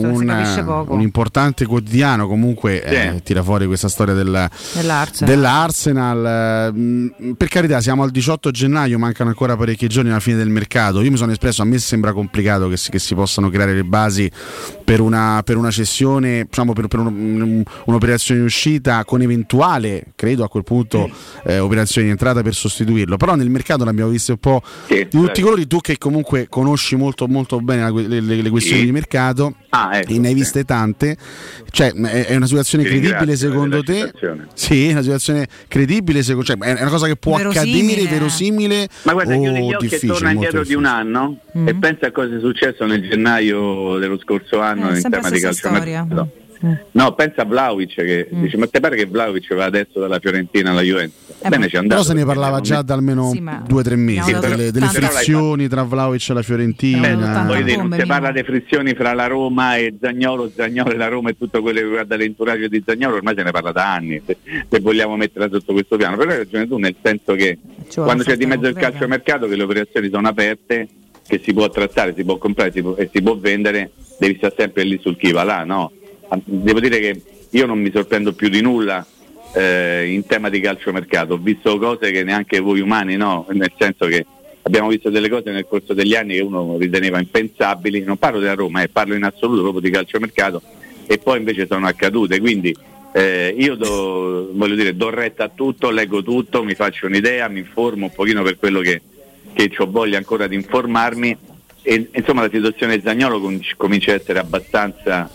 un, un importante quotidiano comunque sì. eh, tira fuori questa storia del, dell'Arsenal, dell'Arsenal. Mm, per carità, siamo al diciotto gennaio, mancano ancora parecchi giorni alla fine del mercato. Io mi sono espresso, a me sembra complicato che si, che si possano creare le basi per una, per una cessione, diciamo per, per un, un, un'operazione in uscita con eventuale, credo a quel punto, eh, operazione di entrata per sostituirlo. Però nel mercato l'abbiamo visto un po' sì, di tutti i colori, tu che comunque conosci molto molto bene la, le, le questioni sì. di mercato ah, ecco, e ne hai viste sì. tante, cioè è, è una situazione Ti credibile secondo te? Sì, è una situazione credibile secondo, cioè, è una cosa che può verosimile. accadere, verosimile ma guarda, o chiudi gli occhi e torna indietro di un anno mm. e pensa a cosa è successo nel gennaio dello scorso anno eh, in tema di calciomercato. No, pensa a Vlahovic che mm. dice, ma te pare che Vlahovic va adesso dalla Fiorentina alla Juventus? Eh Bene, c'è però se ne parlava già da almeno sì, due o tre mesi, sì, delle, delle frizioni tra Vlahovic e la Fiorentina. Beh, dire, non si parla di frizioni fra la Roma e Zaniolo, Zaniolo e la Roma e tutto quello che riguarda l'entourage di Zaniolo, ormai se ne parla da anni, se, se vogliamo metterla sotto questo piano. Però hai ragione tu, nel senso che cioè, quando c'è di mezzo il calciomercato, che le operazioni sono aperte, che si può trattare, si può comprare si può, e si può vendere, devi stare sempre lì sul chi va là, no? Devo dire che io non mi sorprendo più di nulla eh, in tema di calciomercato, ho visto cose che neanche voi umani, no, nel senso che abbiamo visto delle cose nel corso degli anni che uno riteneva impensabili, non parlo della Roma, eh, parlo in assoluto proprio di calciomercato, e poi invece sono accadute, quindi eh, io do, voglio dire, do retta a tutto, leggo tutto, mi faccio un'idea, mi informo un pochino per quello che, che ho voglia ancora di informarmi, e insomma la situazione Zaniolo com- comincia a essere abbastanza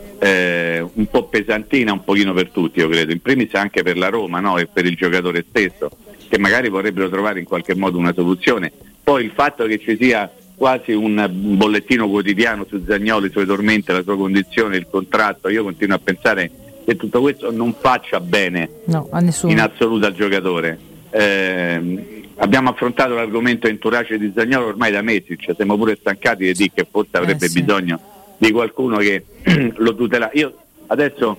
Eh, un po' pesantina un pochino per tutti, io credo, in primis anche per la Roma, no? E per il giocatore stesso, che magari vorrebbero trovare in qualche modo una soluzione. Poi il fatto che ci sia quasi un bollettino quotidiano su Zaniolo, i suoi tormenti, la sua condizione, il contratto, io continuo a pensare che che tutto questo non faccia bene no, a nessuno. in assoluto al giocatore. Eh, abbiamo affrontato l'argomento entourage di Zaniolo ormai da mesi, cioè siamo pure stancati di dire che forse avrebbe eh, sì. bisogno di qualcuno che lo tutela. Io adesso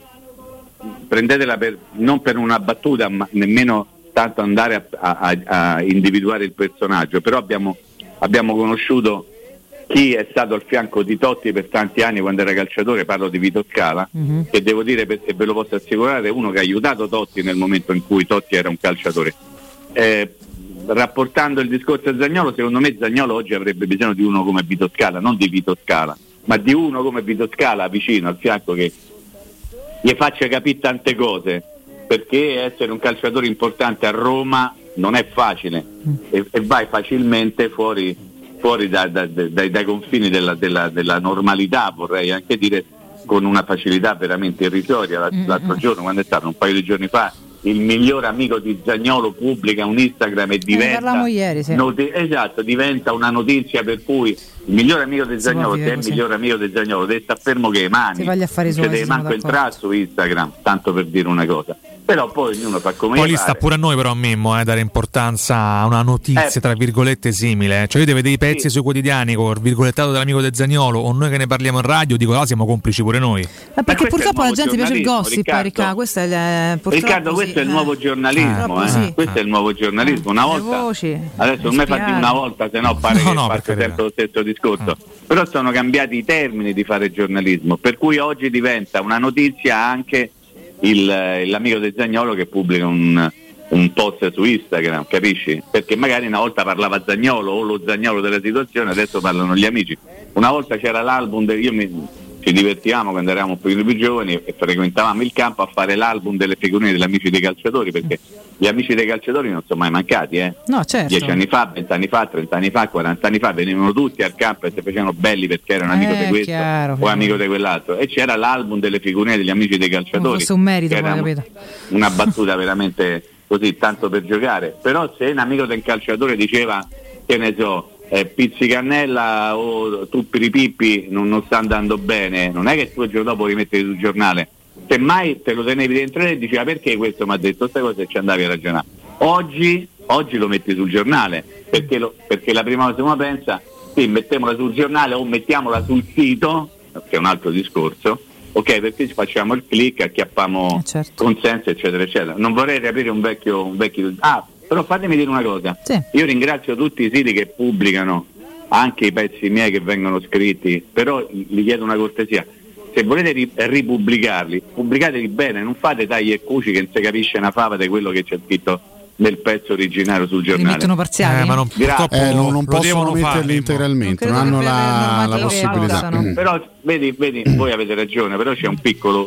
prendetela per, non per una battuta, ma nemmeno tanto andare a, a, a individuare il personaggio, però abbiamo, abbiamo conosciuto chi è stato al fianco di Totti per tanti anni quando era calciatore, parlo di Vito Scala, mm-hmm. che devo dire, e ve lo posso assicurare, è uno che ha aiutato Totti nel momento in cui Totti era un calciatore. Eh, rapportando il discorso a Zaniolo, secondo me Zaniolo oggi avrebbe bisogno di uno come Vito Scala, non di Vito Scala, ma di uno come Vito Scala vicino, al fianco, che gli faccia capire tante cose, perché essere un calciatore importante a Roma non è facile e, e vai facilmente fuori fuori da, da, da, dai, dai confini della, della, della normalità, vorrei anche dire, con una facilità veramente irrisoria. L'altro giorno, quando è stato, un paio di giorni fa, il miglior amico di Zaniolo pubblica un Instagram e diventa, eh, ieri, sì. noti- esatto, diventa una notizia per cui il miglior amico di Zaniolo, se è il miglior amico di Zaniolo, deve stare fermo che le mani, si affari non suoi, deve manco entrare su Instagram, tanto per dire una cosa. Però poi ognuno fa come poi lì pare. Sta pure a noi però Mimmo eh, dare importanza a una notizia eh, tra virgolette simile, cioè io devo vedere i pezzi sì. sui quotidiani con il virgolettato dell'amico del Zaniolo o noi che ne parliamo in radio, dico ah siamo complici pure noi, ma perché purtroppo alla gente piace il gossip, Riccardo, Riccardo, questo è il, Riccardo questo sì, è il nuovo giornalismo eh, eh. sì. questo è il nuovo giornalismo, una volta voci, adesso non mi fatti una volta, se no pare no, che no, faccio sempre lo stesso discorso, ah. però sono cambiati i termini di fare giornalismo, per cui oggi diventa una notizia anche il, l'amico del Zaniolo che pubblica un, un post su Instagram, capisci? Perché magari una volta parlava Zaniolo o lo Zaniolo della situazione, adesso parlano gli amici. Una volta c'era l'album, de, io mi, ci divertivamo quando eravamo più, più giovani e frequentavamo il campo a fare l'album delle figurine degli amici dei calciatori, perché gli amici dei calciatori non sono mai mancati, eh? No, certo. Dieci anni fa, vent'anni fa, trent'anni fa, quarant'anni fa venivano tutti al campo e si facevano belli perché era un amico eh, di questo chiaro, o chiaro. amico di quell'altro, e c'era l'album delle figurine degli amici dei calciatori. Fosse un merito, che era capito? Una battuta veramente così, tanto per giocare. Però se un amico del calciatore diceva, che ne so, eh, Pizzicannella o Tuppiripippi non, non sta andando bene, non è che tu il giorno dopo rimetti sul giornale, semmai te lo tenevi dentro e diceva perché questo mi ha detto queste cose e ci andavi a ragionare. Oggi, oggi lo metti sul giornale, perché, lo, perché la prima cosa che uno pensa, sì, mettiamola sul giornale o mettiamola sul sito, che è un altro discorso, ok, perché ci facciamo il click, acchiappiamo eh certo. consenso, eccetera, eccetera. Non vorrei riaprire un vecchio, un vecchio... Ah, però fatemi dire una cosa, sì. Io ringrazio tutti i siti che pubblicano anche i pezzi miei che vengono scritti, però gli chiedo una cortesia, se volete ri- ripubblicarli, pubblicateli bene, non fate tagli e cuci che non si capisce una fava di quello che c'è scritto nel pezzo originario sul giornale. Li mettono parziali? Eh, ma non, eh, non, non possono metterli farli, integralmente, non, non hanno la, la possibilità. Mm. Però vedi, vedi, voi avete ragione, però c'è un piccolo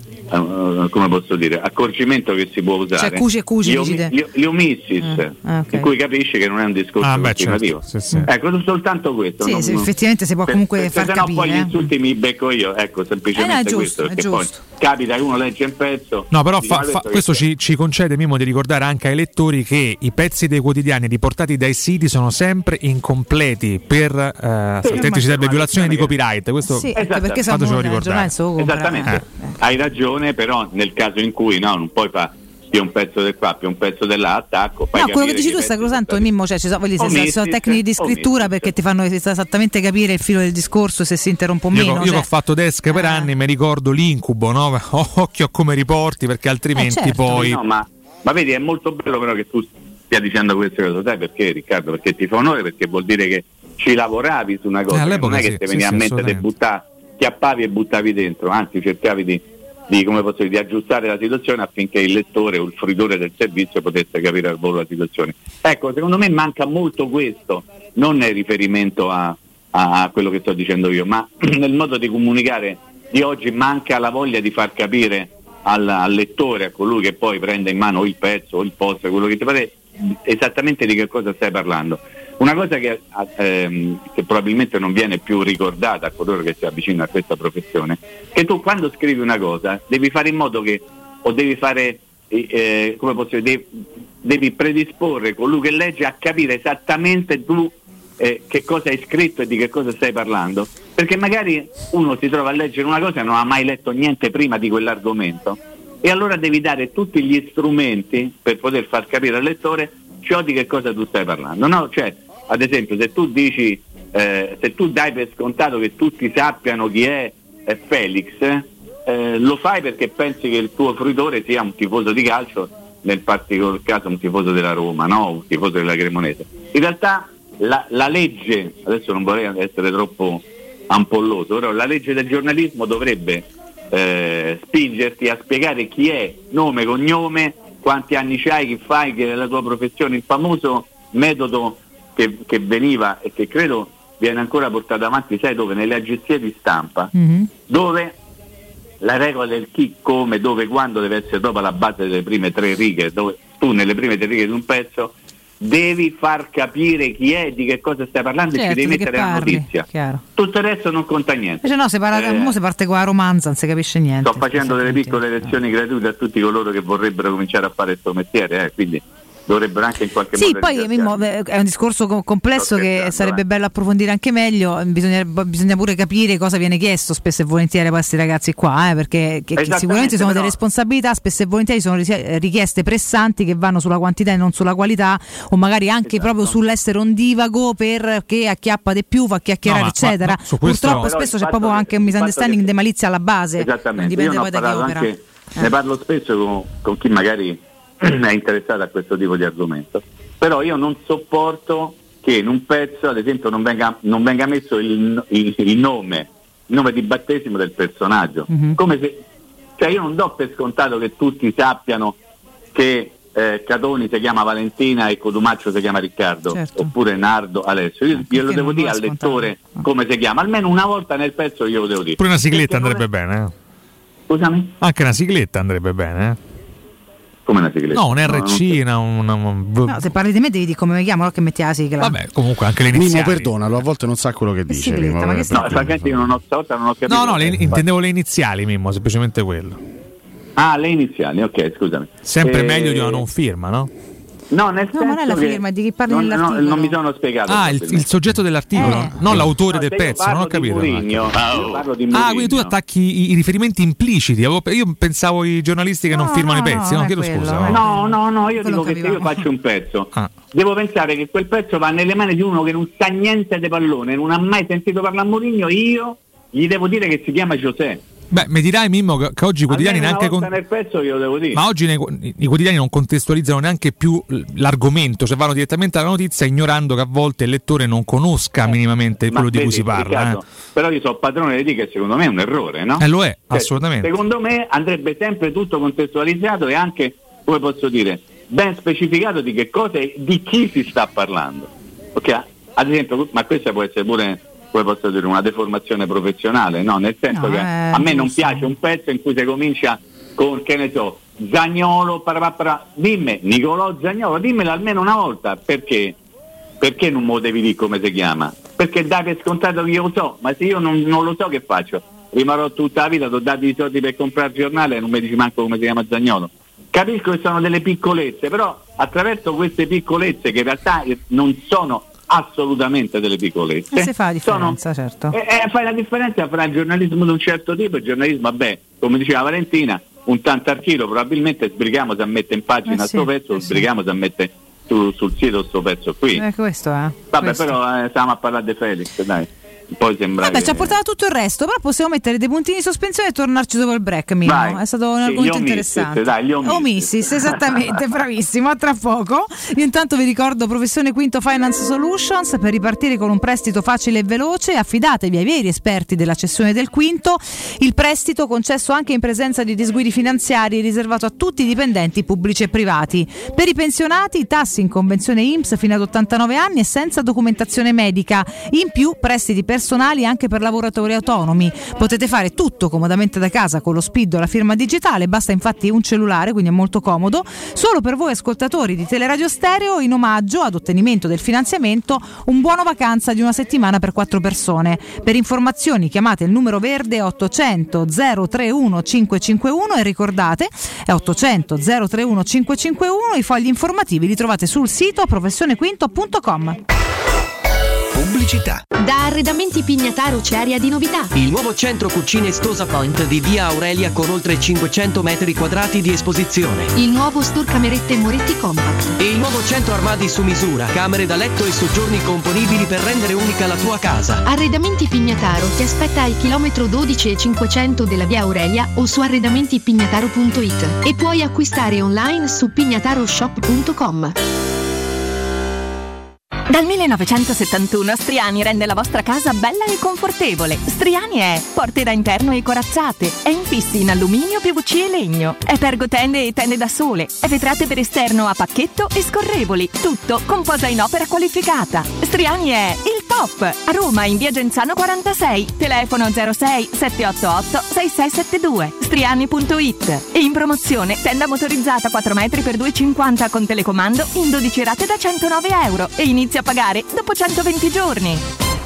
uh, come posso dire, accorgimento che si può usare. Cioè cuci e cuci, gli, om- gli, gli omissis, eh, ah, okay. in cui capisci che non è un discorso ah, beh, continuativo. Certo, sì, sì. Ecco, soltanto questo. Sì, non, sì, effettivamente si può per, comunque per, far se capire. No, poi eh. gli insulti mi becco io, ecco, semplicemente eh, no, è giusto, questo, è perché giusto. poi capita che uno legge un pezzo. No, però dice, fa, fa, questo ci, ci concede, Mimmo, di ricordare anche ai lettori che i pezzi dei quotidiani riportati dai siti sono sempre incompleti per eh, sì, altrimenti ci sarebbe violazione di copyright. Questo sì, perché fatecelo ricordare. Esattamente, eh. Hai ragione, però nel caso in cui no, non puoi fare più un pezzo del qua, più un pezzo dell'A, attacco. No, quello che dici tu è sacrosanto, Mimmo, cioè ci sono, voglio dire, sono tecniche di scrittura perché ti fanno esattamente capire il filo del discorso, se si interrompe o meno. Io, io cioè. che ho fatto desk per anni mi ricordo l'incubo, no? Occhio a come riporti, perché altrimenti eh, certo. poi no, ma, ma vedi, è molto bello però che tu stia dicendo queste cose, sai perché, Riccardo? Perché ti fa onore, perché vuol dire che ci lavoravi su una cosa, eh, non è che sì, ti veniva sì, a mente di buttare, chiappavi e buttavi dentro, anzi cercavi di, di come posso dire, di aggiustare la situazione affinché il lettore o il fruitore del servizio potesse capire al volo la situazione. Ecco, secondo me manca molto questo, non nel riferimento a, a quello che sto dicendo io, ma nel modo di comunicare di oggi manca la voglia di far capire al, al lettore, a colui che poi prende in mano il pezzo o il post, quello che ti pare, esattamente di che cosa stai parlando. Una cosa che, ehm, che probabilmente non viene più ricordata a coloro che si avvicinano a questa professione, che tu quando scrivi una cosa devi fare in modo che, o devi fare, eh, come posso dire, devi, devi predisporre colui che legge a capire esattamente tu eh, che cosa hai scritto e di che cosa stai parlando, perché magari uno si trova a leggere una cosa e non ha mai letto niente prima di quell'argomento E allora devi dare tutti gli strumenti per poter far capire al lettore ciò di che cosa tu stai parlando. No, cioè, ad esempio, se tu dici, eh, se tu dai per scontato che tutti sappiano chi è, è Felix, eh, lo fai perché pensi che il tuo fruitore sia un tifoso di calcio, nel particolare caso un tifoso della Roma, no? Un tifoso della Cremonese. In realtà la, la legge, adesso non vorrei essere troppo ampolloso, però la legge del giornalismo dovrebbe eh, spingerti a spiegare chi è, nome, cognome, quanti anni c'hai, chi fai, che è la tua professione, il famoso metodo che, che veniva e che credo viene ancora portato avanti, sai dove? Nelle agenzie di stampa, mm-hmm. dove la regola del chi, come, dove, quando deve essere proprio la base delle prime tre righe, dove tu nelle prime tre righe di un pezzo devi far capire chi è, di che cosa stai parlando, certo, e ci devi mettere la notizia. Chiaro. Tutto il resto non conta niente. Invece no, se parla, eh, se parte con la romanza non si capisce niente. Sto facendo delle piccole lezioni gratuite a tutti coloro che vorrebbero cominciare a fare il suo mestiere, eh, quindi dovrebbero anche in qualche sì, modo. Sì, poi Mimmo, è un discorso complesso che sarebbe eh. bello approfondire anche meglio. Bisogna, bisogna pure capire cosa viene chiesto spesso e volentieri a questi ragazzi qua, eh, perché che, che sicuramente sono però delle responsabilità, spesso e volentieri sono richieste pressanti che vanno sulla quantità e non sulla qualità, o magari anche esatto. proprio sull'essere ondivago perché acchiappa di più, fa chiacchierare, no, ma, eccetera. Ma, ma Purtroppo però spesso c'è proprio anche un misunderstanding di malizia alla base. Esattamente. Dipende Io poi da chi opera. Anche, eh. Ne parlo spesso con, con chi magari è interessato a questo tipo di argomento, però io non sopporto che in un pezzo, ad esempio, non venga, non venga messo il, il, il nome il nome di battesimo del personaggio, mm-hmm. come se, cioè io non do per scontato che tutti sappiano che eh, Catoni si chiama Valentina e Codumaccio si chiama Riccardo, certo. oppure Nardo Alessio. Io glielo devo dire al lettore come si chiama, almeno una volta nel pezzo io lo devo dire. Pure una sigletta perché andrebbe è... bene, eh? Scusami? Anche una sigletta andrebbe bene, eh? Come una sigletta? No, un R C, no, una, una... no, se parli di me devi dire come mi chiamo, no, che metti la sigla. Vabbè, comunque anche le iniziali. Mimmo, perdonalo, a volte non sa quello che dice. Sigletta, Mimmo, ma che no, francamente io non ho, stavolta non ho capito. No, no, le, intendevo le iniziali, Mimmo, semplicemente quello. Ah, le iniziali, ok, scusami. Sempre eh... meglio di una non firma, no? No, nel no, senso non è la firma, di chi parli non, nell'articolo. No, non mi sono spiegato. Ah, il, il soggetto dell'articolo, eh. non l'autore no, del pezzo, non ho capito. Murigno, oh. Ah, quindi tu attacchi i, i riferimenti impliciti. Io pensavo i giornalisti che no, non firmano no, i pezzi, no, no? Chiedo quello, scusa. eh. No, no, no, io quello dico che se io faccio un pezzo, ah. devo pensare che quel pezzo va nelle mani di uno che non sa niente di pallone, non ha mai sentito parlare a Mourinho, io gli devo dire che si chiama José. Beh, mi dirai, Mimmo, che, che oggi i quotidiani neanche con... nel pezzo io devo dire. Ma oggi nei, i quotidiani non contestualizzano neanche più l'argomento, cioè vanno direttamente alla notizia, ignorando che a volte il lettore non conosca eh, minimamente quello di cui si parla. Riccardo, eh. Però io sono padrone di dire che secondo me è un errore, no? Eh, lo è, cioè, assolutamente. Secondo me andrebbe sempre tutto contestualizzato e anche, come posso dire, ben specificato di che cosa e di chi si sta parlando. Ok? Ad esempio, ma questa può essere pure, come posso dire, una deformazione professionale, no? Nel senso no, che eh, a me non so. piace un pezzo in cui si comincia con, che ne so, Zaniolo, para, para, dimmi, Nicolò Zaniolo, dimmelo almeno una volta, perché? Perché non me lo devi dire come si chiama? Perché dai per scontato che io lo so, ma se io non, non lo so che faccio? Rimarrò tutta la vita, ti ho dato i soldi per comprare il giornale e non mi dici manco come si chiama Zaniolo. Capisco che sono delle piccolezze, però attraverso queste piccolezze, che in realtà non sono assolutamente delle piccolezze, e si fa la differenza, sono, certo. E, e fai la differenza fra il giornalismo di un certo tipo e il giornalismo, vabbè, come diceva Valentina, un tanto al chilo, probabilmente sbrighiamo a mettere in pagina eh sto sì, pezzo, eh sbrighiamo sì. a mettere su, sul sito sto pezzo qui. Eh, questo è. Vabbè, questo. però eh, stiamo a parlare di Felix, dai. Poi sembra Vabbè, che... ci ha portato tutto il resto, però possiamo mettere dei puntini di sospensione e tornarci dopo il break, Mimmo. Vai. È stato un Sì, argomento gli interessante. omissis, dai, gli omissis. Omissis, esattamente, bravissimo, a tra poco. Io intanto vi ricordo Professione Quinto Finance Solutions, per ripartire con un prestito facile e veloce, affidatevi ai veri esperti della cessione del quinto, il prestito concesso anche in presenza di disguidi finanziari, riservato a tutti i dipendenti pubblici e privati. Per i pensionati, tassi in convenzione I N P S fino ad ottantanove anni e senza documentazione medica. In più, prestiti personali anche per lavoratori autonomi. Potete fare tutto comodamente da casa con lo S P I D o la firma digitale, basta infatti un cellulare, quindi è molto comodo. Solo per voi ascoltatori di Teleradio Stereo, in omaggio ad ottenimento del finanziamento, un buono vacanza di una settimana per quattro persone. Per informazioni chiamate il numero verde ottocento zero trentuno cinquecentocinquantuno e ricordate è ottocento zero trentuno cinquecentocinquantuno. I fogli informativi li trovate sul sito professionequinto punto com. pubblicità. Da Arredamenti Pignataro c'è aria di novità. Il nuovo centro cucine Stosa Point di via Aurelia con oltre cinquecento metri quadrati di esposizione. Il nuovo Store Camerette Moretti Compact. E il nuovo centro armadi su misura, camere da letto e soggiorni componibili per rendere unica la tua casa. Arredamenti Pignataro ti aspetta al chilometro dodici e cinquecento della via Aurelia o su arredamenti pignataro punto it e puoi acquistare online su pignataroshop punto com. Dal millenovecentosettantuno Striani rende la vostra casa bella e confortevole. Striani è porte da interno e corazzate, è infissi in alluminio, P V C e legno, è pergotende e tende da sole, è vetrate per esterno a pacchetto e scorrevoli, tutto con posa in opera qualificata. Striani è il top! A Roma in via Genzano quarantasei, telefono zero sei sette otto otto sei sei sette due, striani punto it. E in promozione tenda motorizzata quattro metri per due e cinquanta con telecomando in dodici rate da centonove euro e inizia a pagare dopo centoventi giorni.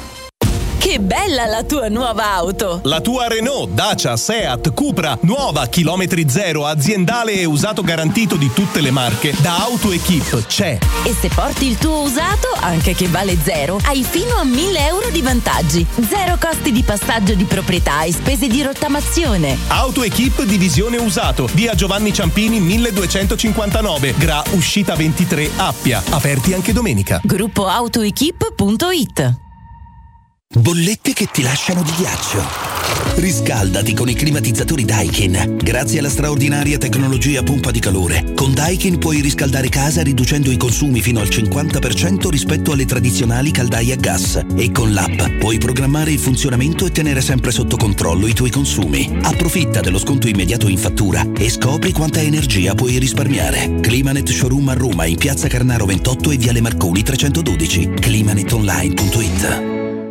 Che bella la tua nuova auto! La tua Renault, Dacia, Seat, Cupra, nuova, chilometri zero, aziendale e usato garantito di tutte le marche, da AutoEquip c'è. E se porti il tuo usato, anche che vale zero, hai fino a mille euro di vantaggi. Zero costi di passaggio di proprietà e spese di rottamazione. AutoEquip Divisione Usato, via Giovanni Ciampini milleduecentocinquantanove, Gra Uscita ventitré, Appia, aperti anche domenica. Gruppo autoequip punto it. Bollette che ti lasciano di ghiaccio. Riscaldati con i climatizzatori Daikin. Grazie alla straordinaria tecnologia pompa di calore, con Daikin puoi riscaldare casa riducendo i consumi fino al cinquanta per cento rispetto alle tradizionali caldaie a gas. E con l'app puoi programmare il funzionamento e tenere sempre sotto controllo i tuoi consumi. Approfitta dello sconto immediato in fattura e scopri quanta energia puoi risparmiare. Climanet Showroom a Roma in piazza Carnaro ventotto e viale Marconi trecentododici. climanet online punto it.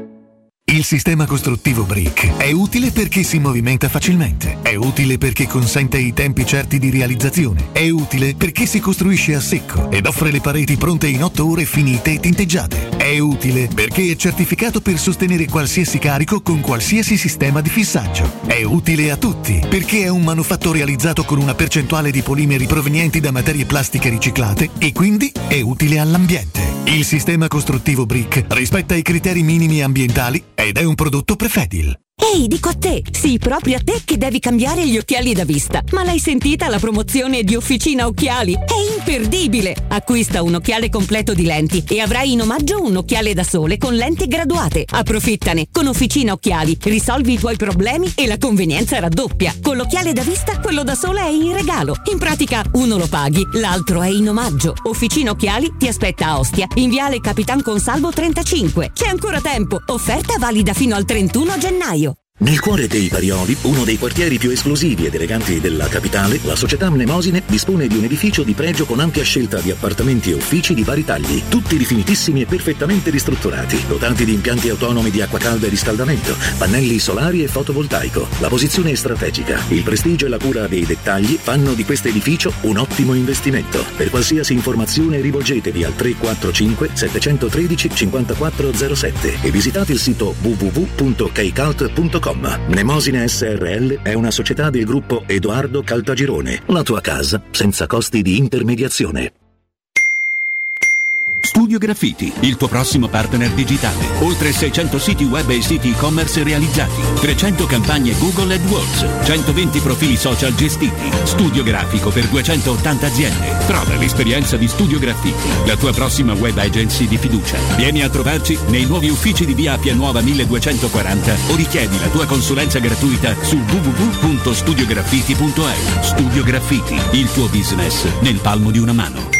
Il sistema costruttivo Brick è utile perché si movimenta facilmente, è utile perché consente i tempi certi di realizzazione, è utile perché si costruisce a secco ed offre le pareti pronte in otto ore finite e tinteggiate, è utile perché è certificato per sostenere qualsiasi carico con qualsiasi sistema di fissaggio, è utile a tutti perché è un manufatto realizzato con una percentuale di polimeri provenienti da materie plastiche riciclate e quindi è utile all'ambiente. Il sistema costruttivo Brick rispetta i criteri minimi ambientali ed è un prodotto Prefedil. Ehi, dico a te, sì, proprio a te che devi cambiare gli occhiali da vista. Ma l'hai sentita la promozione di Officina Occhiali? È imperdibile! Acquista un occhiale completo di lenti e avrai in omaggio un occhiale da sole con lenti graduate. Approfittane! Con Officina Occhiali risolvi i tuoi problemi e la convenienza raddoppia. Con l'occhiale da vista, quello da sole è in regalo. In pratica, uno lo paghi, l'altro è in omaggio. Officina Occhiali ti aspetta a Ostia, in viale Capitan Consalvo trentacinque. C'è ancora tempo! Offerta valida fino al trentuno gennaio. Nel cuore dei Parioli, uno dei quartieri più esclusivi ed eleganti della capitale, la società Mnemosine dispone di un edificio di pregio con ampia scelta di appartamenti e uffici di vari tagli, tutti rifinitissimi e perfettamente ristrutturati, dotati di impianti autonomi di acqua calda e riscaldamento, pannelli solari e fotovoltaico. La posizione è strategica, il prestigio e la cura dei dettagli fanno di questo edificio un ottimo investimento. Per qualsiasi informazione rivolgetevi al tre quattro cinque sette uno tre cinque zero sette e visitate il sito w w w punto keicalt punto com. Mnemosine S R L è una società del gruppo Edoardo Caltagirone. La tua casa senza costi di intermediazione. Studio Graffiti, il tuo prossimo partner digitale. Oltre seicento siti web e siti e-commerce realizzati, trecento campagne Google AdWords, centoventi profili social gestiti. Studio grafico per duecentottanta aziende. Prova l'esperienza di Studio Graffiti, la tua prossima web agency di fiducia. Vieni a trovarci nei nuovi uffici di via Appia Nuova milleduecentoquaranta o richiedi la tua consulenza gratuita su w w w punto studio graffiti punto e u. Studio Graffiti, il tuo business nel palmo di una mano.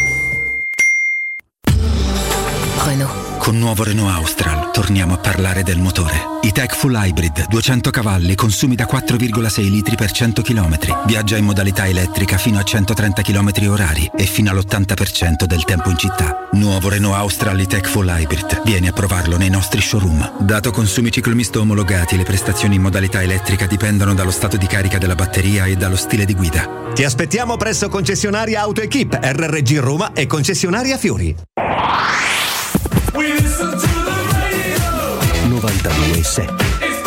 Renault. Con nuovo Renault Austral torniamo a parlare del motore. E-Tech Full Hybrid, duecento cavalli, consumi da quattro virgola sei litri per cento chilometri. Viaggia in modalità elettrica fino a centotrenta chilometri orari e fino all'ottanta per cento del tempo in città. Nuovo Renault Austral E-Tech Full Hybrid. Vieni a provarlo nei nostri showroom. Dato consumi ciclomisto omologati, le prestazioni in modalità elettrica dipendono dallo stato di carica della batteria e dallo stile di guida. Ti aspettiamo presso concessionaria AutoEquip, R R G Roma e concessionaria Fiori. novantadue sette.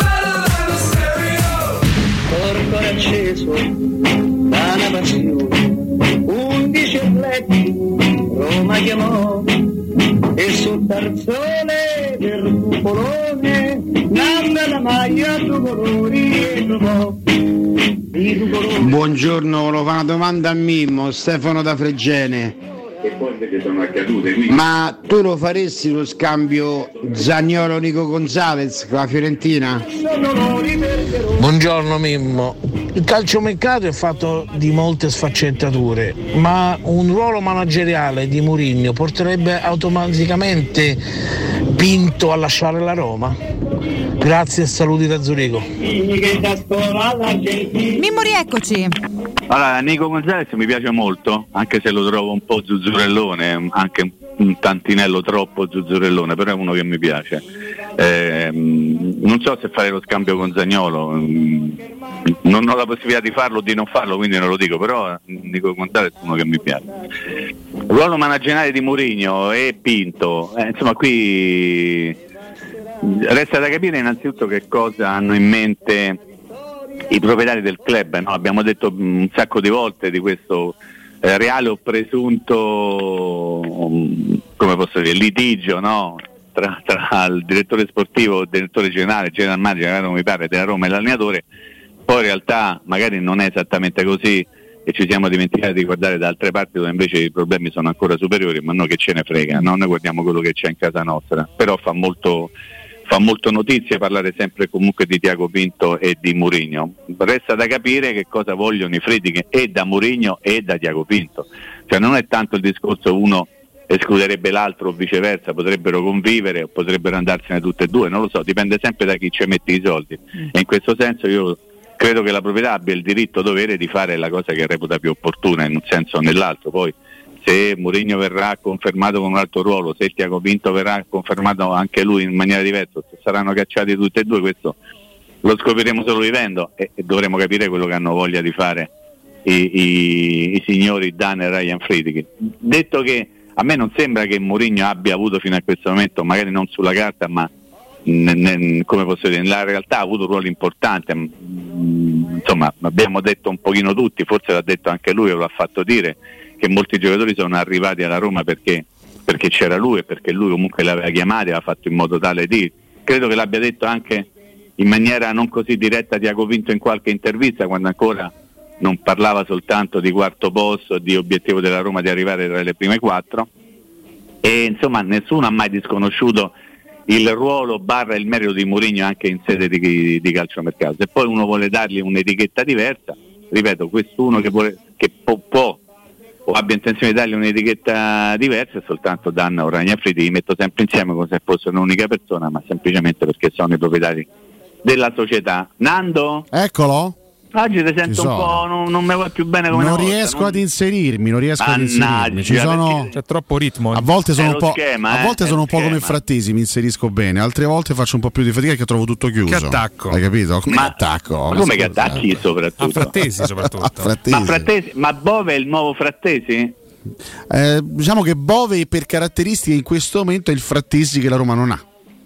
Corpo acceso da una passione, undici letti Roma chiamò, e sul tarzone del cupolone nanda la maglia due colori e trovò i due colori. Buongiorno, volevo fare una domanda a Mimmo, Stefano da Fregene. E poi invece sono accadute, quindi... Ma tu lo faresti lo scambio Zaniolo-Nico Gonzalez con la Fiorentina? Buongiorno Mimmo, il calciomercato è fatto di molte sfaccettature, ma un ruolo manageriale di Mourinho porterebbe automaticamente Pinto a lasciare la Roma? Grazie e saluti da Zurigo. Mimmo, rieccoci. Allora, Nico Gonzalez mi piace molto, anche se lo trovo un po' zuzzurellone, anche un tantinello troppo zuzzurellone, però è uno che mi piace. Eh, non so se fare lo scambio con Zaniolo, non ho la possibilità di farlo o di non farlo, quindi non lo dico, però Nico Gonzalez è uno che mi piace. Il ruolo manageriale di Mourinho e Pinto, eh, insomma qui resta da capire innanzitutto che cosa hanno in mente i proprietari del club, no? Abbiamo detto un sacco di volte di questo eh, reale o presunto um, come posso dire, litigio, no? tra, tra il direttore sportivo, il direttore generale, il general manager, non mi pare, della Roma e l'allenatore. Poi in realtà magari non è esattamente così e ci siamo dimenticati di guardare da altre parti dove invece i problemi sono ancora superiori, ma noi che ce ne frega, no? Noi guardiamo quello che c'è in casa nostra, però fa molto fa molto notizia parlare sempre comunque di Tiago Pinto e di Mourinho. Resta da capire che cosa vogliono i Friedkin e da Mourinho e da Tiago Pinto, cioè non è tanto il discorso uno escluderebbe l'altro o viceversa, potrebbero convivere o potrebbero andarsene tutte e due, non lo so, dipende sempre da chi ci mette i soldi e in questo senso io credo che la proprietà abbia il diritto dovere di fare la cosa che reputa più opportuna in un senso o nell'altro. Poi se Mourinho verrà confermato con un altro ruolo, se Tiago Pinto verrà confermato anche lui in maniera diversa, se saranno cacciati tutti e due, questo lo scopriremo solo vivendo e, e dovremo capire quello che hanno voglia di fare i, i, i signori Dan e Ryan Friedkin. Detto che a me non sembra che Mourinho abbia avuto fino a questo momento, magari non sulla carta, ma n- n- come posso dire, nella realtà ha avuto un ruolo importante. Mm, insomma, abbiamo detto un pochino tutti, forse l'ha detto anche lui o l'ha fatto dire, che molti giocatori sono arrivati alla Roma perché, perché c'era lui e perché lui comunque l'aveva chiamati, aveva fatto in modo tale di... Credo che l'abbia detto anche in maniera non così diretta Tiago Pinto in qualche intervista, quando ancora non parlava soltanto di quarto posto, di obiettivo della Roma di arrivare tra le prime quattro, e insomma nessuno ha mai disconosciuto il ruolo barra il merito di Mourinho anche in sede di, di calciomercato. Se poi uno vuole dargli un'etichetta diversa, ripeto, quest'uno che, vuole, che può, può o abbia intenzione di dargli un'etichetta diversa è soltanto Dan o Ragna Friedkin, li metto sempre insieme come se fosse un'unica persona, ma semplicemente perché sono i proprietari della società. Nando? Eccolo. Oggi ti sento so. un po', non, non mi vuoi più bene come non una volta, riesco non... ad inserirmi, non riesco Mannaggia, ad inserirmi. Ci sono... C'è troppo ritmo. A volte sono È un lo po', schema, a eh, volte è sono lo un po' come schema. Frattesi, mi inserisco bene, altre volte faccio un po' più di fatica perché trovo tutto chiuso. Che attacco. Hai capito? Come Ma- attacco? Ma come che attacchi soprattutto? A Frattesi soprattutto. A Frattesi. Ma, Frattesi, ma Bove è il nuovo Frattesi? Eh, diciamo che Bove per caratteristiche in questo momento è il Frattesi che la Roma non ha.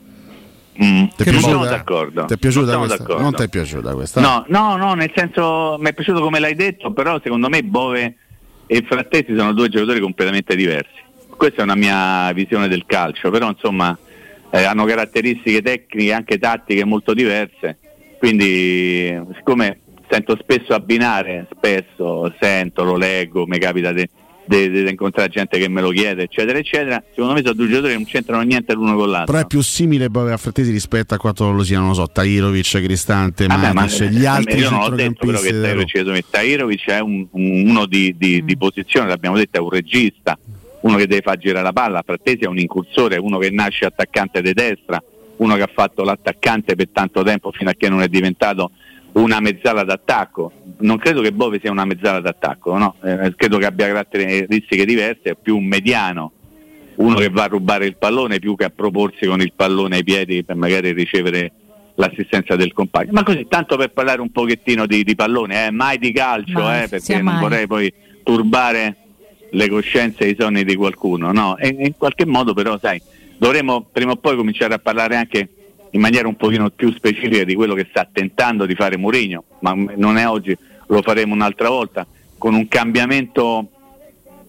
Mm. Ti è Non sono piaciuta? d'accordo. Ti è piaciuta Non sono questa? d'accordo. Non ti è piaciuta questa? No, no, no, nel senso mi è piaciuto come l'hai detto, però secondo me Bove e Frattesi sono due giocatori completamente diversi. Questa è una mia visione del calcio, però insomma eh, hanno caratteristiche tecniche e anche tattiche molto diverse, quindi siccome sento spesso abbinare, spesso sento, lo leggo, mi capita di de, de, de incontrare gente che me lo chiede, eccetera, eccetera, secondo me sono due giocatori che non c'entrano niente l'uno con l'altro. Però è più simile Bove a Frattesi rispetto a quanto lo siano, non lo so, Tahirovic, Cristante, Vabbè, Matic, ma- gli altri io non ho detto però centrocampisti che della Roma. Tahirovic, Tahirovic è un, un- uno di, di, di posizione, l'abbiamo detto, è un regista, uno che deve far girare la palla. Frattesi è un incursore, uno che nasce attaccante di destra, uno che ha fatto l'attaccante per tanto tempo fino a che non è diventato una mezzala d'attacco. Non credo che Bove sia una mezzala d'attacco, no? Eh, credo che abbia caratteristiche diverse, è più un mediano, uno che va a rubare il pallone più che a proporsi con il pallone ai piedi per magari ricevere l'assistenza del compagno. Ma così, tanto per parlare un pochettino di, di pallone, eh, mai di calcio, Mai, eh, perché sia non mai. vorrei poi turbare le coscienze e i sonni di qualcuno, no? E in qualche modo però, sai, dovremo prima o poi cominciare a parlare anche in maniera un pochino più specifica di quello che sta tentando di fare Mourinho, ma non è oggi, lo faremo un'altra volta, con un cambiamento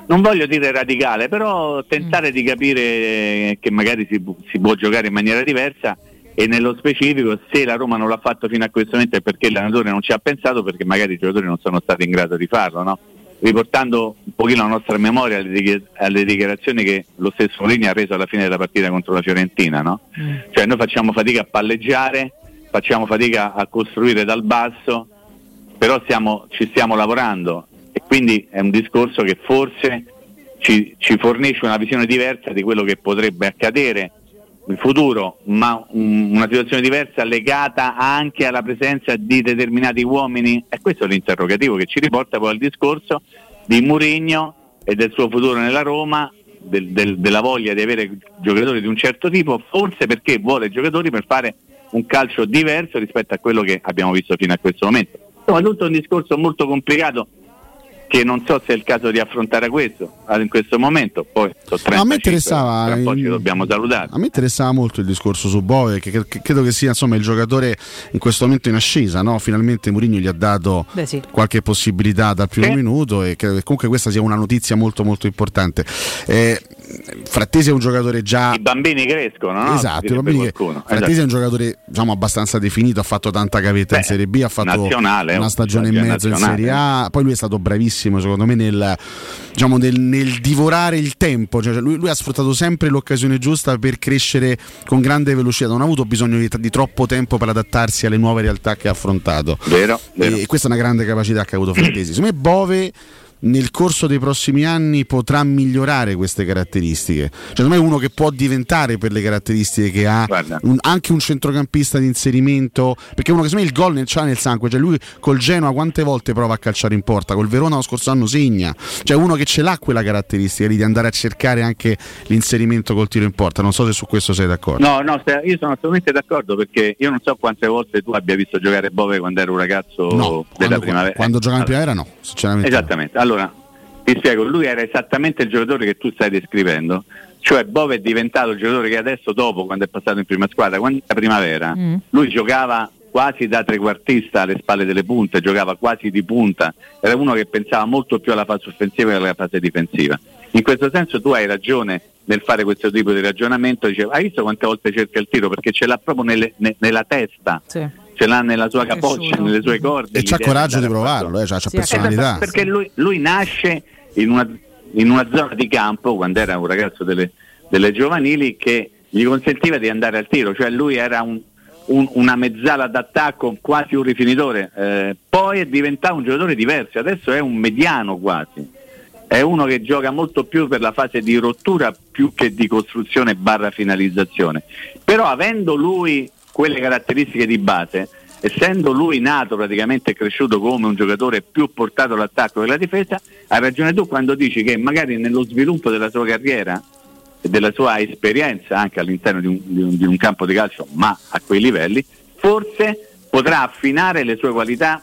non voglio dire radicale, però tentare mm. di capire che magari si, si può giocare in maniera diversa, e nello specifico se la Roma non l'ha fatto fino a questo momento è perché l'allenatore non ci ha pensato, perché magari i giocatori non sono stati in grado di farlo, no? Riportando un pochino la nostra memoria alle, alle dichiarazioni che lo stesso Mourinho ha reso alla fine della partita contro la Fiorentina, no? Mm. Cioè noi facciamo fatica a palleggiare, facciamo fatica a costruire dal basso, però stiamo, ci stiamo lavorando, e quindi è un discorso che forse ci, ci fornisce una visione diversa di quello che potrebbe accadere in futuro, ma um, una situazione diversa legata anche alla presenza di determinati uomini, e questo è l'interrogativo che ci riporta poi al discorso di Mourinho e del suo futuro nella Roma, del, del, della voglia di avere giocatori di un certo tipo, forse perché vuole giocatori per fare un calcio diverso rispetto a quello che abbiamo visto fino a questo momento. Insomma, tutto un discorso molto complicato che non so se è il caso di affrontare questo in questo momento. Poi a me interessava in, ci dobbiamo salutare. A me interessava molto il discorso su Bove, che, che credo che sia insomma il giocatore in questo momento in ascesa, no? Finalmente Mourinho gli ha dato Beh, sì. qualche possibilità dal primo sì. minuto, e credo che comunque questa sia una notizia molto molto importante. Eh, Frattesi è un giocatore già. I bambini crescono, no? Esatto, i bambini che... Frattesi esatto. è un giocatore, diciamo, abbastanza definito, ha fatto tanta gavetta Beh, in Serie B, ha fatto nazionale, una stagione e mezzo nazionale. in Serie A, poi lui è stato bravissimo secondo me nel, diciamo, nel, nel divorare il tempo, cioè lui, lui ha sfruttato sempre l'occasione giusta per crescere con grande velocità, non ha avuto bisogno di, di troppo tempo per adattarsi alle nuove realtà che ha affrontato. Vero, vero. E questa è una grande capacità che ha avuto Frattesi. Secondo me Bove nel corso dei prossimi anni potrà migliorare queste caratteristiche, cioè secondo me è uno che può diventare, per le caratteristiche che ha, un, anche un centrocampista di inserimento, perché è uno che secondo me il gol nel c'ha nel sangue, cioè lui col Genoa quante volte prova a calciare in porta, col Verona lo scorso anno segna, cioè uno che ce l'ha quella caratteristica di andare a cercare anche l'inserimento col tiro in porta. Non so se su questo sei d'accordo. No, no, io sono assolutamente d'accordo, perché io non so quante volte tu abbia visto giocare Bove quando era un ragazzo no, della quando, primavera. Quando giocava in primavera no, sinceramente. Esattamente. No. Allora, ti spiego, lui era esattamente il giocatore che tu stai descrivendo, cioè Bove è diventato il giocatore che adesso, dopo, quando è passato in prima squadra, quando era primavera, mm. lui giocava quasi da trequartista alle spalle delle punte, giocava quasi di punta, era uno che pensava molto più alla fase offensiva che alla fase difensiva. In questo senso tu hai ragione nel fare questo tipo di ragionamento, dicevo, hai visto quante volte cerca il tiro? Perché ce l'ha proprio nelle, ne, nella testa. Sì. Ce l'ha nella sua capoccia, nelle sue corde, e c'ha coraggio di provarlo, eh, c'ha, c'ha sì, personalità. Perché lui, lui nasce in una, in una zona di campo, quando era un ragazzo delle, delle giovanili, che gli consentiva di andare al tiro, cioè lui era un, un, una mezzala d'attacco, quasi un rifinitore, eh, poi è diventato un giocatore diverso, adesso è un mediano quasi, è uno che gioca molto più per la fase di rottura più che di costruzione barra finalizzazione, però avendo lui quelle caratteristiche di base, essendo lui nato praticamente e cresciuto come un giocatore più portato all'attacco che alla difesa, hai ragione tu quando dici che magari nello sviluppo della sua carriera e della sua esperienza anche all'interno di un, di un, di un campo di calcio, ma a quei livelli, forse potrà affinare le sue qualità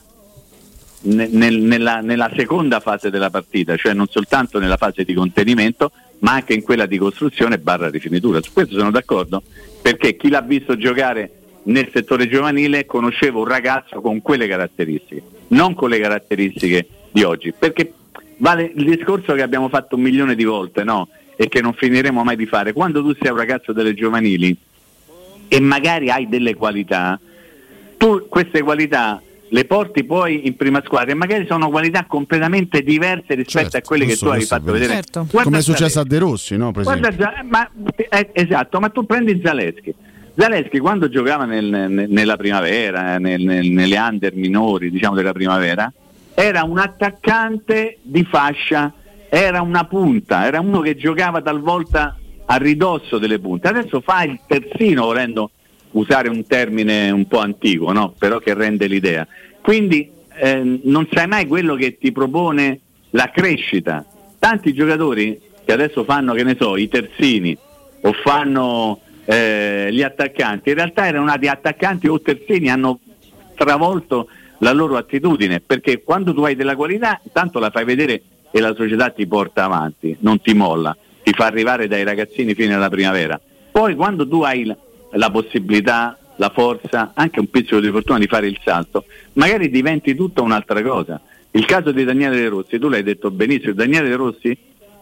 nel, nel, nella, nella seconda fase della partita, cioè non soltanto nella fase di contenimento, ma anche in quella di costruzione barra rifinitura. Su questo sono d'accordo, perché chi l'ha visto giocare nel settore giovanile conosceva un ragazzo con quelle caratteristiche, non con le caratteristiche di oggi, perché vale il discorso che abbiamo fatto un milione di volte, no? E che non finiremo mai di fare. Quando tu sei un ragazzo delle giovanili e magari hai delle qualità, tu queste qualità le porti poi in prima squadra e magari sono qualità completamente diverse rispetto certo, a quelle che tu hai fatto vedere. Certo. Come è successo a De Rossi, no? Per guarda, ma, eh, esatto, ma tu prendi Zaleschi. Zaleschi quando giocava nel, nel, nella primavera, nel, nel, nelle under minori, diciamo, della primavera, era un attaccante di fascia, era una punta, era uno che giocava talvolta a ridosso delle punte. Adesso fa il terzino, volendo usare un termine un po' antico, no? Però che rende l'idea. Quindi eh, non sai mai quello che ti propone la crescita. Tanti giocatori che adesso fanno, che ne so, i terzini o fanno Eh, gli attaccanti, in realtà erano nati attaccanti o terzini, hanno travolto la loro attitudine, perché quando tu hai della qualità tanto la fai vedere e la società ti porta avanti, non ti molla, ti fa arrivare dai ragazzini fino alla primavera. Poi quando tu hai la, la possibilità, la forza, anche un pizzico di fortuna di fare il salto, magari diventi tutta un'altra cosa. Il caso di Daniele De Rossi, tu l'hai detto benissimo, Daniele De Rossi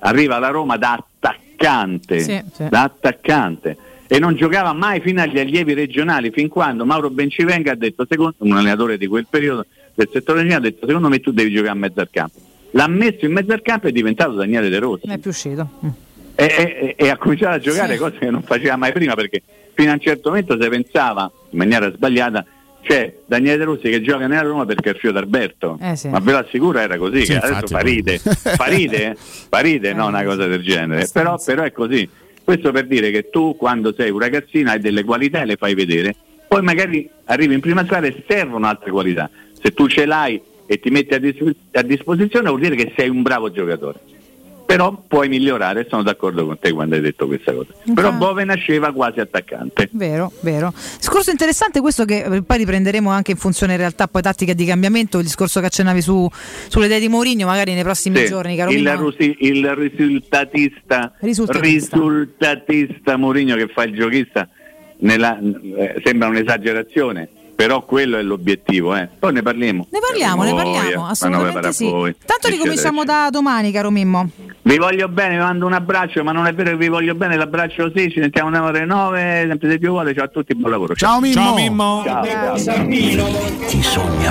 arriva alla Roma da attaccante, sì, sì. da attaccante. E non giocava mai fino agli allievi regionali, fin quando Mauro Bencivenga ha detto, secondo un allenatore di quel periodo del settore regionale, ha detto secondo me tu devi giocare a mezzo al campo. L'ha messo in mezzo al campo e è diventato Daniele De Rossi. Non è più uscito. Mm. E, e, e ha cominciato a giocare, sì, cose che non faceva mai prima, perché fino a un certo momento si pensava, in maniera sbagliata, c'è Daniele De Rossi che gioca nella Roma perché è il figlio d'Alberto, eh sì. ma ve lo assicuro era così, Sì, che infatti, adesso fa ride, fa ride, fa ride, eh, no, una cosa del genere, però, però è così. Questo per dire che tu quando sei un ragazzino hai delle qualità e le fai vedere, poi magari arrivi in prima squadra e servono altre qualità. Se tu ce l'hai e ti metti a, dis- a disposizione vuol dire che sei un bravo giocatore. Però puoi migliorare, sono d'accordo con te quando hai detto questa cosa. Okay. Però Bove nasceva quasi attaccante. Vero, vero. Discorso interessante questo che poi riprenderemo anche in funzione in realtà poi tattica di cambiamento, il discorso che accennavi su, sulle idee di Mourinho magari nei prossimi sì, giorni, caro il, rusi, il risultatista, risultatista risultatista Mourinho che fa il giochista nella, eh, sembra un'esagerazione. Però quello è l'obiettivo, eh. Poi ne parliamo. Ne parliamo, ne parliamo, assolutamente sì. Voi, Tanto ricominciamo da domani, caro Mimmo. Vi voglio bene, vi mando un abbraccio, ma non è vero che vi voglio bene, l'abbraccio sì, ci sentiamo alle ore nove, sempre se più vuole, ciao a tutti, buon lavoro. Ciao Mimmo. Ciao Mimmo. Ciao, ciao. Ti sogna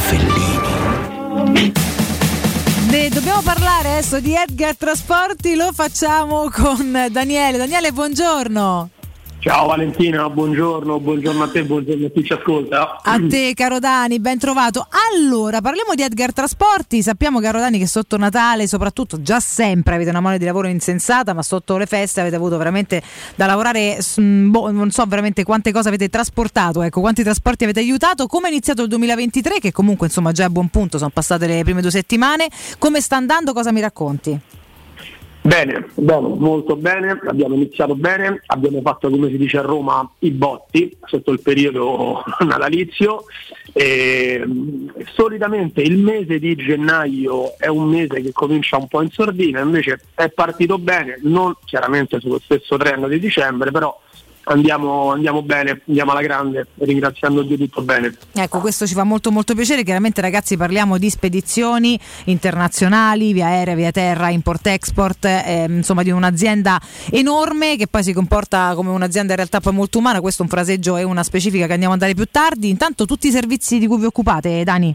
Fellini. Beh, dobbiamo parlare adesso di Edgar Trasporti, lo facciamo con Daniele. Daniele, buongiorno. Ciao Valentina, buongiorno, buongiorno a te, buongiorno a chi ci ascolta. A te caro Dani, ben trovato. Allora, parliamo di Edgar Trasporti. Sappiamo caro Dani che sotto Natale, soprattutto già sempre avete una mole di lavoro insensata, ma sotto le feste avete avuto veramente da lavorare, boh, non so veramente quante cose avete trasportato, ecco, quanti trasporti avete aiutato. Come è iniziato il duemilaventitré, che comunque insomma già è a buon punto, sono passate le prime due settimane. Come sta andando, cosa mi racconti? Bene, bene, molto bene, abbiamo iniziato bene, abbiamo fatto come si dice a Roma i botti sotto il periodo natalizio e solitamente il mese di gennaio è un mese che comincia un po' in sordina, invece è partito bene, non chiaramente sullo stesso treno di dicembre, però Andiamo, andiamo bene, andiamo alla grande, ringraziando Dio tutto bene. Ecco, questo ci fa molto molto piacere. Chiaramente ragazzi parliamo di spedizioni internazionali, via aerea, via terra, import-export, eh, insomma di un'azienda enorme che poi si comporta come un'azienda in realtà poi molto umana. Questo è un fraseggio e una specifica che andiamo a dare più tardi. Intanto tutti i servizi di cui vi occupate, Dani?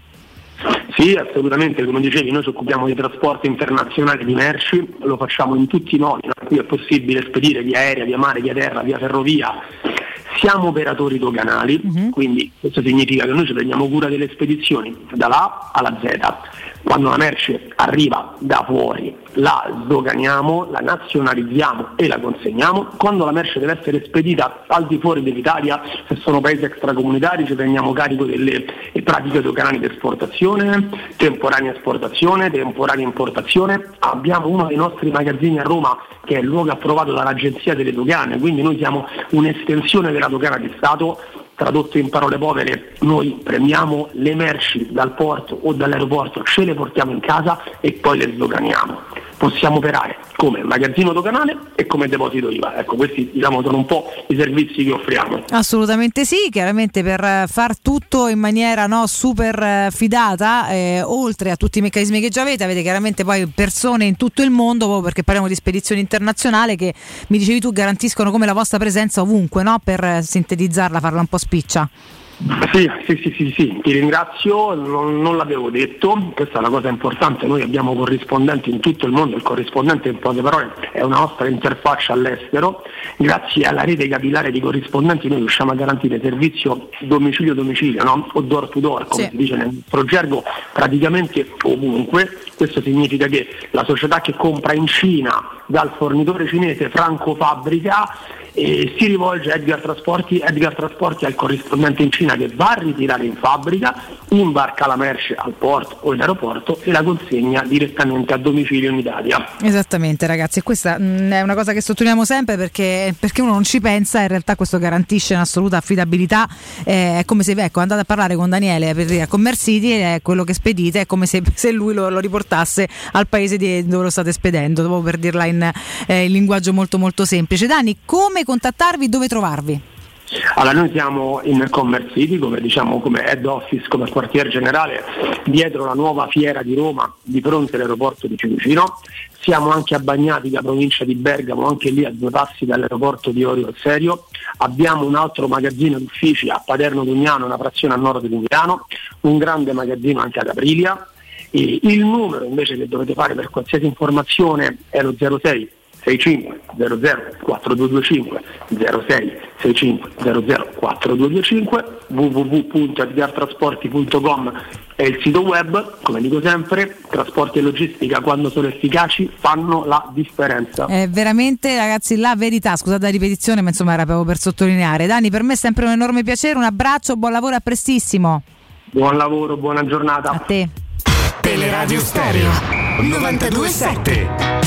Sì, assolutamente, come dicevi noi ci occupiamo di trasporto internazionale di merci, lo facciamo in tutti i modi, in cui è possibile spedire via aerea, via mare, via terra, via ferrovia. Siamo operatori doganali, uh-huh. Quindi questo significa che noi ci prendiamo cura delle spedizioni dalla A alla Z. Quando la merce arriva da fuori la sdoganiamo, la nazionalizziamo e la consegniamo. Quando la merce deve essere spedita al di fuori dell'Italia, se sono paesi extracomunitari, ci prendiamo carico delle pratiche doganali di esportazione, temporanea esportazione, temporanea importazione. Abbiamo uno dei nostri magazzini a Roma che è il luogo approvato dall'Agenzia delle Dogane, quindi noi siamo un'estensione della dogana di Stato. Tradotto in parole povere, noi prendiamo le merci dal porto o dall'aeroporto, ce le portiamo in casa e poi le sdoganiamo. Possiamo operare come magazzino doganale e come deposito I V A. Ecco, questi diciamo sono un po' i servizi che offriamo. Assolutamente sì, chiaramente per far tutto in maniera no, super fidata, eh, oltre a tutti i meccanismi che già avete, avete chiaramente poi persone in tutto il mondo, proprio perché parliamo di spedizione internazionale che mi dicevi tu garantiscono come la vostra presenza ovunque, no? Per sintetizzarla, farla un po' spiccia. Sì, sì, sì, sì, sì, ti ringrazio, non, non l'avevo detto, questa è una cosa importante, noi abbiamo corrispondenti in tutto il mondo, il corrispondente in poche parole è una nostra interfaccia all'estero, grazie alla rete capillare di corrispondenti noi riusciamo a garantire servizio domicilio-domicilio, no? O door to door, come sì. Si dice nel nostro gergo, praticamente ovunque. Questo significa che la società che compra in Cina dal fornitore cinese Franco Fabbrica e si rivolge a Edgar Trasporti, Edgar Trasporti è il corrispondente in Cina che va a ritirare in fabbrica, imbarca la merce al porto o in aeroporto e la consegna direttamente a domicilio in Italia. Esattamente ragazzi, e questa mh, è una cosa che sottolineiamo sempre perché, perché uno non ci pensa, in realtà questo garantisce un'assoluta affidabilità, eh, è come se ecco, andate a parlare con Daniele per dire a Commercity e quello che spedite è come se, se lui lo, lo riportasse al paese di, dove lo state spedendo, proprio per dirla in, eh, in linguaggio molto molto semplice. Dani, come contattarvi, dove trovarvi? Allora, noi siamo in Commerce City, come diciamo come head office, come quartier generale, dietro la nuova fiera di Roma, di fronte all'aeroporto di Fiumicino. Siamo anche a Bagnatica, provincia di Bergamo, anche lì a due passi dall'aeroporto di Orio al Serio. Abbiamo un altro magazzino di uffici a Paderno Dugnano, una frazione a nord di Milano, un grande magazzino anche ad Aprilia. E il numero invece che dovete fare per qualsiasi informazione è lo zero sei sessantacinque zero zero quattro due due cinque, zero sei sessantacinque zero zero quattro due due cinque, w w w punto edgartrasporti punto com è il sito web. Come dico sempre, trasporti e logistica, quando sono efficaci, fanno la differenza. È veramente, ragazzi, la verità. Scusate la ripetizione, ma insomma era proprio per sottolineare. Dani, per me è sempre un enorme piacere, un abbraccio, buon lavoro, a prestissimo. Buon lavoro, buona giornata. A te. Teleradio Stereo novantadue sette.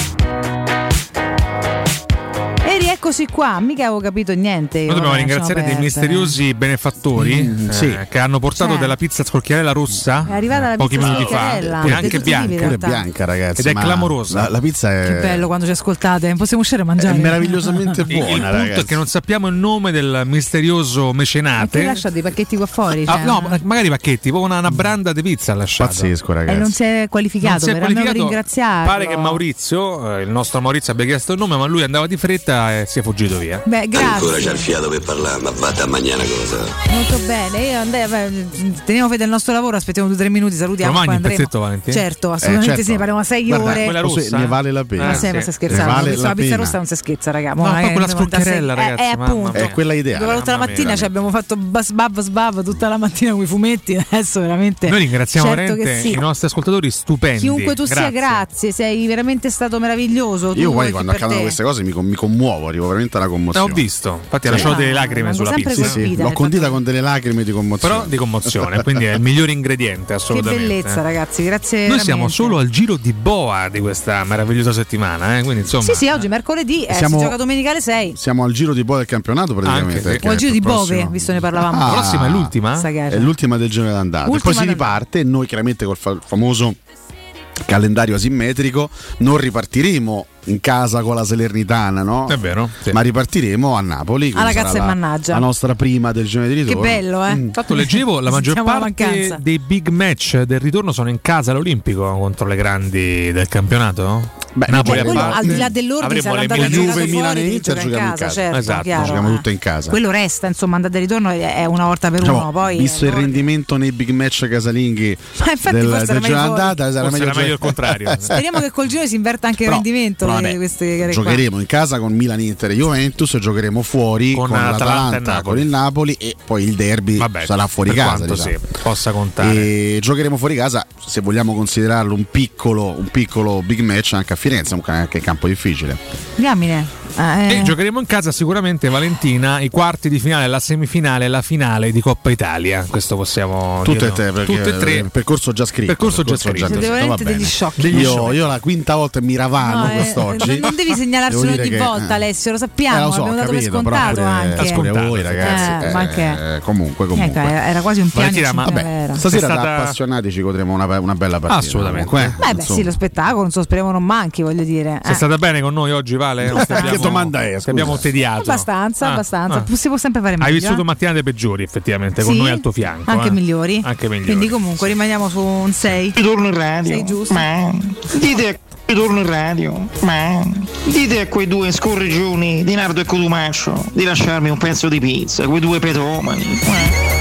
E rieccoci qua, mica avevo capito niente. Noi dobbiamo ringraziare dei misteriosi benefattori mm, eh, sì. che hanno portato Cioè. della pizza scocchiarella rossa È arrivata la pochi pizza minuti fa, scocchiarella, e ha anche detto bianca, sì, in Pure realtà. bianca, ragazzi. ed è ma clamorosa. La, la pizza è. Che bello quando ci ascoltate, possiamo uscire a mangiare. È meravigliosamente Il- buona, il punto ragazzi. è che non sappiamo il nome del misterioso Che mecenate. lascia dei pacchetti qua fuori. Ah, Cioè, no, magari i pacchetti, proprio una, una branda di pizza ha lasciato. Pazzesco, e ragazzi. non si è qualificato, Non si è per almeno qualificato. ringraziarlo. Pare che Maurizio, eh, il nostro Maurizio, abbia chiesto il nome, ma lui andava di fretta e si è fuggito via. Beh, Ancora grazie. c'ha il fiato per parlare, ma vada a mangiare una cosa. Molto bene, io andai, beh, teniamo fede al nostro lavoro, aspettiamo due o tre minuti, salutiamo. Lo mangi poi un andremo. pezzetto, Valentina? Certo, assolutamente Eh, certo. sì, ne parliamo a sei Guarda, ore. quella posso- rossa? ne vale la pena. Ma Eh, sei, ma sì. stai scherzando? Ne vale Sulla la pizza pena. rossa non si scherza, raga. Mo, No, non è poi che quella novantasei scoccherella, Eh, ragazzi, eh, mamma appunto. mia. È quella ideale. Dove l'altra Mamma mattina mia. ci abbiamo fatto sbav sbav tutta la mattina con i fumetti, adesso veramente. Noi ringraziamo certo veramente che sì. i nostri ascoltatori stupendi. Chiunque tu sia, grazie, sei veramente stato meraviglioso. Io tu poi e chi quando per accadono te. queste cose mi, com- mi commuovo, arrivo veramente alla Eh, commozione. ho visto, infatti ha Sì. lasciato delle Ah, lacrime rimango sulla sempre pizza. Sì, sì, colpita, l'ho hai condita fatto- con delle lacrime di commozione. Però di commozione, quindi è il migliore ingrediente Che assolutamente. bellezza, ragazzi, grazie. Noi siamo veramente. solo al giro di boa di questa meravigliosa settimana, eh? Quindi insomma. Sì, sì, oggi è mercoledì, eh, Siamo- si gioca domenica alle sei. Siamo al giro di boa del campionato praticamente. Anche, sì. perché O al giro di il prossimo- Bove, visto ne parlavamo. Ah, La prossima è l'ultima? Sta gara. È l'ultima del girone d'andata. E Ultima poi si d'andata. riparte. Noi chiaramente col fa- famoso calendario asimmetrico non ripartiremo in casa con la Salernitana, no? È vero, sì. Ma ripartiremo a Napoli. quindi Alla sarà cazza e la- mannaggia. La nostra prima del girone di Che ritorno. bello, eh. Infatti leggevo la maggior Sentiamo la parte mancanza. dei big match del ritorno sono in casa all'Olimpico contro le grandi del campionato. Beh, Napoli Cioè, a quello, parte. al di là dell'ordine Avremo sarà le andato Milan- tirato Juve, fuori, Milan e devi Inter giocare in giochiamo in casa, casa. certo, Esatto, chiaro, giochiamo eh. tutte in casa. Quello resta, insomma, andata e ritorno è è una volta per Diciamo, uno, poi visto il allora- rendimento nei big match casalinghi Ma infatti del, forse del era girone meglio fuori. d'andata sarà Forse meglio, era meglio il gio- contrario. Speriamo che col giro si inverta anche Però- il rendimento però di vabbè, queste gare qua. Giocheremo in casa con Milan, Inter e Juventus, giocheremo fuori Con con, Atalanta e l'Atalanta, Napoli. con il Napoli e poi il derby Vabbè, sarà fuori per casa. quanto diciamo. sì, possa contare. E giocheremo fuori casa, se vogliamo considerarlo un piccolo, un piccolo big match anche a Firenze, un ca- che campo difficile. Diamine. Eh, E giocheremo in casa sicuramente, Valentina, i quarti di finale, la semifinale e la finale di Coppa Italia. Questo possiamo Tutte e dirlo. tre, perché Tutte e tre. il percorso già scritto. Percorso già scritto. Siete scritto, veramente va bene. degli sciocchi. Degli Io, sciocchi. io la quinta volta mi ravano no, eh, quest'oggi. non devi segnalarselo Devo dire ogni che- volta, Alessio, lo sappiamo, Eh, lo so, abbiamo dato per capito, scontato però pure- anche. pure voi Scontato, ragazzi. Eh, ma che- eh, comunque, comunque. Ecco, era era quasi un piano in Valentina, ma- primavera. Vabbè, stasera È stata- da appassionati ci godremo una, una bella partita. Assolutamente. comunque, eh, Beh, beh, insomma. sì, lo spettacolo, non so, speriamo non manchi, voglio dire. Sei Eh. stata bene con noi oggi, Vale? O ti abbiamo- Che domanda è, Ti scusa? abbiamo tediato. Abbastanza, Ah, abbastanza. ah. Si può sempre fare meglio. Hai vissuto eh. mattinate peggiori, effettivamente, con Sì, noi al tuo fianco. Anche eh. migliori. Anche migliori. Quindi comunque rimaniamo su un sei. Ritorno in radio. Sei giusto. Ma dite ritorno in radio. Ma dite a quei due scorreggioni di Nardo e Cotumaccio di lasciarmi un pezzo di pizza, quei due petomani. Ma-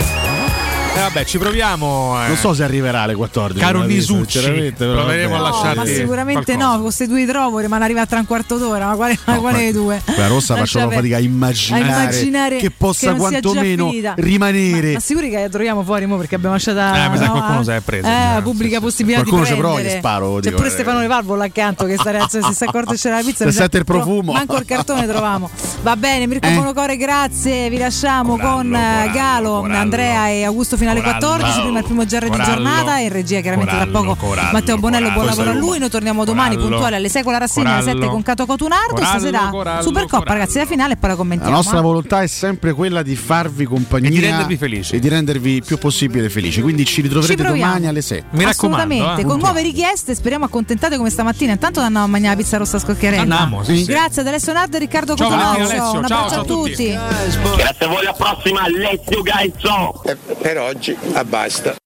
Eh, vabbè, ci proviamo. eh. Non so se arriverà alle quattordici. Caro non la visto, Nisucci, sinceramente, però proveremo a vabbè. lasciarti No, ma sicuramente qualcosa. no, con queste due trovo, ma non arriva tra un quarto d'ora. Ma quale, ma quale dei due? La rossa faccio Lascia fatica a immaginare, a immaginare che possa che non sia già quantomeno finita. rimanere. Ma, ma sicuri che la troviamo fuori mo perché abbiamo lasciata Eh, mi sa no, qualcuno eh? se l'è presa, Eh, già. pubblica Sì, sì, possibilità Qualcuno di ci prova, prendere. gli sparo, C'è dico, pure eh. Stefano Le Valvolo accanto che sta reazione, se si accorge c'era la pizza. Se mi sa- sente il pro- profumo. Manco il cartone troviamo. Va bene, Mirko Eh? Monocore, grazie. Vi lasciamo Corallo, con eh, Corallo, Galo, Corallo. Andrea e Augusto fino alle Corallo. quattordici, prima il primo G R di Corallo. giornata e in regia chiaramente Corallo, tra poco Corallo, Matteo Bonello, buon Corallo. lavoro a lui. Noi torniamo domani Corallo. puntuali alle sei con la rassegna, alle Corallo. sette con Cato Cotunardo. Corallo, Stasera Corallo, Supercoppa, Corallo. ragazzi, la finale e poi la La commentiamo. nostra eh. volontà è sempre quella di farvi compagnia E di rendervi felici. e di rendervi il più possibile felici. Quindi ci ritroverete Ci proviamo. domani alle sette. Mi raccomando, Assolutamente, eh. con nuove richieste, speriamo accontentate come stamattina. Intanto andiamo a mangiare la pizza rossa scocchiarella. Andiamo, sì, sì. Grazie ad Alessio Nardo e Riccardo Ciao, Cotonazzo. Alessio, Un ciao, abbraccio ciao a a tutti. tutti. Grazie a voi, alla prossima, let's you guys. Per oggi, basta.